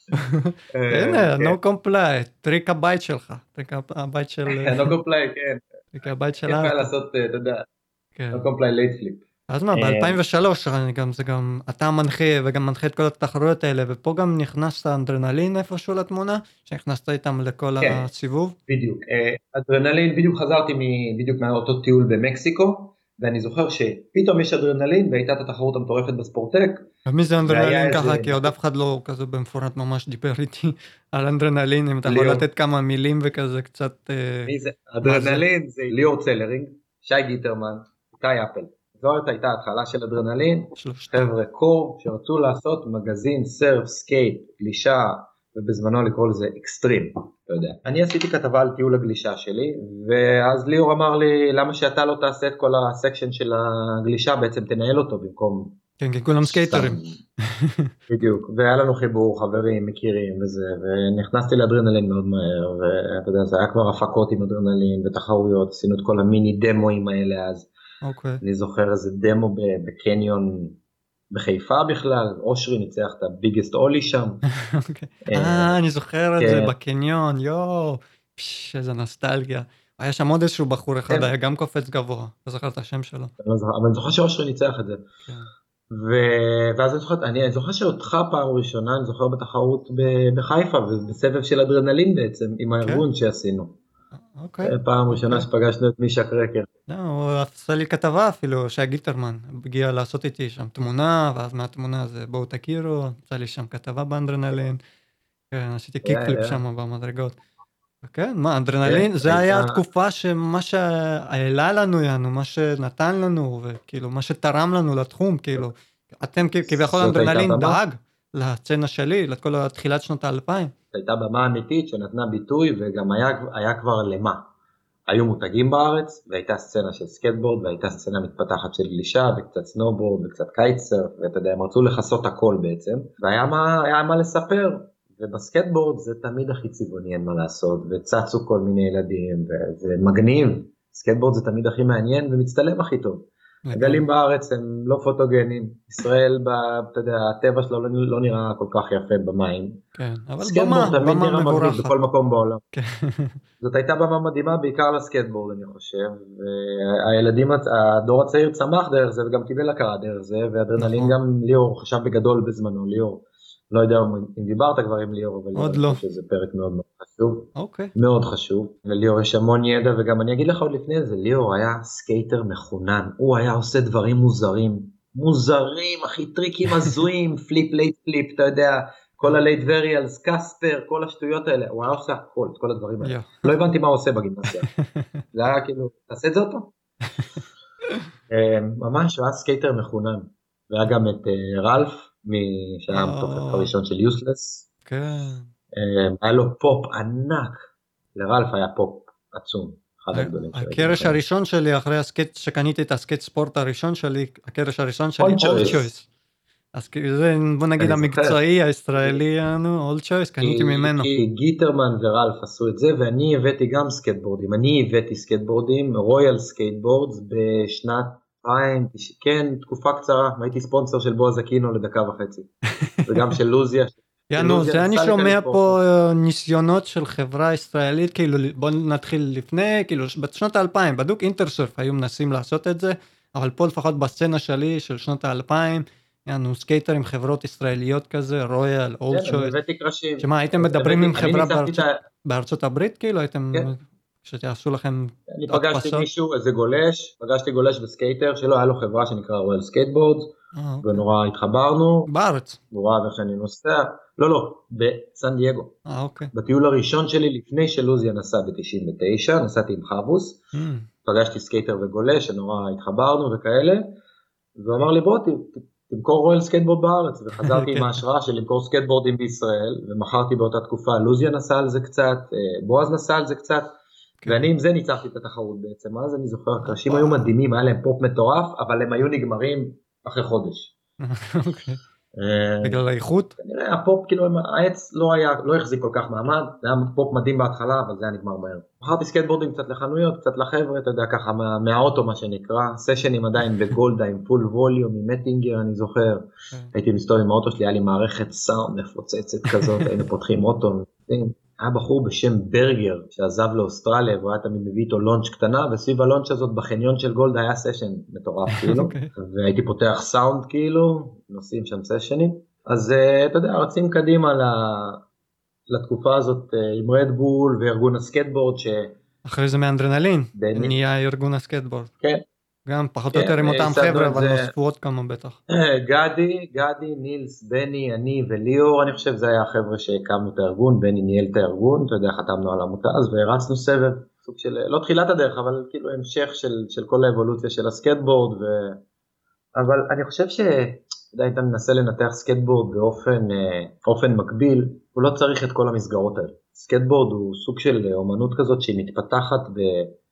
Speaker 1: הנה, no comply, טריק הבית שלך, טריק הבית של...
Speaker 2: no comply, כן.
Speaker 1: טריק הבית של...
Speaker 2: כיף היה לעשות, אתה יודע, no comply late flip.
Speaker 1: אז מה, ב-אלפיים ושלוש זה גם, אתה מנחה וגם מנחה את כל התחרויות האלה, ופה גם נכנסת אדרנלין איפשהו לתמונה, שנכנסת איתם לכל הסיבוב?
Speaker 2: בדיוק, אדרנלין, בדיוק חזרתי בדיוק מאותו טיול במקסיקו, ואני זוכר שפתאום יש אדרנלין, והייתה את התחרות המטורפת בספורטק.
Speaker 1: ומי זה אדרנלין ככה? כי עוד אף אחד לא כזה במפורט ממש דיבר איתי על אדרנלין, אם אתה יכול לתת כמה מילים וכזה קצת...
Speaker 2: מי זה? אדרנלין זה ליאור צלרינג, שי גיטרמן, איתי אפל. זאת הייתה התחלה של אדרנלין, חבר'ה קור שרצו לעשות מגזין, סרף, סקייט, גלישה, ובזמנו לקרוא לזה אקסטרים, אתה יודע. אני עשיתי כתבה על טיול הגלישה שלי, ואז ליאור אמר לי, למה שאתה לא תעשה את כל הסקשן של הגלישה, בעצם תנהל אותו במקום...
Speaker 1: כן, כן, כולם סקייטרים.
Speaker 2: בדיוק, והיה לנו חיבור, חברים, מכירים וזה, ונכנסתי לאדרנלין מאוד מהר, ואתה יודע, זה היה כבר הפקות עם אדרנלין, ותחרויות, עשינו את כל המיני דמוים האלה אז.
Speaker 1: Okay.
Speaker 2: אני זוכר איזה דמו בקניון בחיפה בכלל, אושרי ניצח את הביגסט אולי שם.
Speaker 1: אה, אני זוכר את זה בקניון, יואו, איזה נוסטלגיה. היה שם עוד איזשהו בחור אחד, היה גם קופץ גבוה, לא זוכר את השם שלו.
Speaker 2: אבל אני זוכר שאושרי ניצח את זה. ואז אני זוכר, אני זוכר שאותך פעם ראשונה, אני זוכר בתחרות בחיפה, ובסבב של אדרנלין בעצם, עם הארגון שעשינו. פעם ראשונה שפגשנו את מישה קרקר.
Speaker 1: הוא עשה לי כתבה אפילו, שי גיטרמן, הגיע לעשות איתי שם תמונה, ואז מהתמונה זה בואו תכירו, עשה לי שם כתבה באדרנלין, עשיתי קיקפליפ שם במדרגות. כן, מה, אדרנלין, זה היה התקופה שמה שהעלה לנו, יענו, מה שנתן לנו, וכאילו, מה שתרם לנו לתחום, כאילו, אתם כביכול אדרנלין דאג לצנה שלי, לכל התחילת שנות האלפיים.
Speaker 2: הייתה במה אמיתית שנתנה ביטוי, וגם היה, היה כבר למה. היו מותגים בארץ, והייתה סצנה של סקייטבורד, והייתה סצנה מתפתחת של גלישה, וקצת סנובורד, וקצת קייטסרף, ואתה יודע, הם רצו לחסות הכל בעצם, והיה מה, היה מה לספר, ובסקייטבורד זה תמיד הכי צבעוני, אין מה לעשות, וצצו כל מיני ילדים, וזה מגניב, סקייטבורד זה תמיד הכי מעניין, ומצטלם הכי טוב. הגלים בארץ הם לא פוטוגנים, ישראל, אתה יודע, הטבע שלו לא נראה כל כך יפה במים.
Speaker 1: כן, אבל
Speaker 2: סקייטבורד תמיד נראה מגניב בכל מקום בעולם. זאת הייתה במה מדהימה בעיקר לסקייטבורד אני חושב, והילדים, הדור הצעיר צמח דרך זה וגם קיבל הכרה דרך זה, ואדרנלין גם ליאור חשב בגדול בזמנו, ליאור. לא יודע אם דיברת כבר עם ליאור, אבל
Speaker 1: עוד לא.
Speaker 2: שזה פרק מאוד מאוד חשוב.
Speaker 1: אוקיי.
Speaker 2: מאוד חשוב. לליאור יש המון ידע, וגם אני אגיד לך עוד לפני זה, ליאור היה סקייטר מחונן. הוא היה עושה דברים מוזרים. מוזרים, הכי טריקים הזויים, פליפ לייט פליפ, אתה יודע, כל הלייט וריאלס, קספר, כל השטויות האלה, הוא היה עושה הכל, את כל הדברים האלה. לא הבנתי מה הוא עושה בגימנסיה. זה היה כאילו, תעשה את זה אותו. ממש, הוא היה סקייטר מחונן. והיה גם את רלף, שהיה המתופף הראשון של יוסלס.
Speaker 1: כן.
Speaker 2: היה לו פופ ענק. לרלף היה פופ עצום.
Speaker 1: הקרש הראשון שלי, אחרי הסקייט, שקניתי את הסקייט ספורט הראשון שלי, הקרש הראשון שלי, All Choice. אז זה, בוא נגיד, המקצועי הישראלי, All Choice, קניתי ממנו.
Speaker 2: כי גיטרמן ורלף עשו את זה, ואני הבאתי גם סקייטבורדים. אני הבאתי סקייטבורדים, רויאל סקייטבורדס, בשנת כן, תקופה קצרה, הייתי ספונסר של בועז אקינו לדקה וחצי, וגם של לוזיה.
Speaker 1: יאנו, זה אני שומע פה ניסיונות של חברה ישראלית, כאילו בוא נתחיל לפני, כאילו בשנות האלפיים, בדוק אינטרסרף היו מנסים לעשות את זה, אבל פה לפחות בסצנה שלי של שנות האלפיים, יאנו סקייטר עם חברות ישראליות כזה, רויאל, אולד שויס. שמה, הייתם מדברים עם חברה בארצות הברית, כאילו הייתם... שתעשו לכם...
Speaker 2: אני פגשתי מישהו, איזה גולש, פגשתי גולש בסקייטר שלו, היה לו חברה שנקרא רויאל סקייטבורד, ונורא התחברנו.
Speaker 1: בארץ?
Speaker 2: הוא ראה איך אני נוסע. לא, לא, בסן דייגו.
Speaker 1: אה, אוקיי.
Speaker 2: בטיול הראשון שלי, לפני שלוזיה נסע ב-תשעים ותשע, נסעתי עם חבוס, פגשתי סקייטר וגולש, שנורא התחברנו וכאלה, והוא אמר לי, בוא, תמכור רויאל סקייטבורד בארץ, וחזרתי עם ההשראה של למכור סקייטבורדים בישראל, ומכרתי באותה תקופה, לוזיה נסע על זה קצת, בועז נסע על זה קצת, ואני עם זה ניצחתי את התחרות בעצם, אז אני זוכר, הקרשים היו מדהימים, היה להם פופ מטורף, אבל הם היו נגמרים אחרי חודש.
Speaker 1: בגלל האיכות?
Speaker 2: כנראה הפופ, כאילו העץ לא היה, לא החזיק כל כך מעמד, זה היה פופ מדהים בהתחלה, אבל זה היה נגמר מהר. בחרתי סקייטבורדים קצת לחנויות, קצת לחבר'ה, אתה יודע, ככה מהאוטו מה שנקרא, סשנים עדיין בגולדה עם פול ווליום, עם מטינגר, אני זוכר, הייתי מסתובב עם האוטו שלי, היה לי מערכת סאונד מפוצצת כזאת, היינו פותחים אוטו, היה בחור בשם ברגר שעזב לאוסטרליה והוא היה תמיד מביא איתו לונץ' קטנה, וסביב הלונץ' הזאת בחניון של גולדה היה סשן מטורף כאילו, והייתי פותח סאונד כאילו, נוסעים שם סשנים, אז אתה יודע, רצים קדימה לתקופה הזאת עם רדבול וארגון הסקייטבורד.
Speaker 1: אחרי זה מאנדרנלין, נהיה ארגון הסקייטבורד.
Speaker 2: כן.
Speaker 1: גם פחות או יותר עם אותם חבר'ה, אבל נוספו עוד כמה בטח.
Speaker 2: גדי, גדי, נילס, בני, אני וליאור, אני חושב זה היה החבר'ה שהקמנו את הארגון, בני ניהל את הארגון, אתה יודע, חתמנו על עמותה, אז והרצנו סבב, סוג של, לא תחילת הדרך, אבל כאילו המשך של, של כל האבולוציה של הסקייטבורד, ו... אבל אני חושב ש... אתה יודע, אתה מנסה לנתח סקייטבורד באופן אופן מקביל, הוא לא צריך את כל המסגרות האלה. סקייטבורד הוא סוג של אומנות כזאת שהיא מתפתחת ב...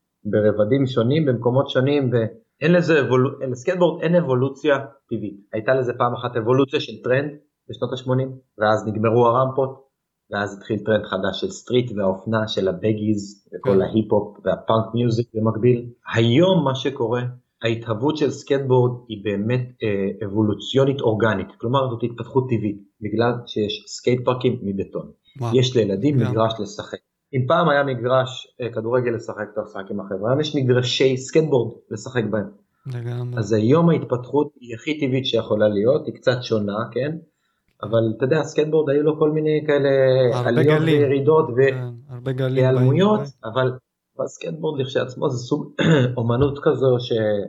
Speaker 2: ברבדים שונים, במקומות שונים, ואין לזה, לסקייטבורד אין אבולוציה טבעית. הייתה לזה פעם אחת אבולוציה של טרנד בשנות ה-שמונים, ואז נגמרו הרמפות, ואז התחיל טרנד חדש של סטריט והאופנה של הבגיז, וכל ההיפ-הופ והפאנק מיוזיק במקביל. היום מה שקורה, ההתהוות של סקייטבורד היא באמת אה, אבולוציונית אורגנית, כלומר זאת התפתחות טבעית, בגלל שיש סקייט פארקים מבטון. וואו. יש לילדים yeah. מגרש לשחק. אם פעם היה מגרש כדורגל לשחק, אתה משחק עם החברה, היום יש מגרשי סקייטבורד לשחק בהם. לגמרי. אז היום ההתפתחות היא הכי טבעית שיכולה להיות, היא קצת שונה, כן? אבל אתה יודע, הסקייטבורד היו לו כל מיני כאלה עליות וירידות והיעלמויות, אבל הסקייטבורד לכשעצמו זה סוג אומנות כזו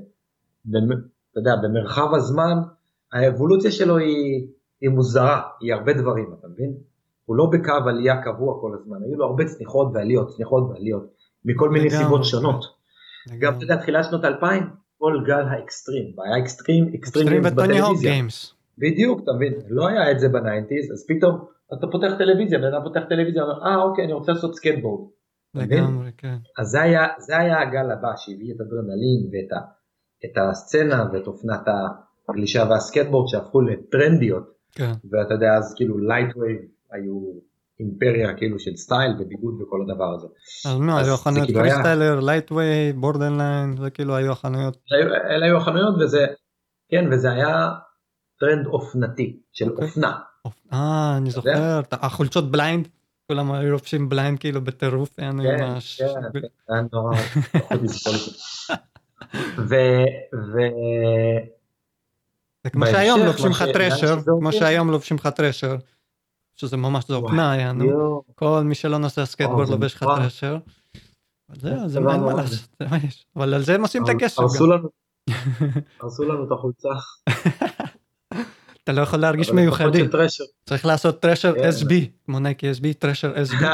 Speaker 2: שאתה יודע, במרחב הזמן, האבולוציה שלו היא, היא מוזרה, היא הרבה דברים, אתה מבין? הוא לא בקו עלייה קבוע כל הזמן, היו לו הרבה צניחות ועליות, צניחות ועליות, מכל מיני סיבות שונות. גם אתה יודע, תחילת שנות אלפיים, כל גל האקסטרים, היה אקסטרים, אקסטרים בטלוויזיה. בדיוק, אתה מבין, לא היה את זה בניינטיז, אז פתאום אתה פותח טלוויזיה, ואתה פותח טלוויזיה, ואומר, אה אוקיי, אני רוצה לעשות סקייטבורד.
Speaker 1: לגמרי, כן.
Speaker 2: אז זה היה הגל הבא, שהביא את אדרנלין, ואת הסצנה, ואת אופנת הגלישה והסקייטבורד, שהפכו לטרנדיות, ואתה יודע, אז כאילו לייטווייב, היו אימפריה כאילו של סטייל וביגוד וכל הדבר הזה.
Speaker 1: אז מה, היו החנויות פריסטיילר, לייטווי, בורדרליין, זה כאילו היו החנויות.
Speaker 2: אלה היו החנויות וזה, כן, וזה היה טרנד אופנתי, של אופנה.
Speaker 1: אה, אני זוכר, החולצות בליינד, כולם היו לובשים בליינד כאילו בטירוף, היה ממש...
Speaker 2: כן, כן, היה נורא, פחות לספול את זה. ו...
Speaker 1: כמו שהיום לובשים לך טרשר, כמו שהיום לובשים לך טרשר, שזה ממש זו אופנה, יענו. כל מי שלא נוסע סקייטבורד לובש לך טרשר. זהו, זה מה אין מה לעשות, זה מה יש. אבל על זה הם עושים את הכסף גם.
Speaker 2: הרסו לנו את החולצה.
Speaker 1: אתה לא יכול להרגיש מיוחדים. צריך לעשות טרשר אס בי, כמו נייקי אס בי, טרשר אס בי.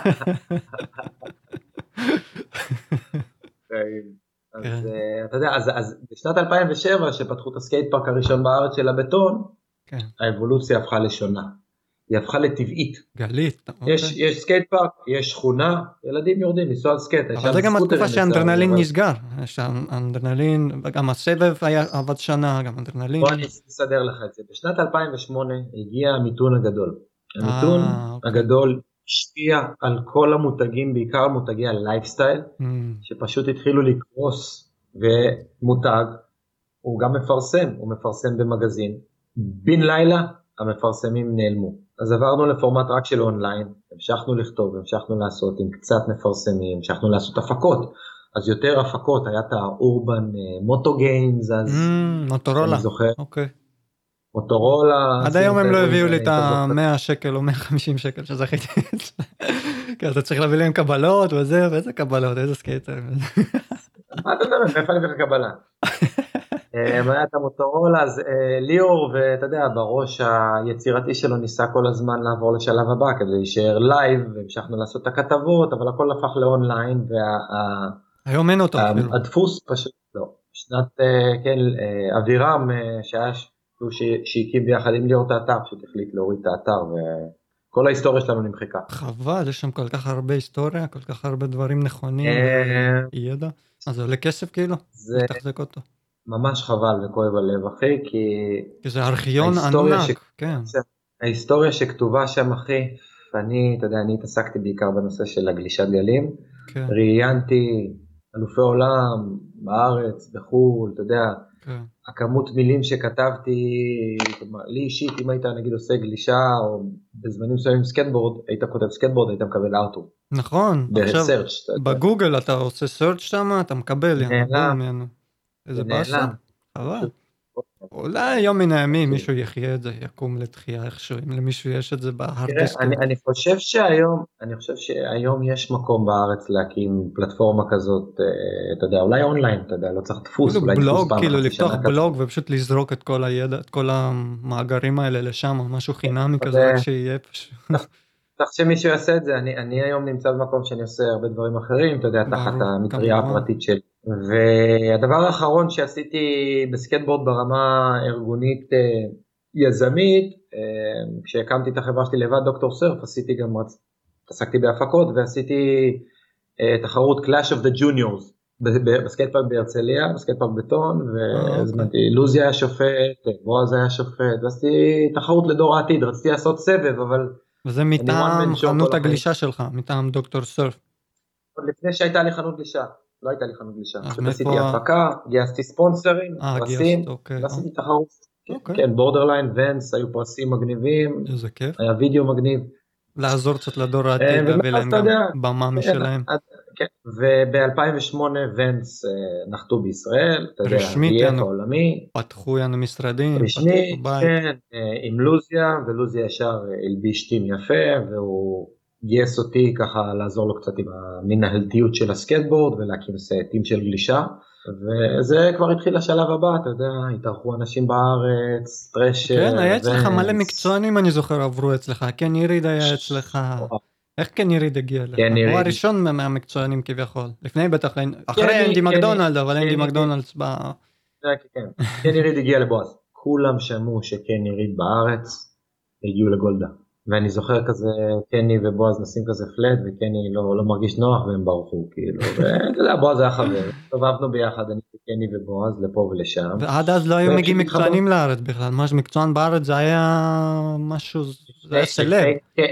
Speaker 2: אז אתה יודע, אז בשנת אלפיים ושבע, שפתחו את הסקייט פארק הראשון בארץ של הבטון, האבולוציה הפכה לשונה. היא הפכה לטבעית.
Speaker 1: גלית.
Speaker 2: יש, יש סקייט פארק, יש שכונה, ילדים יורדים, לנסוע על סקייט.
Speaker 1: אבל זה גם התקופה שהאנדרנלין נסגר. האנדרנלין, גם הסבב היה עבד שנה, גם האנדרנלין.
Speaker 2: בוא אני אסדר לך את זה. בשנת אלפיים ושמונה הגיע המיתון הגדול. המיתון הגדול השפיע על כל המותגים, בעיקר מותגי הלייפסטייל, שפשוט התחילו לקרוס, ומותג, הוא גם מפרסם, הוא מפרסם במגזין. בן לילה, המפרסמים נעלמו. אז עברנו לפורמט רק של אונליין, המשכנו לכתוב, המשכנו לעשות עם קצת מפרסמים, המשכנו לעשות הפקות, אז יותר הפקות, היה את האורבן מוטו גיימס, אז
Speaker 1: מוטורולה,
Speaker 2: אני זוכר,
Speaker 1: אוקיי.
Speaker 2: מוטורולה,
Speaker 1: עד היום הם לא הביאו לי את ה-מאה שקל או מאה וחמישים שקל שזכיתי, כי אתה צריך להביא להם קבלות וזה, ואיזה קבלות, איזה סקייטר.
Speaker 2: מה אתה יודע, מאיפה אני אביא קבלה? היה את המוטורולה, אז ליאור, ואתה יודע, בראש היצירתי שלו ניסה כל הזמן לעבור לשלב הבא, כדי להישאר לייב, והמשכנו לעשות את הכתבות, אבל הכל הפך לאונליין,
Speaker 1: היום אין אותו אפילו.
Speaker 2: הדפוס פשוט לא. שנת, כן, אבירם, שהקים ביחד עם ליאור את האתר, פשוט החליט להוריד את האתר, וכל ההיסטוריה שלנו נמחקה.
Speaker 1: חבל, יש שם כל כך הרבה היסטוריה, כל כך הרבה דברים נכונים, ידע. אז זה עולה כסף כאילו, לתחזק אותו.
Speaker 2: ממש חבל וכואב הלב, אחי, כי...
Speaker 1: כי זה ארכיון ענק, ש... כן.
Speaker 2: ההיסטוריה שכתובה שם, אחי, ואני, אתה יודע, אני התעסקתי בעיקר בנושא של הגלישת גלים, כן. ראיינתי אלופי עולם, בארץ, בחול, אתה יודע, כן. הכמות מילים שכתבתי, לי אישית, אם היית נגיד עושה גלישה, או בזמנים מסוימים סקטבורד, היית כותב סקטבורד, היית מקבל ארטור.
Speaker 1: נכון, עכשיו, בגוגל אתה עושה סרצ' שם, אתה מקבל, יאנו. איזה באסה, חבל. אולי יום מן הימים מישהו יחיה את זה, יקום לתחייה איכשהו, אם למישהו יש את זה בהרדסק.
Speaker 2: אני חושב שהיום, אני חושב שהיום יש מקום בארץ להקים פלטפורמה כזאת, אתה יודע, אולי אונליין, אתה יודע, לא צריך דפוס, אולי דפוס פעם.
Speaker 1: כאילו לפתוח בלוג ופשוט לזרוק את כל הידע, את כל המאגרים האלה לשם, משהו חינמי כזה, רק שיהיה פשוט.
Speaker 2: צריך שמישהו יעשה את זה, אני היום נמצא במקום שאני עושה הרבה דברים אחרים, אתה יודע, תחת המטריה הפרטית שלי. והדבר האחרון שעשיתי בסקטבורד ברמה ארגונית יזמית, כשהקמתי את החברה שלי לבד, דוקטור סרף, עשיתי גם, התעסקתי בהפקות, ועשיתי תחרות Clash of the Juniors, בסקייט פארק בהרצליה, בסקייט פארק בטון, והזמנתי, לוזי היה שופט, בועז היה שופט, ועשיתי תחרות לדור העתיד, רציתי לעשות סבב, אבל...
Speaker 1: וזה מטעם חנות הגלישה שלך, מטעם דוקטור סרף.
Speaker 2: עוד לפני שהייתה לי חנות גלישה. לא הייתה לי חנות גלישה, פשוט עשיתי הפקה, גייסתי ספונסרים, פרסים, ועשיתי תחרות, כן, בורדרליין, ונס, היו פרסים מגניבים,
Speaker 1: איזה כיף,
Speaker 2: היה וידאו מגניב,
Speaker 1: לעזור קצת לדור העתיד, להביא להם גם במה משלהם,
Speaker 2: וב-אלפיים ושמונה ונס נחתו בישראל, אתה יודע, יהיה העולמי,
Speaker 1: פתחו ינו משרדים,
Speaker 2: רשמי, כן, עם לוזיה, ולוזיה ישר הלביש טים יפה, והוא גייס אותי ככה לעזור לו קצת עם המנהלתיות של הסקטבורד ולהקים סטים של גלישה, וזה כבר התחיל לשלב הבא, אתה יודע, התארחו אנשים בארץ, טרשר.
Speaker 1: כן, היה אצלך מלא מקצוענים אני זוכר עברו אצלך, כן יריד היה אצלך, איך כן יריד הגיע לך? הוא הראשון מהמקצוענים כביכול, לפני בטח, אחרי אנדי מקדונלד, אבל אנדי מקדונלדס בא...
Speaker 2: כן יריד הגיע לבועז, כולם שמעו שכן יריד בארץ, הגיעו לגולדה. ואני זוכר כזה, קני ובועז נשים כזה פלט, וקני לא, לא מרגיש נוח, והם ברחו, כאילו, ואתה יודע, בועז היה חבר, טובבנו ביחד, אני קני ובועז, לפה ולשם.
Speaker 1: ועד אז לא היו מגיעים מקצוענים לארץ בכלל, משהו מקצוען בארץ, זה היה משהו, זה היה סלב.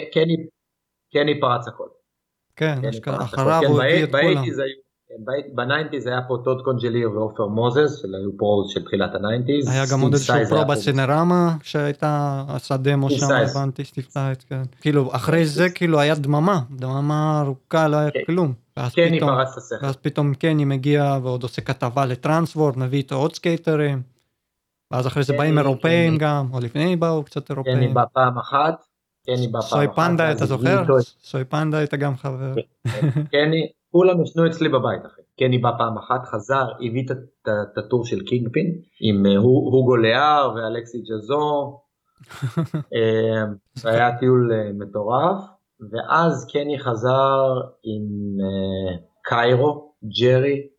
Speaker 2: קני פרץ הכל.
Speaker 1: כן, אחריו הוא הביא את כולם.
Speaker 2: בניינטיז היה פה טוד קונג'ליר ואופר מוזס, שהיו פרוז של תחילת הניינטיז.
Speaker 1: היה גם עוד איזשהו פרו בסינרמה, שהייתה, עשה דמו שם, הבנתי, סטיפטייט, כן. כאילו, אחרי זה כאילו היה דממה, דממה ארוכה, לא היה כלום.
Speaker 2: קני פרץ את הסכם.
Speaker 1: ואז פתאום קני מגיע ועוד עושה כתבה לטרנסוורד, מביא איתו עוד סקייטרים, ואז אחרי זה באים אירופאים גם, או לפני באו קצת אירופאים.
Speaker 2: קני בא פעם אחת, קני בא פעם אחת.
Speaker 1: סוי פנדה, אתה זוכר? סוי פנדה הייתה גם חבר.
Speaker 2: קני, כולם ישנו אצלי בבית, אחי. קני בא פעם אחת, חזר, הביא את הטור של קינגפין, עם הוגו לאר ואלכסי ג'זו, זה היה טיול מטורף, ואז קני חזר עם קיירו, ג'רי,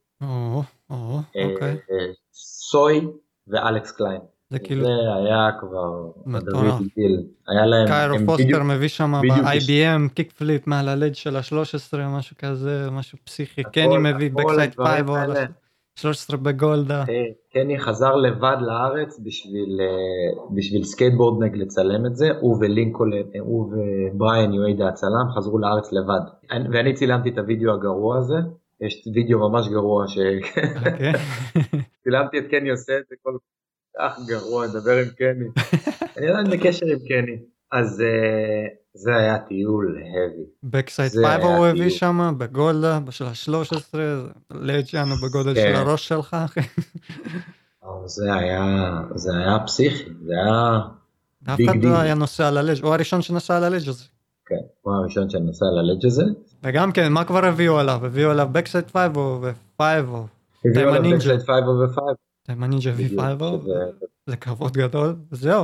Speaker 2: סוי ואלכס קליין.
Speaker 1: זה כאילו...
Speaker 2: זה היה כבר...
Speaker 1: מטורף.
Speaker 2: היה להם...
Speaker 1: קיירו פוסטר מביא שם ב-איי בי אם, קיק פליפ מעל הלד של ה-שלוש עשרה, משהו כזה, משהו פסיכי. קני מביא בקסייד פייב, שלוש עשרה בגולדה.
Speaker 2: קני חזר לבד לארץ בשביל, בשביל סקייטבורד נג לצלם את זה, הוא ולינקולן, הוא ובריין יועידה הצלם חזרו לארץ לבד. ואני צילמתי את הוידאו הגרוע הזה, יש וידאו ממש גרוע ש... צילמתי את קני עושה את זה כל כך גרוע, נדבר עם קני. אני עדיין בקשר עם קני. אז זה היה טיול heavy.
Speaker 1: בקסייד פייב הוא הביא שם, בגולדה, בשל ה-שלוש עשרה, לג'אנו בגודל של הראש שלך.
Speaker 2: זה היה, זה היה פסיכי, זה היה
Speaker 1: אף אחד לא היה נוסע על הלג', הוא הראשון שנסע על הלג' הזה.
Speaker 2: כן, הוא הראשון שנסע על הלג' הזה.
Speaker 1: וגם כן, מה כבר הביאו עליו? הביאו עליו בקסייד פייב או פייב או...
Speaker 2: הביאו עליו בקסייד פייב או ופייב.
Speaker 1: תימנינג'ה וי פייב או... זה כבוד גדול, וזהו,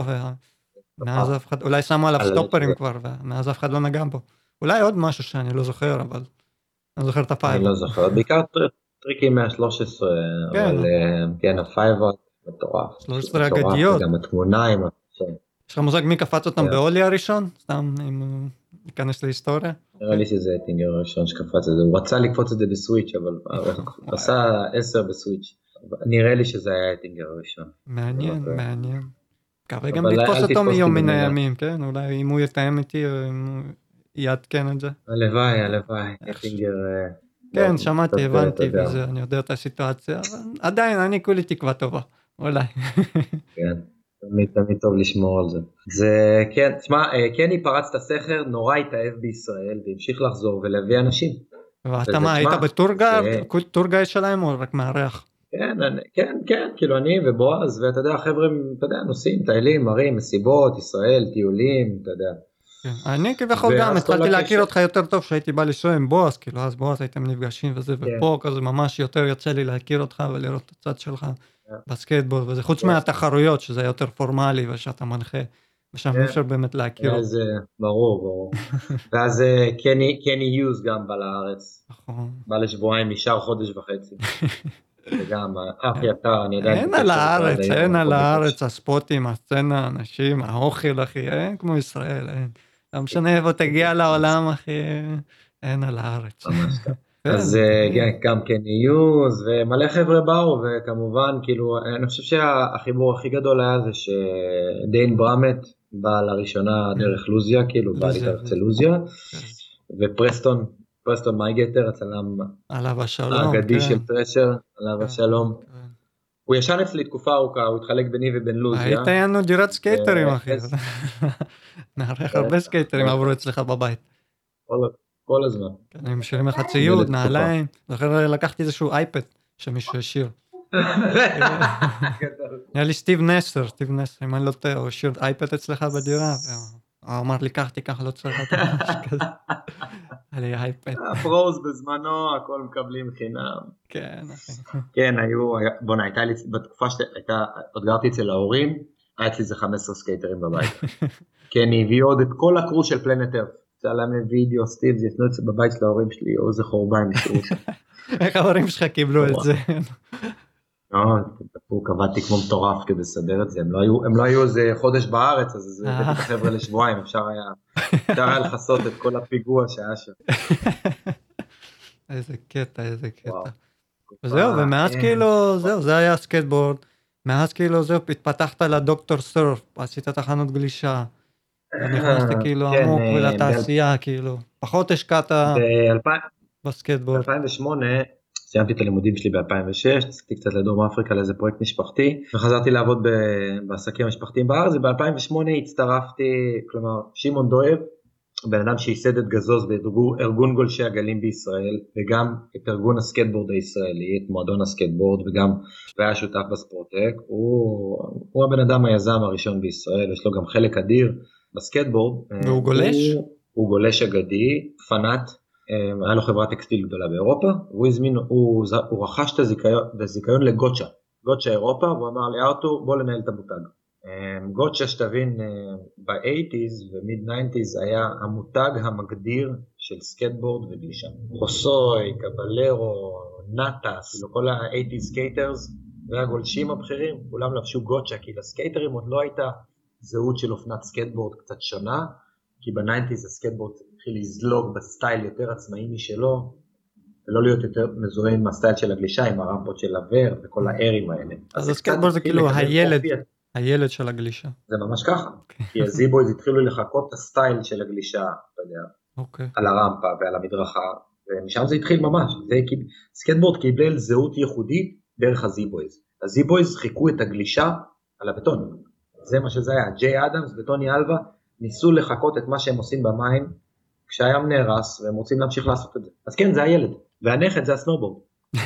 Speaker 1: מאז אף אחד, אולי שמו עליו סטופרים כבר, ומאז אף אחד לא נגע בו. אולי עוד משהו שאני לא זוכר, אבל אני זוכר את הפייב.
Speaker 2: אני לא זוכר, בעיקר טריקים מה-שלוש עשרה, אבל כן, הפייב מטורף.
Speaker 1: שלוש עשרה אגדיות.
Speaker 2: גם התמונה עם...
Speaker 1: יש לך מוזג מי קפץ אותם באולי הראשון? סתם, אם ניכנס להיסטוריה?
Speaker 2: נראה לי שזה טינגר הראשון שקפץ את זה, הוא רצה לקפוץ את זה בסוויץ', אבל הוא עשה עשר בסוויץ'. נראה לי שזה היה טינגר הראשון.
Speaker 1: מעניין, מעניין. מקווה גם לתפוס אותו מיום מן הימים, כן? אולי אם הוא יתאם איתי, או אם הוא יעדכן את זה.
Speaker 2: הלוואי, הלוואי. טינגר...
Speaker 1: כן, שמעתי, הבנתי וזה, אני יודע את הסיטואציה, אבל עדיין, אני כולי תקווה טובה, אולי.
Speaker 2: כן. תמיד תמיד טוב לשמור על זה. זה כן, תשמע, קני פרץ את הסכר, נורא התאהב בישראל, והמשיך לחזור ולהביא אנשים.
Speaker 1: ואתה מה, היית בטורגייד שלהם או רק מארח?
Speaker 2: כן, כן, כן, כאילו אני ובועז, ואתה יודע, החבר'ה, אתה יודע, נוסעים, טיילים, מרים, מסיבות, ישראל, טיולים, אתה יודע.
Speaker 1: אני כביכול גם התחלתי להכיר אותך יותר טוב שהייתי בא לשאול עם בועז, כאילו אז בועז הייתם נפגשים וזה, ופה כזה ממש יותר יוצא לי להכיר אותך ולראות את הצד שלך. בסקייטבורד, וזה חוץ מהתחרויות, שזה יותר פורמלי, ושאתה מנחה, ושם אפשר באמת להכיר.
Speaker 2: אז ברור, ברור. ואז קני יוז גם בא לארץ. בא לשבועיים, נשאר חודש וחצי. וגם, אחי אתה, אני יודע...
Speaker 1: אין על הארץ, אין על הארץ, הספוטים, הסצנה, האנשים, האוכל, אחי, אין כמו ישראל, אין. לא משנה איפה תגיע לעולם, אחי, אין על הארץ.
Speaker 2: ממש ככה. אז גם כן יהיו, ומלא חבר'ה באו, וכמובן, כאילו, אני חושב שהחיבור הכי גדול היה זה שדיין ברמט בא לראשונה דרך לוזיה, כאילו, בא לי דרך לוזיה, ופרסטון, פרסטון מייגטר, הצלם האגדי של טרשר, עליו השלום. הוא ישן אצלי תקופה ארוכה, הוא התחלק ביני ובין לוזיה.
Speaker 1: היית ינו דירת סקייטרים, אחי. נערך הרבה סקייטרים עברו אצלך בבית.
Speaker 2: כל הזמן.
Speaker 1: אני משאירים לך ציוד, נעליים, זוכר לקחתי איזשהו אייפד שמישהו השאיר. היה לי סטיב נסר, סטיב נסר, אם אני לא טועה, הוא השאיר אייפד אצלך בדירה, הוא אמר לי, קח תיקח, לא צריך את זה. היה לי אייפד.
Speaker 2: הפרוז בזמנו, הכל מקבלים חינם.
Speaker 1: כן, אחי.
Speaker 2: כן, היו, בוא נה, הייתה לי, בתקופה שהייתה, עוד גרתי אצל ההורים, היה אצלי זה חמש עשרה סקייטרים בבית. כן, הביאו עוד את כל הקרוס של פלנט ארת'. זה עלה מווידאו, סטיב, זה ישנו את זה בבית של ההורים שלי, או זה חורבן,
Speaker 1: איך ההורים שלך קיבלו את זה?
Speaker 2: לא, הוא קבעתי כמו מטורף כדי לסדר את זה, הם לא היו איזה חודש בארץ, אז זה הבאתי את החבר'ה לשבועיים, אפשר היה לחסות את כל הפיגוע שהיה שם.
Speaker 1: איזה קטע, איזה קטע. וזהו, ומאז כאילו, זהו, זה היה סקייטבורד, מאז כאילו זהו, התפתחת לדוקטור סרף, עשית תחנות גלישה, ונכנסת כאילו עמוק ולתעשייה, כאילו, פחות השקעת בסקייטבורד.
Speaker 2: ב-אלפיים ושמונה סיימתי את הלימודים שלי ב-אלפיים ושש, נסעתי קצת לדרום אפריקה לאיזה פרויקט משפחתי, וחזרתי לעבוד בעסקים המשפחתיים בארץ, וב-אלפיים ושמונה הצטרפתי, כלומר, שמעון דואב, בן אדם שייסד את גזוז בארגון גולשי הגלים בישראל, וגם את ארגון הסקייטבורד הישראלי, את מועדון הסקייטבורד, וגם היה שותף בספורטק, הוא, הוא הבן אדם היזם הראשון בישראל, יש לו גם חלק אדיר בסקייטבורד.
Speaker 1: והוא גולש?
Speaker 2: הוא, הוא גולש אגדי, פנאט, היה לו חברת טקסטיל גדולה באירופה, והוא הזמין, הוא, הוא רכש את הזיכיון, הזיכיון לגוצ'ה, גוצ'ה אירופה, והוא אמר לי, ארתור, בוא לנהל את המותג. גוצ'ה שתבין ב-שמונים ומיד תשעים היה המותג המגדיר של סקייטבורד וגלישה. חוסוי, קבלרו, נטס, כל ה-שמונים סקייטרס והגולשים הבכירים, כולם לבשו גוצ'ה, כי לסקייטרים עוד לא הייתה זהות של אופנת סקייטבורד קצת שונה, כי ב-תשעים הסקייטבורד התחיל לזלוג בסטייל יותר עצמאי משלו, ולא להיות יותר מזוהה עם הסטייל של הגלישה, עם הרמפות של עבר וכל הארים האלה.
Speaker 1: אז הסקייטבורד זה כאילו הילד, הילד של הגלישה.
Speaker 2: זה ממש ככה, כי הזיבויז התחילו לחכות את הסטייל של הגלישה, אתה יודע, על הרמפה ועל המדרכה, ומשם זה התחיל ממש. סקייטבורד קיבל זהות ייחודית דרך הזיבויז. הזיבויז חיכו את הגלישה על הבטון. זה מה שזה היה. ג'יי אדמס וטוני אלווה ניסו לחכות את מה שהם עושים במים, כשהים נהרס, והם רוצים להמשיך לעשות את זה. אז כן, זה הילד. והנכד זה הסנובורד.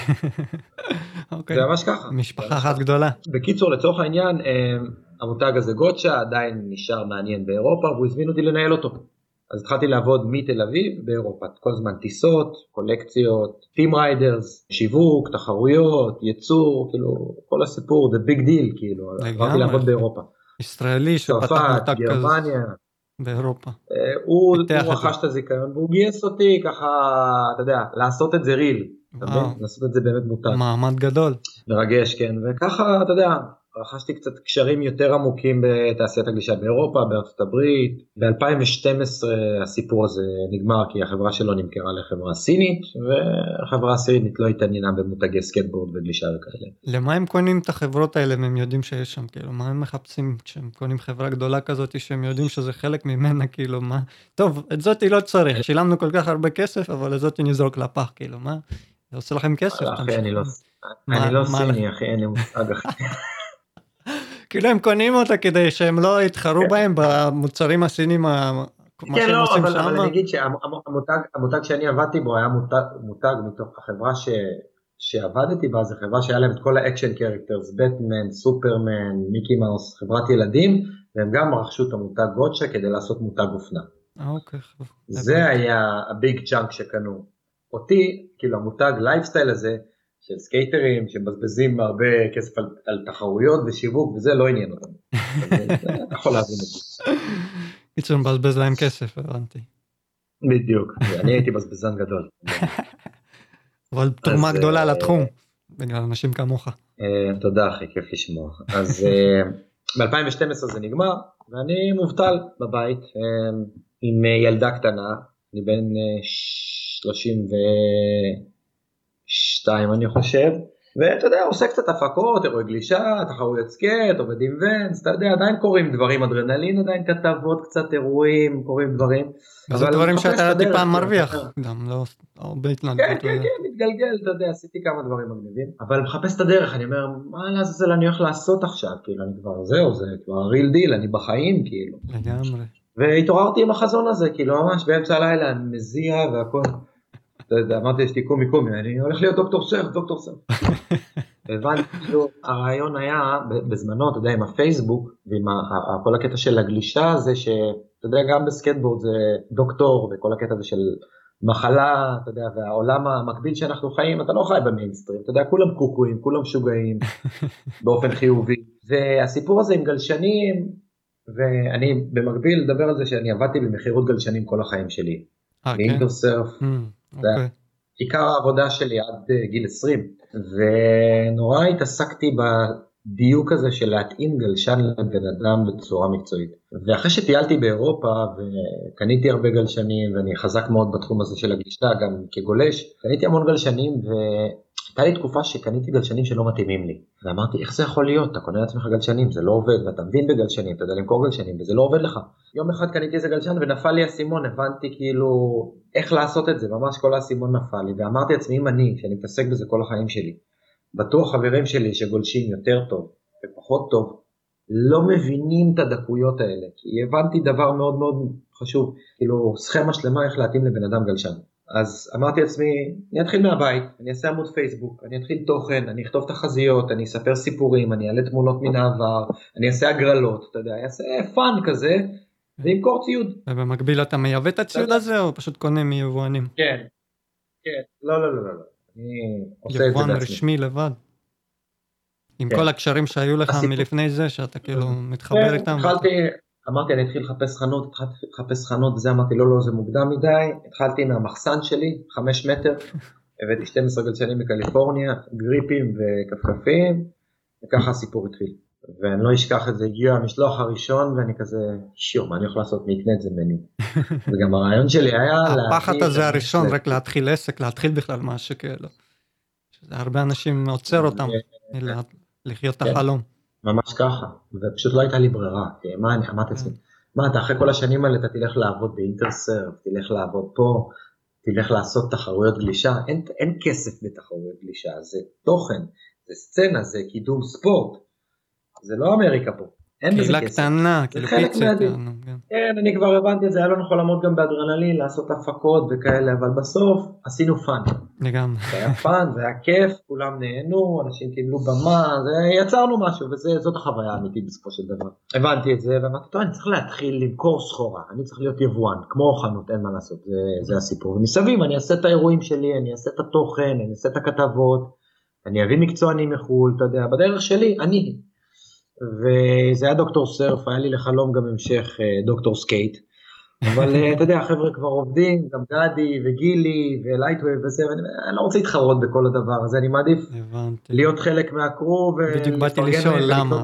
Speaker 2: זה ממש ככה.
Speaker 1: משפחה אחת גדולה.
Speaker 2: בקיצור, לצורך העניין, המותג הזה גוצ'ה עדיין נשאר מעניין באירופה, והוא הזמין אותי לנהל אותו. אז התחלתי לעבוד מתל אביב באירופה, כל זמן טיסות, קולקציות, טים ריידרס, שיווק, תחרויות, ייצור, כאילו, כל הסיפור, the big deal, כאילו, עברתי לעבוד באירופה.
Speaker 1: ישראלי שפתח מותג כזה.
Speaker 2: גרמניה.
Speaker 1: באירופה.
Speaker 2: הוא רכש את הזיכיון, והוא גייס אותי ככה, אתה יודע, לעשות את זה ריל. לעשות את זה באמת מותג.
Speaker 1: מעמד גדול.
Speaker 2: מרגש, כן, וככה, אתה יודע, רכשתי קצת קשרים יותר עמוקים בתעשיית הגלישה באירופה, בארצות הברית. ב-אלפיים ושתים עשרה הסיפור הזה נגמר, כי החברה שלו נמכרה לחברה סינית, והחברה הסינית לא התעניינה במותגי סקייטבורד וגלישה וכאלה.
Speaker 1: למה הם קונים את החברות האלה, הם יודעים שיש שם, כאילו, מה הם מחפשים כשהם קונים חברה גדולה כזאת, שהם יודעים שזה חלק ממנה, כאילו, מה? טוב, את זאת לא צריך, שילמנו כל כך הרבה כסף, אבל את זאת נזרוק לפח, כאילו, מה? זה עושה לכם כסף.
Speaker 2: אחי, אני לא סיני, אחי, אין לי מושג אחי.
Speaker 1: כאילו הם קונים אותה כדי שהם לא יתחרו בהם במוצרים הסינים,
Speaker 2: כן, לא, אבל אני אגיד שהמותג שאני עבדתי בו היה מותג מתוך החברה שעבדתי בה, זו חברה שהיה להם את כל האקשן קרקטרס, בטמן, סופרמן, מיקי מאוס, חברת ילדים, והם גם רכשו את המותג גוצ'ה כדי לעשות מותג אופנה. זה היה הביג צ'אנק שקנו. אותי, כאילו המותג לייפסטייל הזה, של סקייטרים שבזבזים הרבה כסף על, על תחרויות ושיווק, וזה לא עניין אותם. אתה יכול להבין את זה.
Speaker 1: קיצור, מבזבז להם כסף, הבנתי.
Speaker 2: בדיוק, אני הייתי בזבזן גדול.
Speaker 1: אבל תרומה גדולה לתחום, בגלל אנשים כמוך.
Speaker 2: תודה אחי, כיף לשמוע. אז ב-אלפיים ושתים עשרה זה נגמר, ואני מובטל בבית, עם ילדה קטנה, אני בן שלושים ו... שתיים אני חושב, ואתה יודע, עושה קצת הפקות, אירועי גלישה, תחרויות סקייט, עובד עם ונס, אתה יודע, עדיין קוראים דברים, אדרנלין, עדיין כתבות קצת אירועים, קוראים דברים.
Speaker 1: זה דברים שאתה טיפה מרוויח, גם לא הרבה התנדבות.
Speaker 2: כן, כן, כן, מתגלגל, אתה יודע, עשיתי כמה דברים מגניבים, אבל מחפש את הדרך, אני אומר, מה לעזאזל אני הולך לעשות עכשיו, כאילו, אני כבר, זהו, זה כבר ריל דיל, אני בחיים, כאילו.
Speaker 1: לגמרי.
Speaker 2: והתעוררתי עם החזון הזה, כאילו, ממש באמצע הלילה, אני מזיע והכל. אתה יודע, אמרתי, יש לי קומי קומי, אני הולך להיות דוקטור סרף, דוקטור סרף. הבנתי, כאילו, הרעיון היה, בזמנו, אתה יודע, עם הפייסבוק, ועם כל הקטע של הגלישה, זה שאתה יודע, גם בסקייטבורד זה דוקטור, וכל הקטע הזה של מחלה, אתה יודע, והעולם המקביל שאנחנו חיים, אתה לא חי במיינסטרים, אתה יודע, כולם קוקויים, כולם משוגעים, באופן חיובי. והסיפור הזה עם גלשנים, ואני במקביל לדבר על זה שאני עבדתי במחירות גלשנים כל החיים שלי. באינטר סרף. Okay. עיקר העבודה שלי עד גיל עשרים, ונורא התעסקתי בדיוק הזה של להתאים גלשן לבן אדם בצורה מקצועית. ואחרי שטיילתי באירופה וקניתי הרבה גלשנים, ואני חזק מאוד בתחום הזה של הגלישה, גם כגולש, קניתי המון גלשנים, והייתה לי תקופה שקניתי גלשנים שלא מתאימים לי. ואמרתי, איך זה יכול להיות? אתה קונה לעצמך גלשנים, זה לא עובד, ואתה מבין בגלשנים, אתה יודע למכור גלשנים, וזה לא עובד לך. יום אחד קניתי איזה גלשן ונפל לי הסימון, הבנתי כאילו איך לעשות את זה, ממש כל הסימון נפל לי, ואמרתי לעצמי, אם אני, שאני מתעסק בזה כל החיים שלי, בטוח חברים שלי שגולשים יותר טוב ופחות טוב, לא מבינים את הדקויות האלה, כי הבנתי דבר מאוד מאוד חשוב, כאילו סכמה שלמה איך להתאים לבן אדם גלשן. אז אמרתי לעצמי, אני אתחיל מהבית, אני אעשה עמוד פייסבוק, אני אתחיל תוכן, אני אכתוב תחזיות, אני אספר סיפורים, אני אעלה תמונות מן העבר, אני אעשה הגרלות, אתה יודע, אני אעשה פאן כזה, וימכור ציוד.
Speaker 1: ובמקביל אתה מייבא את הציוד הזה, או פשוט קונה מיבואנים?
Speaker 2: כן, כן, לא, לא, לא, לא, אני עושה את זה בעצמי.
Speaker 1: יבואן רשמי לבד. עם כל הקשרים שהיו לך מלפני זה, שאתה כאילו מתחבר איתם.
Speaker 2: התחלתי, אמרתי, אני התחיל לחפש חנות, התחלתי לחפש חנות, וזה אמרתי, לא, לא, זה מוקדם מדי, התחלתי מהמחסן שלי, חמש מטר, הבאתי שתים עשרה גלשנים מקליפורניה, גריפים וכפכפים, וככה הסיפור התחיל. ואני לא אשכח את זה, הגיע המשלוח הראשון, ואני כזה, שיור, מה אני יכול לעשות, מי יקנה את זה ממני? וגם הרעיון שלי היה...
Speaker 1: הפחד הזה הראשון, רק להתחיל עסק, להתחיל בכלל משהו כאילו. הרבה אנשים עוצר אותם, לחיות את החלום.
Speaker 2: ממש ככה, ופשוט לא הייתה לי ברירה, מה אני אמרתי לעצמי, מה אתה אחרי כל השנים האלה, אתה תלך לעבוד באינטרסרף, תלך לעבוד פה, תלך לעשות תחרויות גלישה, אין, אין כסף בתחרויות גלישה, זה תוכן, זה סצנה, זה קידום ספורט, זה לא אמריקה פה, אין בזה כסף.
Speaker 1: קהילה קטנה, כאילו פיצה.
Speaker 2: כן, אני כבר הבנתי את זה, היה לא נכון לעמוד גם באדרנלין, לעשות הפקות וכאלה, אבל בסוף עשינו פאן.
Speaker 1: לגמרי.
Speaker 2: זה היה פאן, זה היה כיף, כולם נהנו, אנשים קיבלו במה, זה, יצרנו משהו, וזאת החוויה האמיתית בסופו של דבר. הבנתי את זה, ואמרתי, טוב, אני צריך להתחיל למכור סחורה, אני צריך להיות יבואן, כמו חנות, אין מה לעשות, זה, זה הסיפור. ומסביב, אני אעשה את האירועים שלי, אני אעשה את התוכן, אני אעשה את הכתבות, אני אביא מקצוענים מחול, אתה יודע, בדרך שלי, אני. וזה היה דוקטור סרף, היה לי לחלום גם המשך דוקטור סקייט, אבל אתה יודע, החבר'ה כבר עובדים, גם גדי וגילי ולייטווי וזה, ואני לא רוצה להתחרות בכל הדבר הזה, אני מעדיף להיות חלק מהקרו,
Speaker 1: בדיוק באתי לשאול למה,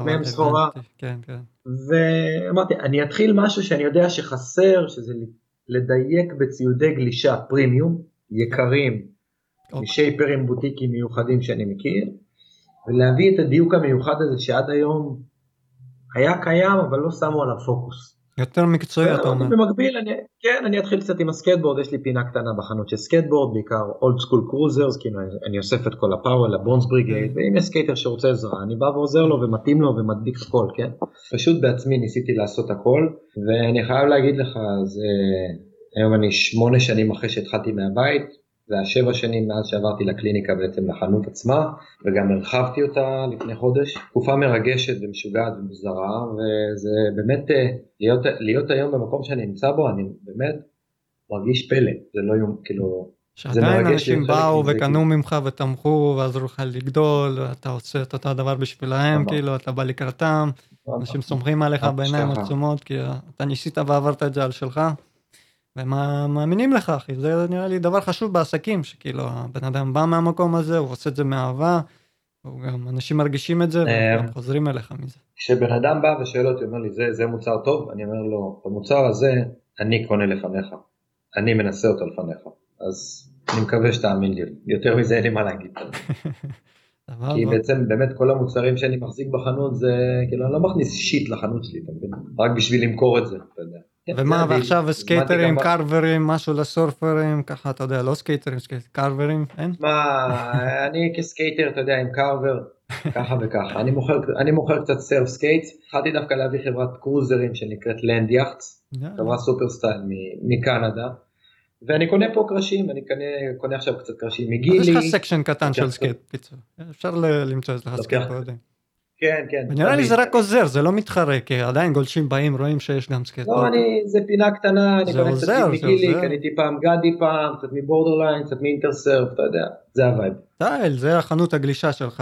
Speaker 2: ואמרתי, אני אתחיל משהו שאני יודע שחסר, שזה לדייק בציודי גלישה פרימיום, יקרים, משייפרים בוטיקים מיוחדים שאני מכיר, ולהביא את הדיוק המיוחד הזה שעד היום היה קיים, אבל לא שמו עליו פוקוס.
Speaker 1: יותר מקצועי, אתה אומר.
Speaker 2: במקביל, אני, כן, אני אתחיל קצת עם הסקייטבורד, יש לי פינה קטנה בחנות של סקייטבורד, בעיקר אולד סקול קרוזרס, כאילו אני אוסף את כל הפאוור לבונס בריגייד, ואם יש סקייטר שרוצה עזרה, אני בא ועוזר לו ומתאים לו ומדביק הכל, כן? פשוט בעצמי ניסיתי לעשות הכל, ואני חייב להגיד לך, זה, היום אני שמונה שנים אחרי שהתחלתי מהבית, זה השבע שנים מאז שעברתי לקליניקה בעצם לחנות עצמה, וגם הרחבתי אותה לפני חודש. תקופה מרגשת ומשוגעת ומוזרה, וזה באמת, להיות, להיות היום במקום שאני נמצא בו, אני באמת מרגיש פלא. זה לא יום, כאילו, זה מרגש.
Speaker 1: שעדיין אנשים באו וקנו ממך ותמכו, ועזרו לך לגדול, ואתה עושה את אותו הדבר בשבילהם, כאילו, אתה בא לקראתם, אנשים סומכים עליך בעיניים עצומות, כי אתה ניסית ועברת את זה על שלך. ומה מאמינים לך, אחי, זה נראה לי דבר חשוב בעסקים, שכאילו הבן אדם בא מהמקום הזה, הוא עושה את זה מאהבה, וגם אנשים מרגישים את זה, וגם חוזרים אליך מזה.
Speaker 2: כשבן אדם בא ושואל אותי, אומר לי, זה, זה מוצר טוב, אני אומר לו, המוצר הזה, אני קונה לפניך, אני מנסה אותו לפניך, אז אני מקווה שתאמין לי, יותר מזה אין לי מה להגיד. כי בעצם באמת כל המוצרים שאני מחזיק בחנות, זה כאילו אני לא מכניס שיט לחנות שלי, רק בשביל למכור את זה, אתה יודע.
Speaker 1: ומה, ועכשיו סקייטרים, קרברים, משהו לסורפרים, ככה, אתה יודע, לא סקייטרים, קרברים, אין?
Speaker 2: מה, אני כסקייטר, אתה יודע, עם קרבר, ככה וככה. אני מוכר קצת סרף סקייט, התחלתי דווקא להביא חברת קרוזרים שנקראת לנד יאכטס, חברה סופר סטייל מקנדה, ואני קונה פה קרשים, אני קונה עכשיו קצת קרשים מגילי.
Speaker 1: אז יש לך סקשן קטן של סקייט, פיצור. אפשר למצוא את לך סקייט פה יודעים.
Speaker 2: כן, כן.
Speaker 1: ונראה לי זה רק עוזר, זה לא מתחרה, כי עדיין גולשים באים, רואים שיש גם סקייט.
Speaker 2: לא, אני, זה פינה קטנה, אני קונה קצת מגילי, קניתי פעם גדי פעם, קצת מבורדרליין, קצת מאינטרסרף, אתה יודע, זה הווייב.
Speaker 1: טייל, זה החנות הגלישה שלך,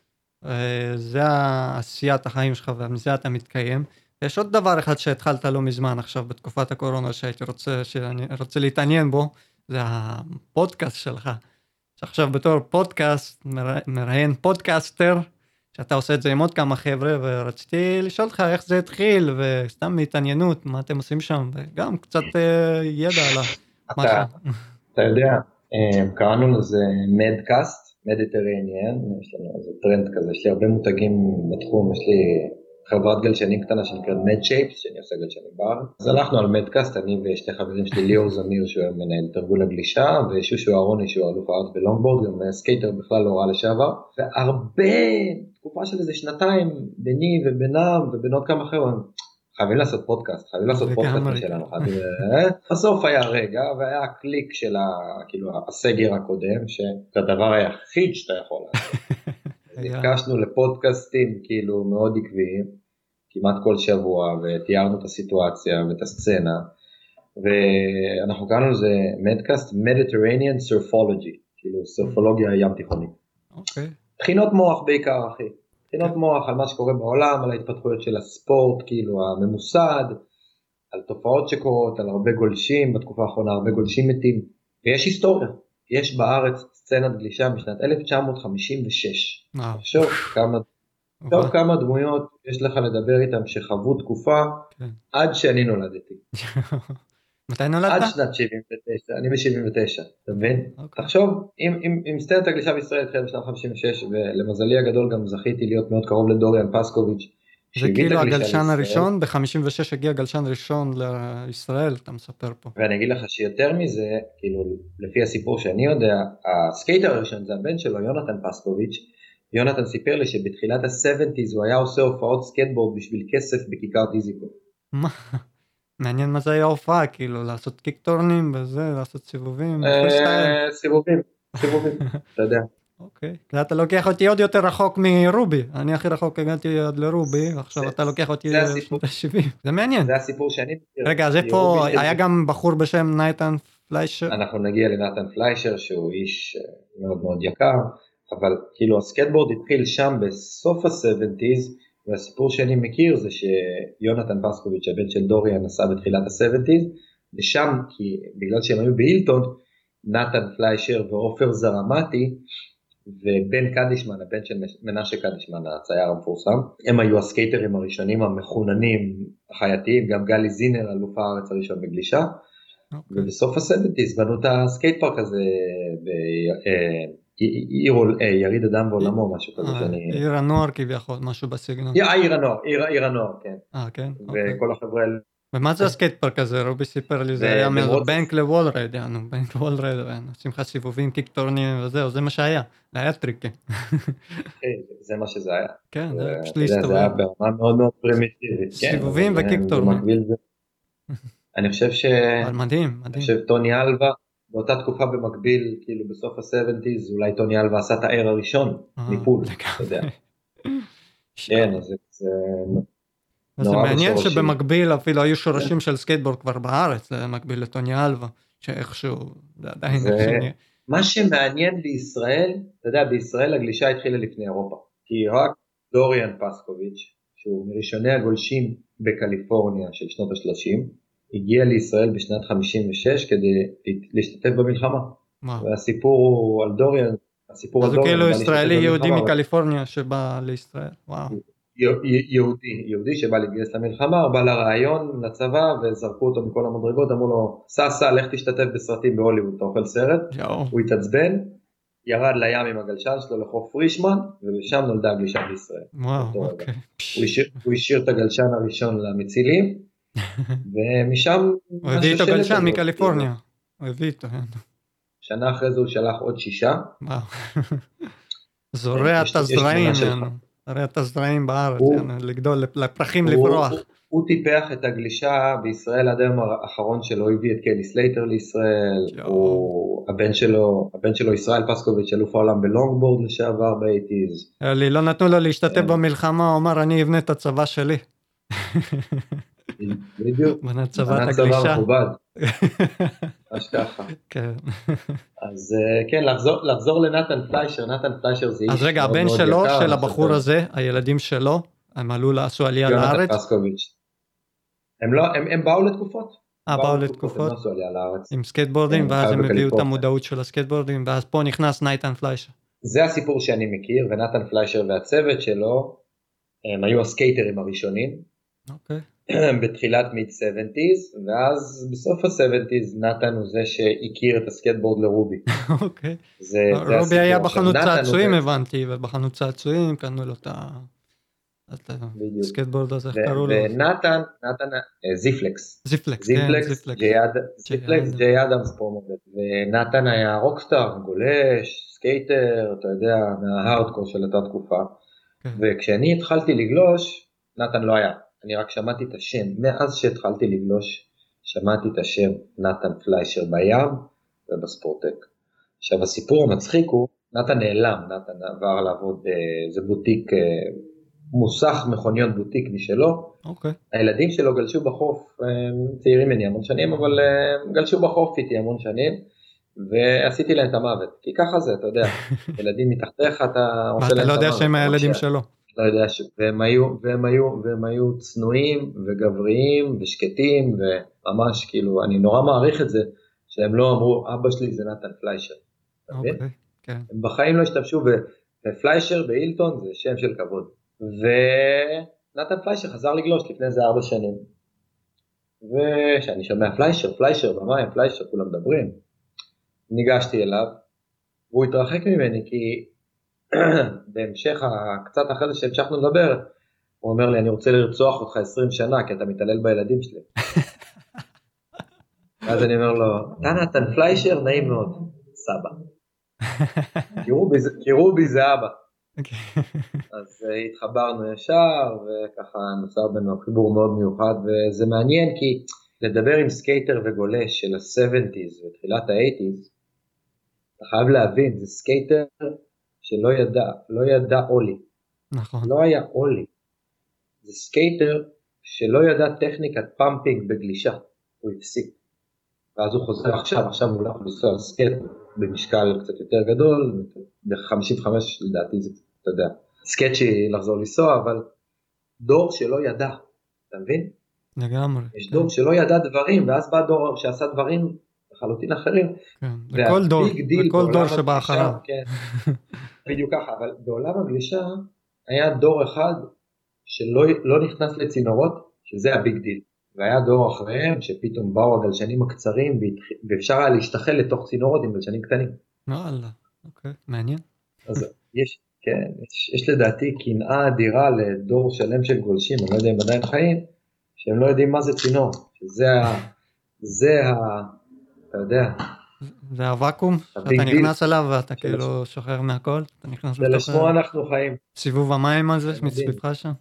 Speaker 1: זה עשיית החיים שלך, ומזה אתה מתקיים. יש עוד דבר אחד שהתחלת לא מזמן עכשיו, בתקופת הקורונה, שהייתי רוצה, שאני רוצה להתעניין בו, זה הפודקאסט שלך. שעכשיו בתור פודקאסט, מראיין פודקאסטר, שאתה עושה את זה עם עוד כמה חבר'ה, ורציתי לשאול אותך איך זה התחיל, וסתם מהתעניינות, מה אתם עושים שם, וגם קצת ידע על
Speaker 2: משהו. אתה יודע, קראנו לזה מדקאסט, מדיטרניאן, יש לנו איזה טרנד כזה, יש לי הרבה מותגים בתחום, יש לי חברת גלשנים קטנה שנקראת מדשייפס, שאני עושה גלשנים בארץ. אז הלכנו על מדקאסט, אני ושתי חברים שלי, ליאור זמיר, שהוא מנהל תרגול הגלישה, ושושו אהרוני, שהוא אלוף הארץ בלונגבורד, גם סקייטר בכלל לא רע לשעבר, והרבה, תקופה של איזה שנתיים, ביני ובינם, ובין עוד כמה אחרים, חייבים לעשות פודקאסט, חייבים לעשות פודקאסט שלנו, בסוף היה רגע, והיה הקליק של הסגר הקודם, שזה הדבר היחיד שאתה יכול לעשות. נפגשנו לפודקאסטים כאילו מאוד עקביים, כמעט כל שבוע, ותיארנו את הסיטואציה ואת הסצנה, ואנחנו קראנו לזה מדקאסט, Mediterranean Surfology, כאילו סרפולוגיה ים תיכונית.
Speaker 1: אוקיי.
Speaker 2: בחינות מוח בעיקר, אחי. בחינות מוח על מה שקורה בעולם, על ההתפתחויות של הספורט, כאילו הממוסד, על תופעות שקורות, על הרבה גולשים, בתקופה האחרונה הרבה גולשים מתים, ויש היסטוריה, יש בארץ סצנת גלישה משנת אלף תשע מאות חמישים ושש, עכשיו כמה, עכשיו כמה דמויות יש לך לדבר איתם שחוו תקופה, עד שאני נולדתי.
Speaker 1: מתי נולדת?
Speaker 2: עד שנת שבעים ותשע, אני ב-שבעים ותשע, אתה מבין? תחשוב, אם סצנת הגלישה בישראל התחילה בשנת חמישים ושש, ולמזלי הגדול גם זכיתי להיות מאוד קרוב לדוריאן פסקוביץ',
Speaker 1: זה כאילו הגלשן הראשון, ב-חמישים ושש הגיע גלשן ראשון לישראל, אתה מספר פה.
Speaker 2: ואני אגיד לך שיותר מזה, כאילו לפי הסיפור שאני יודע, הסקייטר הראשון זה הבן שלו, יונתן פסקוביץ', יונתן סיפר לי שבתחילת ה-שבעים הוא היה עושה הופעות סקייטבורד בשביל כסף בכיכר דיזיקו.
Speaker 1: מה? מעניין מה זה היה הופעה, כאילו לעשות קיקטורנים וזה, לעשות סיבובים.
Speaker 2: סיבובים, סיבובים, אתה יודע.
Speaker 1: אוקיי, אתה לוקח אותי עוד יותר רחוק מרובי, אני הכי רחוק הגעתי עד לרובי, ועכשיו אתה לוקח אותי לשנות ה-שבעים, זה מעניין.
Speaker 2: זה הסיפור שאני מכיר.
Speaker 1: רגע, אז איפה, היה גם בחור בשם נייתן פליישר?
Speaker 2: אנחנו נגיע לנייתן פליישר, שהוא איש מאוד מאוד יקר, אבל כאילו הסקייטבורד התחיל שם בסוף ה-שבעים, והסיפור שאני מכיר זה שיונתן פסקוביץ', הבן של דוריאן, נסע בתחילת ה-שבעים, ושם, כי בגלל שהם היו בהילטון, נתן פליישר ואופר זרמתי, ובן קדישמן, הבן של מנשה קדישמן, הצייר המפורסם, הם היו הסקייטרים הראשונים המחוננים, החייתיים, גם גלי זינר, אלוף הארץ הראשון בגלישה, okay. ובסוף ה-שבעים בנו את הסקייט פארק הזה, יריד אדם ועולמו, משהו כזה שאני...
Speaker 1: עיר הנוער כביכול, משהו בסגנון.
Speaker 2: עיר הנוער, עיר הנוער, כן.
Speaker 1: אה, כן?
Speaker 2: וכל החבר'ה...
Speaker 1: ומה זה הסקייט פארק הזה? רובי סיפר לי, זה היה מבנק לוולרד, יענו, בנק לוולרד, עושים לך סיבובים, קיקטורנים וזהו, זה מה שהיה, זה היה טריקי.
Speaker 2: זה מה שזה היה.
Speaker 1: כן, זה פשוט להסתובב.
Speaker 2: זה היה ברמה מאוד מאוד פרימיטיבית.
Speaker 1: סיבובים וקיקטורנים.
Speaker 2: אני חושב ש...
Speaker 1: מדהים, מדהים.
Speaker 2: אני חושב טוני אלווה, באותה תקופה במקביל, כאילו בסוף ה-שבעים, אולי טוני אלווה עשה את הער הראשון, מפול, אתה יודע. כן, אז זה...
Speaker 1: זה מעניין שבמקביל אפילו היו שורשים של סקייטבורד כבר בארץ, זה מקביל לטוני אלווה, שאיכשהו, זה עדיין...
Speaker 2: מה שמעניין בישראל, אתה יודע, בישראל הגלישה התחילה לפני אירופה, כי רק דוריאן פסקוביץ', שהוא מראשוני הגולשים בקליפורניה של שנות ה-שלושים, הגיע לישראל בשנת חמישים ושש כדי להשתתף במלחמה. והסיפור הוא על דוריאן, הסיפור על דוריאן...
Speaker 1: אז הוא כאילו ישראלי יהודי מקליפורניה שבא לישראל, וואו.
Speaker 2: יהודי, יהודי שבא להתגייס למלחמה, בא לרעיון, לצבא, וזרקו אותו מכל המדרגות, אמרו לו, סע, סע, לך תשתתף בסרטים בהוליווד, אתה אוכל סרט, הוא התעצבן, ירד לים עם הגלשן שלו לחוף פרישמן, ומשם נולדה הגלישה בישראל.
Speaker 1: וואו, אוקיי.
Speaker 2: הוא השאיר את הגלשן הראשון למצילים, ומשם...
Speaker 1: הוא הביא איתו גלשן מקליפורניה, הוא הביא איתו.
Speaker 2: שנה אחרי זה הוא שלח עוד שישה.
Speaker 1: וואו. זורע את הזרעים, זורע את הזרעים בארץ, לגדול, לפרחים לברוח.
Speaker 2: הוא טיפח את הגלישה בישראל עד היום האחרון שלו, הביא את קלי סלייטר לישראל, הבן שלו, הבן שלו ישראל פסקוביץ', אלוף העולם בלונגבורד לשעבר באייטיז.
Speaker 1: לי לא נתנו לו להשתתף במלחמה, הוא אמר אני אבנה את הצבא שלי.
Speaker 2: בדיוק,
Speaker 1: בנה צבא הגלישה.
Speaker 2: מכובד. ממש ככה.
Speaker 1: כן.
Speaker 2: אז כן, לחזור לנתן פליישר, נתן פליישר זה איש.
Speaker 1: אז רגע, הבן שלו, של הבחור הזה, הילדים שלו, הם עלו לעשו עלייה לארץ?
Speaker 2: יונתן פסקוביץ'. הם לא, הם באו לתקופות.
Speaker 1: אה, באו לתקופות? עם סקייטבורדים, ואז הם הביאו את המודעות של הסקייטבורדים, ואז פה נכנס נייתן פליישר.
Speaker 2: זה הסיפור שאני מכיר, ונתן פליישר והצוות שלו, הם היו הסקייטרים הראשונים.
Speaker 1: אוקיי.
Speaker 2: בתחילת מיד-שבעים, ואז בסוף ה-שבעים נתן הוא זה שהכיר את הסקייטבורד לרובי.
Speaker 1: אוקיי. רובי היה בחנות צעצועים הבנתי, ובחנות צעצועים קנו לו את הסקייטבורד הזה, איך קראו לו?
Speaker 2: ונתן, נתן, זיפלקס.
Speaker 1: זיפלקס,
Speaker 2: זיפלקס, זיפלקס, ג'יי אדמס פרומובט, ונתן היה רוקסטאר, גולש, סקייטר, אתה יודע, מההארדקור של אותה תקופה, וכשאני התחלתי לגלוש, נתן לא היה. אני רק שמעתי את השם, מאז שהתחלתי לגלוש, שמעתי את השם נתן פליישר בים ובספורטק. עכשיו הסיפור המצחיק הוא, נתן נעלם, נתן עבר לעבוד באיזה בוטיק, מוסך מכוניות בוטיק משלו.
Speaker 1: אוקיי.
Speaker 2: הילדים שלו גלשו בחוף, צעירים ממני המון שנים, אבל גלשו בחוף איתי המון שנים, ועשיתי להם את המוות, כי ככה זה, אתה יודע, ילדים מתחתיך, אתה עושה להם את המוות.
Speaker 1: אתה לא יודע שהם הילדים שלו.
Speaker 2: לא יודע, ש... והם, היו, והם, היו, והם היו צנועים וגבריים ושקטים, וממש כאילו, אני נורא מעריך את זה, שהם לא אמרו, אבא שלי זה נתן פליישר.
Speaker 1: אוקיי, okay, כן.
Speaker 2: הם בחיים לא השתמשו, ופליישר באילטון זה שם של כבוד. ונתן פליישר חזר לגלוש לפני איזה ארבע שנים. ושאני שומע פליישר, פליישר במים, פליישר, כולם מדברים. ניגשתי אליו, והוא התרחק ממני, כי בהמשך, קצת אחרי זה שהמשכנו לדבר, הוא אומר לי, אני רוצה לרצוח אותך עשרים שנה, כי אתה מתעלל בילדים שלי. אז אני אומר לו, נתן פליישר, נעים מאוד, סבא. קירו בי זה אבא. אז התחברנו ישר, וככה נוצר בינו חיבור מאוד מיוחד, וזה מעניין, כי לדבר עם סקייטר וגולש של ה-שבעים ותחילת ה-שמונים, אתה חייב להבין, זה סקייטר שלא ידע, לא ידע אולי.
Speaker 1: נכון.
Speaker 2: לא היה אולי. זה סקייטר שלא ידע טכניקת פאמפינג בגלישה. הוא הפסיק. ואז הוא חוזר עכשיו, עכשיו הוא הולך לנסוע סקייט במשקל קצת יותר גדול, ב-חמישים וחמש לדעתי זה, אתה יודע, סקייטשי לחזור לנסוע, אבל דור שלא ידע, אתה מבין?
Speaker 1: לגמרי.
Speaker 2: יש דור שלא ידע דברים, ואז בא דור שעשה דברים לחלוטין אחרים.
Speaker 1: כן, לכל דור, לכל דור שבא אחריו.
Speaker 2: כן, בדיוק ככה, אבל בעולם הגלישה היה דור אחד שלא לא נכנס לצינורות, שזה הביג דיל. והיה דור אחריהם שפתאום באו הגלשנים הקצרים, ואפשר היה להשתחל לתוך צינורות עם גלשנים קטנים.
Speaker 1: וואלה, אוקיי, מעניין.
Speaker 2: אז יש, כן, יש, יש לדעתי קנאה אדירה לדור שלם של גולשים, אני לא יודע אם עדיין חיים, שהם לא יודעים מה זה צינור, שזה ה... זה ה... אתה יודע.
Speaker 1: זה הוואקום, שאתה נכנס אליו ואתה כאילו שוחרר מהכל, אתה נכנס לתוך...
Speaker 2: ולשמו אנחנו חיים.
Speaker 1: סיבוב המים הזה, מסביבך שם.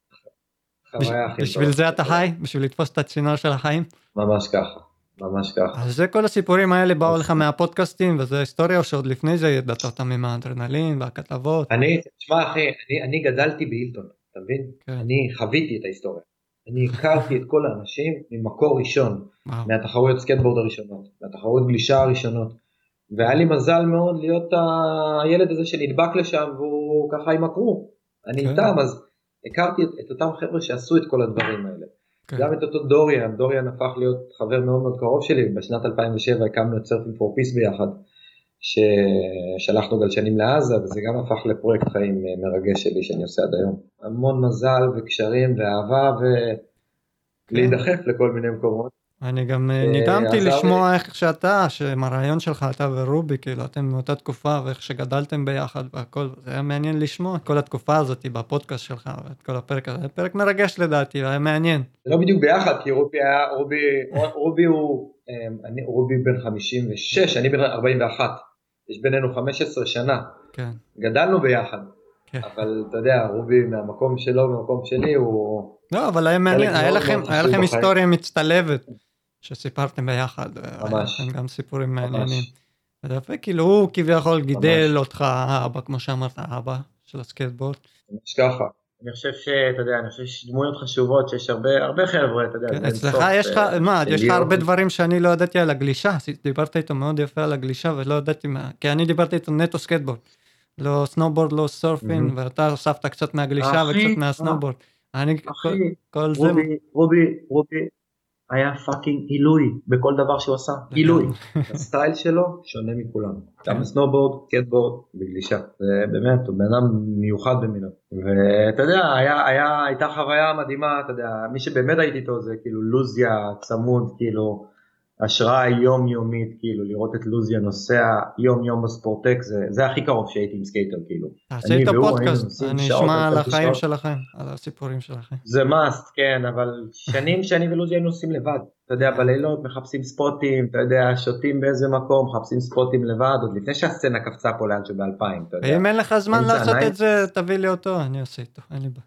Speaker 1: בשביל זה אתה חי? בשביל לתפוס את הצינור של החיים?
Speaker 2: ממש ככה, ממש ככה.
Speaker 1: אז זה כל הסיפורים האלה באו לך מהפודקאסטים, וזה היסטוריה, או שעוד לפני זה ידעת אותם עם האדרנלין והכתבות?
Speaker 2: אני, תשמע אחי, אני, אני גדלתי באילטון, אתה מבין? כן. אני חוויתי את ההיסטוריה. אני הכרתי את כל האנשים ממקור ראשון, וואו. מהתחרויות סקייטבורד הראשונות, מהתחרויות גלישה הראשונות, והיה לי מזל מאוד להיות הילד הזה שנדבק לשם, והוא ככה ימכרו. אני כן. איתם, אז הכרתי את, את אותם חבר'ה שעשו את כל הדברים האלה. כן. גם את אותו דוריאן, דוריאן הפך להיות חבר מאוד מאוד קרוב שלי, בשנת אלפיים ושבע הקמנו את Surfing for Peace ביחד, ששלחנו גלשנים לעזה, וזה גם הפך לפרויקט חיים מרגש שלי שאני עושה עד היום. המון מזל וקשרים ואהבה ולהידחף כן. לכל מיני מקומות.
Speaker 1: אני גם נדהמתי לשמוע איך שאתה, שמהרעיון שלך אתה ורובי, כאילו אתם מאותה תקופה ואיך שגדלתם ביחד והכל, זה היה מעניין לשמוע כל התקופה הזאת בפודקאסט שלך ואת כל הפרק הזה, פרק מרגש לדעתי, היה מעניין.
Speaker 2: זה לא בדיוק ביחד, כי רובי היה, רובי, רובי הוא, אני, רובי בן חמישים ושש, אני בן ארבעים ואחת, יש בינינו חמש עשרה שנה,
Speaker 1: כן.
Speaker 2: גדלנו ביחד, כן. אבל אתה יודע, רובי מהמקום שלו ומהמקום שלי הוא...
Speaker 1: לא, אבל היה מעניין, היה לכם, היה לכם היסטוריה מצטלבת. שסיפרתם ביחד,
Speaker 2: ממש.
Speaker 1: גם סיפורים מעניינים. ודווקא כאילו הוא כביכול גידל אותך האבא, כמו שאמרת, האבא של הסקייטבורד.
Speaker 2: ממש ככה. אני חושב שאתה יודע, אני חושב שיש דמויות חשובות, שיש הרבה, הרבה חבר'ה, אתה יודע.
Speaker 1: אצלך יש לך, מה, יש לך הרבה דברים שאני לא ידעתי על הגלישה, דיברת איתו מאוד יפה על הגלישה, ולא ידעתי מה, כי אני דיברתי איתו נטו סקייטבורד, לא סנובורד, לא סורפינג, ואתה הוספת קצת מהגלישה וקצת מהסנובורד. אני, כל זה...
Speaker 2: רובי, רובי, היה פאקינג עילוי בכל דבר שהוא עשה, עילוי. הסטייל שלו שונה מכולם. גם בסנובורד, סקייטבורד, בגלישה. זה באמת, הוא בן אדם מיוחד במינו. ואתה יודע, היה, היה, הייתה חוויה מדהימה, אתה יודע, מי שבאמת הייתי איתו זה כאילו לוזיה צמוד, כאילו השראה יומיומית, כאילו לראות את לוזיה נוסע יום יום בספורטק, זה, זה הכי קרוב שהייתי עם סקייטר, כאילו.
Speaker 1: תעשה איתו פודקאסט, אני אשמע על החיים שלכם, על הסיפורים שלכם.
Speaker 2: זה מאסט, כן, אבל שנים שאני ולוזיה היינו עושים לבד. אתה יודע, בלילות מחפשים ספוטים, אתה יודע, שותים באיזה מקום, מחפשים ספוטים לבד, עוד לפני שהסצנה קפצה פה לאן שב-אלפיים, אתה יודע.
Speaker 1: ואם אין לך זמן לעשות את זה, תביא לי אותו, אני עושה איתו, אין לי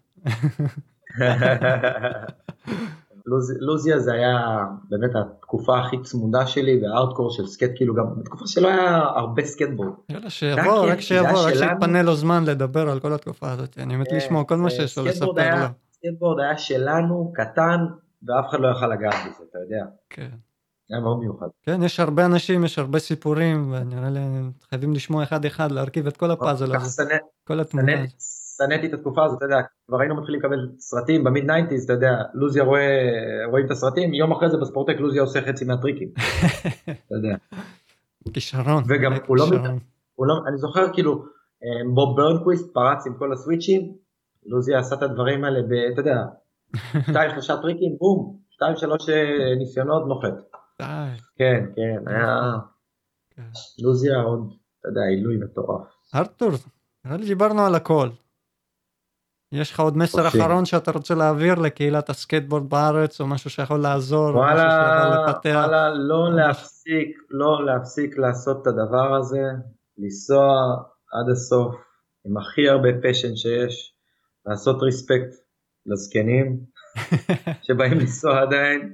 Speaker 1: בעיה.
Speaker 2: לוזיה זה היה באמת התקופה הכי צמודה שלי, והארדקור של סקייט, כאילו גם בתקופה שלא היה הרבה סקייטבורד.
Speaker 1: יאללה, שיבוא, רק שיבוא, רק שיתפנה לו זמן לדבר על כל התקופה הזאת, אני מת לשמוע כל מה שיש לו לספר לו.
Speaker 2: סקייטבורד היה שלנו, קטן, ואף אחד לא יכל לגעת בזה, אתה יודע.
Speaker 1: כן.
Speaker 2: היה מאוד מיוחד.
Speaker 1: כן, יש הרבה אנשים, יש הרבה סיפורים, ונראה לי, חייבים לשמוע אחד אחד, להרכיב את כל הפאזל הזה. כל התמונה.
Speaker 2: שנאתי את התקופה הזאת, אתה יודע, כבר היינו מתחילים לקבל סרטים במיד ניינטיז, אתה יודע, לוזיה רואה, רואים את הסרטים, יום אחרי זה בספורטק לוזיה עושה חצי מהטריקים, אתה יודע.
Speaker 1: כישרון.
Speaker 2: וגם הוא לא, הוא לא, אני זוכר כאילו, בוב ברנקוויסט פרץ עם כל הסוויצ'ים, לוזיה עשה את הדברים האלה, ב, אתה יודע, שתיים שלושה טריקים, בום, שתיים שלוש ניסיונות נוחת. כן, כן, היה, לוזיה עוד, אתה יודע, עילוי מטורף.
Speaker 1: ארתור, נראה לי דיברנו על הכל. יש לך עוד מסר אחרון שאתה רוצה להעביר לקהילת הסקייטבורד בארץ, או משהו שיכול לעזור, או משהו שיכול לפתח?
Speaker 2: וואלה, לא להפסיק, לא להפסיק לעשות את הדבר הזה, לנסוע עד הסוף, עם הכי הרבה פשן שיש, לעשות ריספקט לזקנים, שבאים לנסוע עדיין,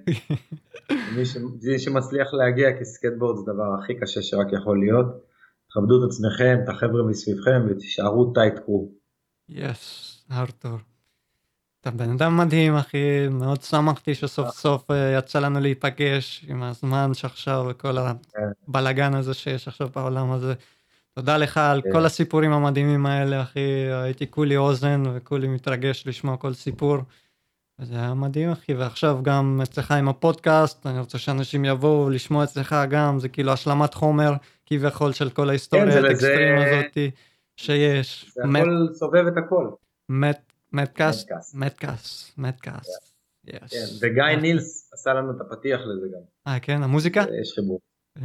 Speaker 2: מי שמצליח להגיע כסקייטבורד זה דבר הכי קשה שרק יכול להיות, תכבדו את עצמכם, את החבר'ה מסביבכם, ותשארו טייט קרו.
Speaker 1: יס, ארתור. אתה בן אדם מדהים, אחי, מאוד שמחתי שסוף סוף יצא לנו להיפגש עם הזמן שעכשיו, וכל הבלגן הזה שיש עכשיו בעולם הזה. תודה לך על כל הסיפורים המדהימים האלה, אחי, הייתי כולי אוזן, וכולי מתרגש לשמוע כל סיפור. וזה היה מדהים, אחי, ועכשיו גם אצלך עם הפודקאסט, אני רוצה שאנשים יבואו לשמוע אצלך גם, זה כאילו השלמת חומר, כביכול של כל ההיסטוריה האקסטרים הזאת שיש.
Speaker 2: זה הכל סובב את הכל.
Speaker 1: מדקאסט, מדקאסט, מדקאסט.
Speaker 2: וגיא נילס עשה לנו את הפתיח לזה גם.
Speaker 1: אה, כן, המוזיקה?
Speaker 2: יש חיבור.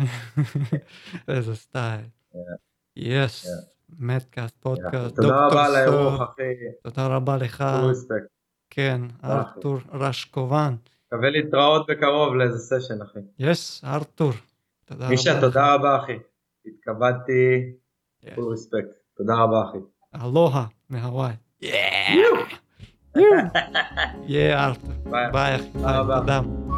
Speaker 1: איזה סטייל. יס, מדקאסט, פודקאסט.
Speaker 2: תודה רבה על האירוח, אחי.
Speaker 1: תודה רבה לך. כן, ארתור רשקובן.
Speaker 2: מקווה להתראות בקרוב לאיזה סשן, אחי.
Speaker 1: יס, ארתור.
Speaker 2: מישה, תודה רבה, אחי. התכבדתי, פול ריספקט. תודה רבה, אחי.
Speaker 1: אלוהה מהוואי. יא! יא, ארתור. ביי, אחי. תודה.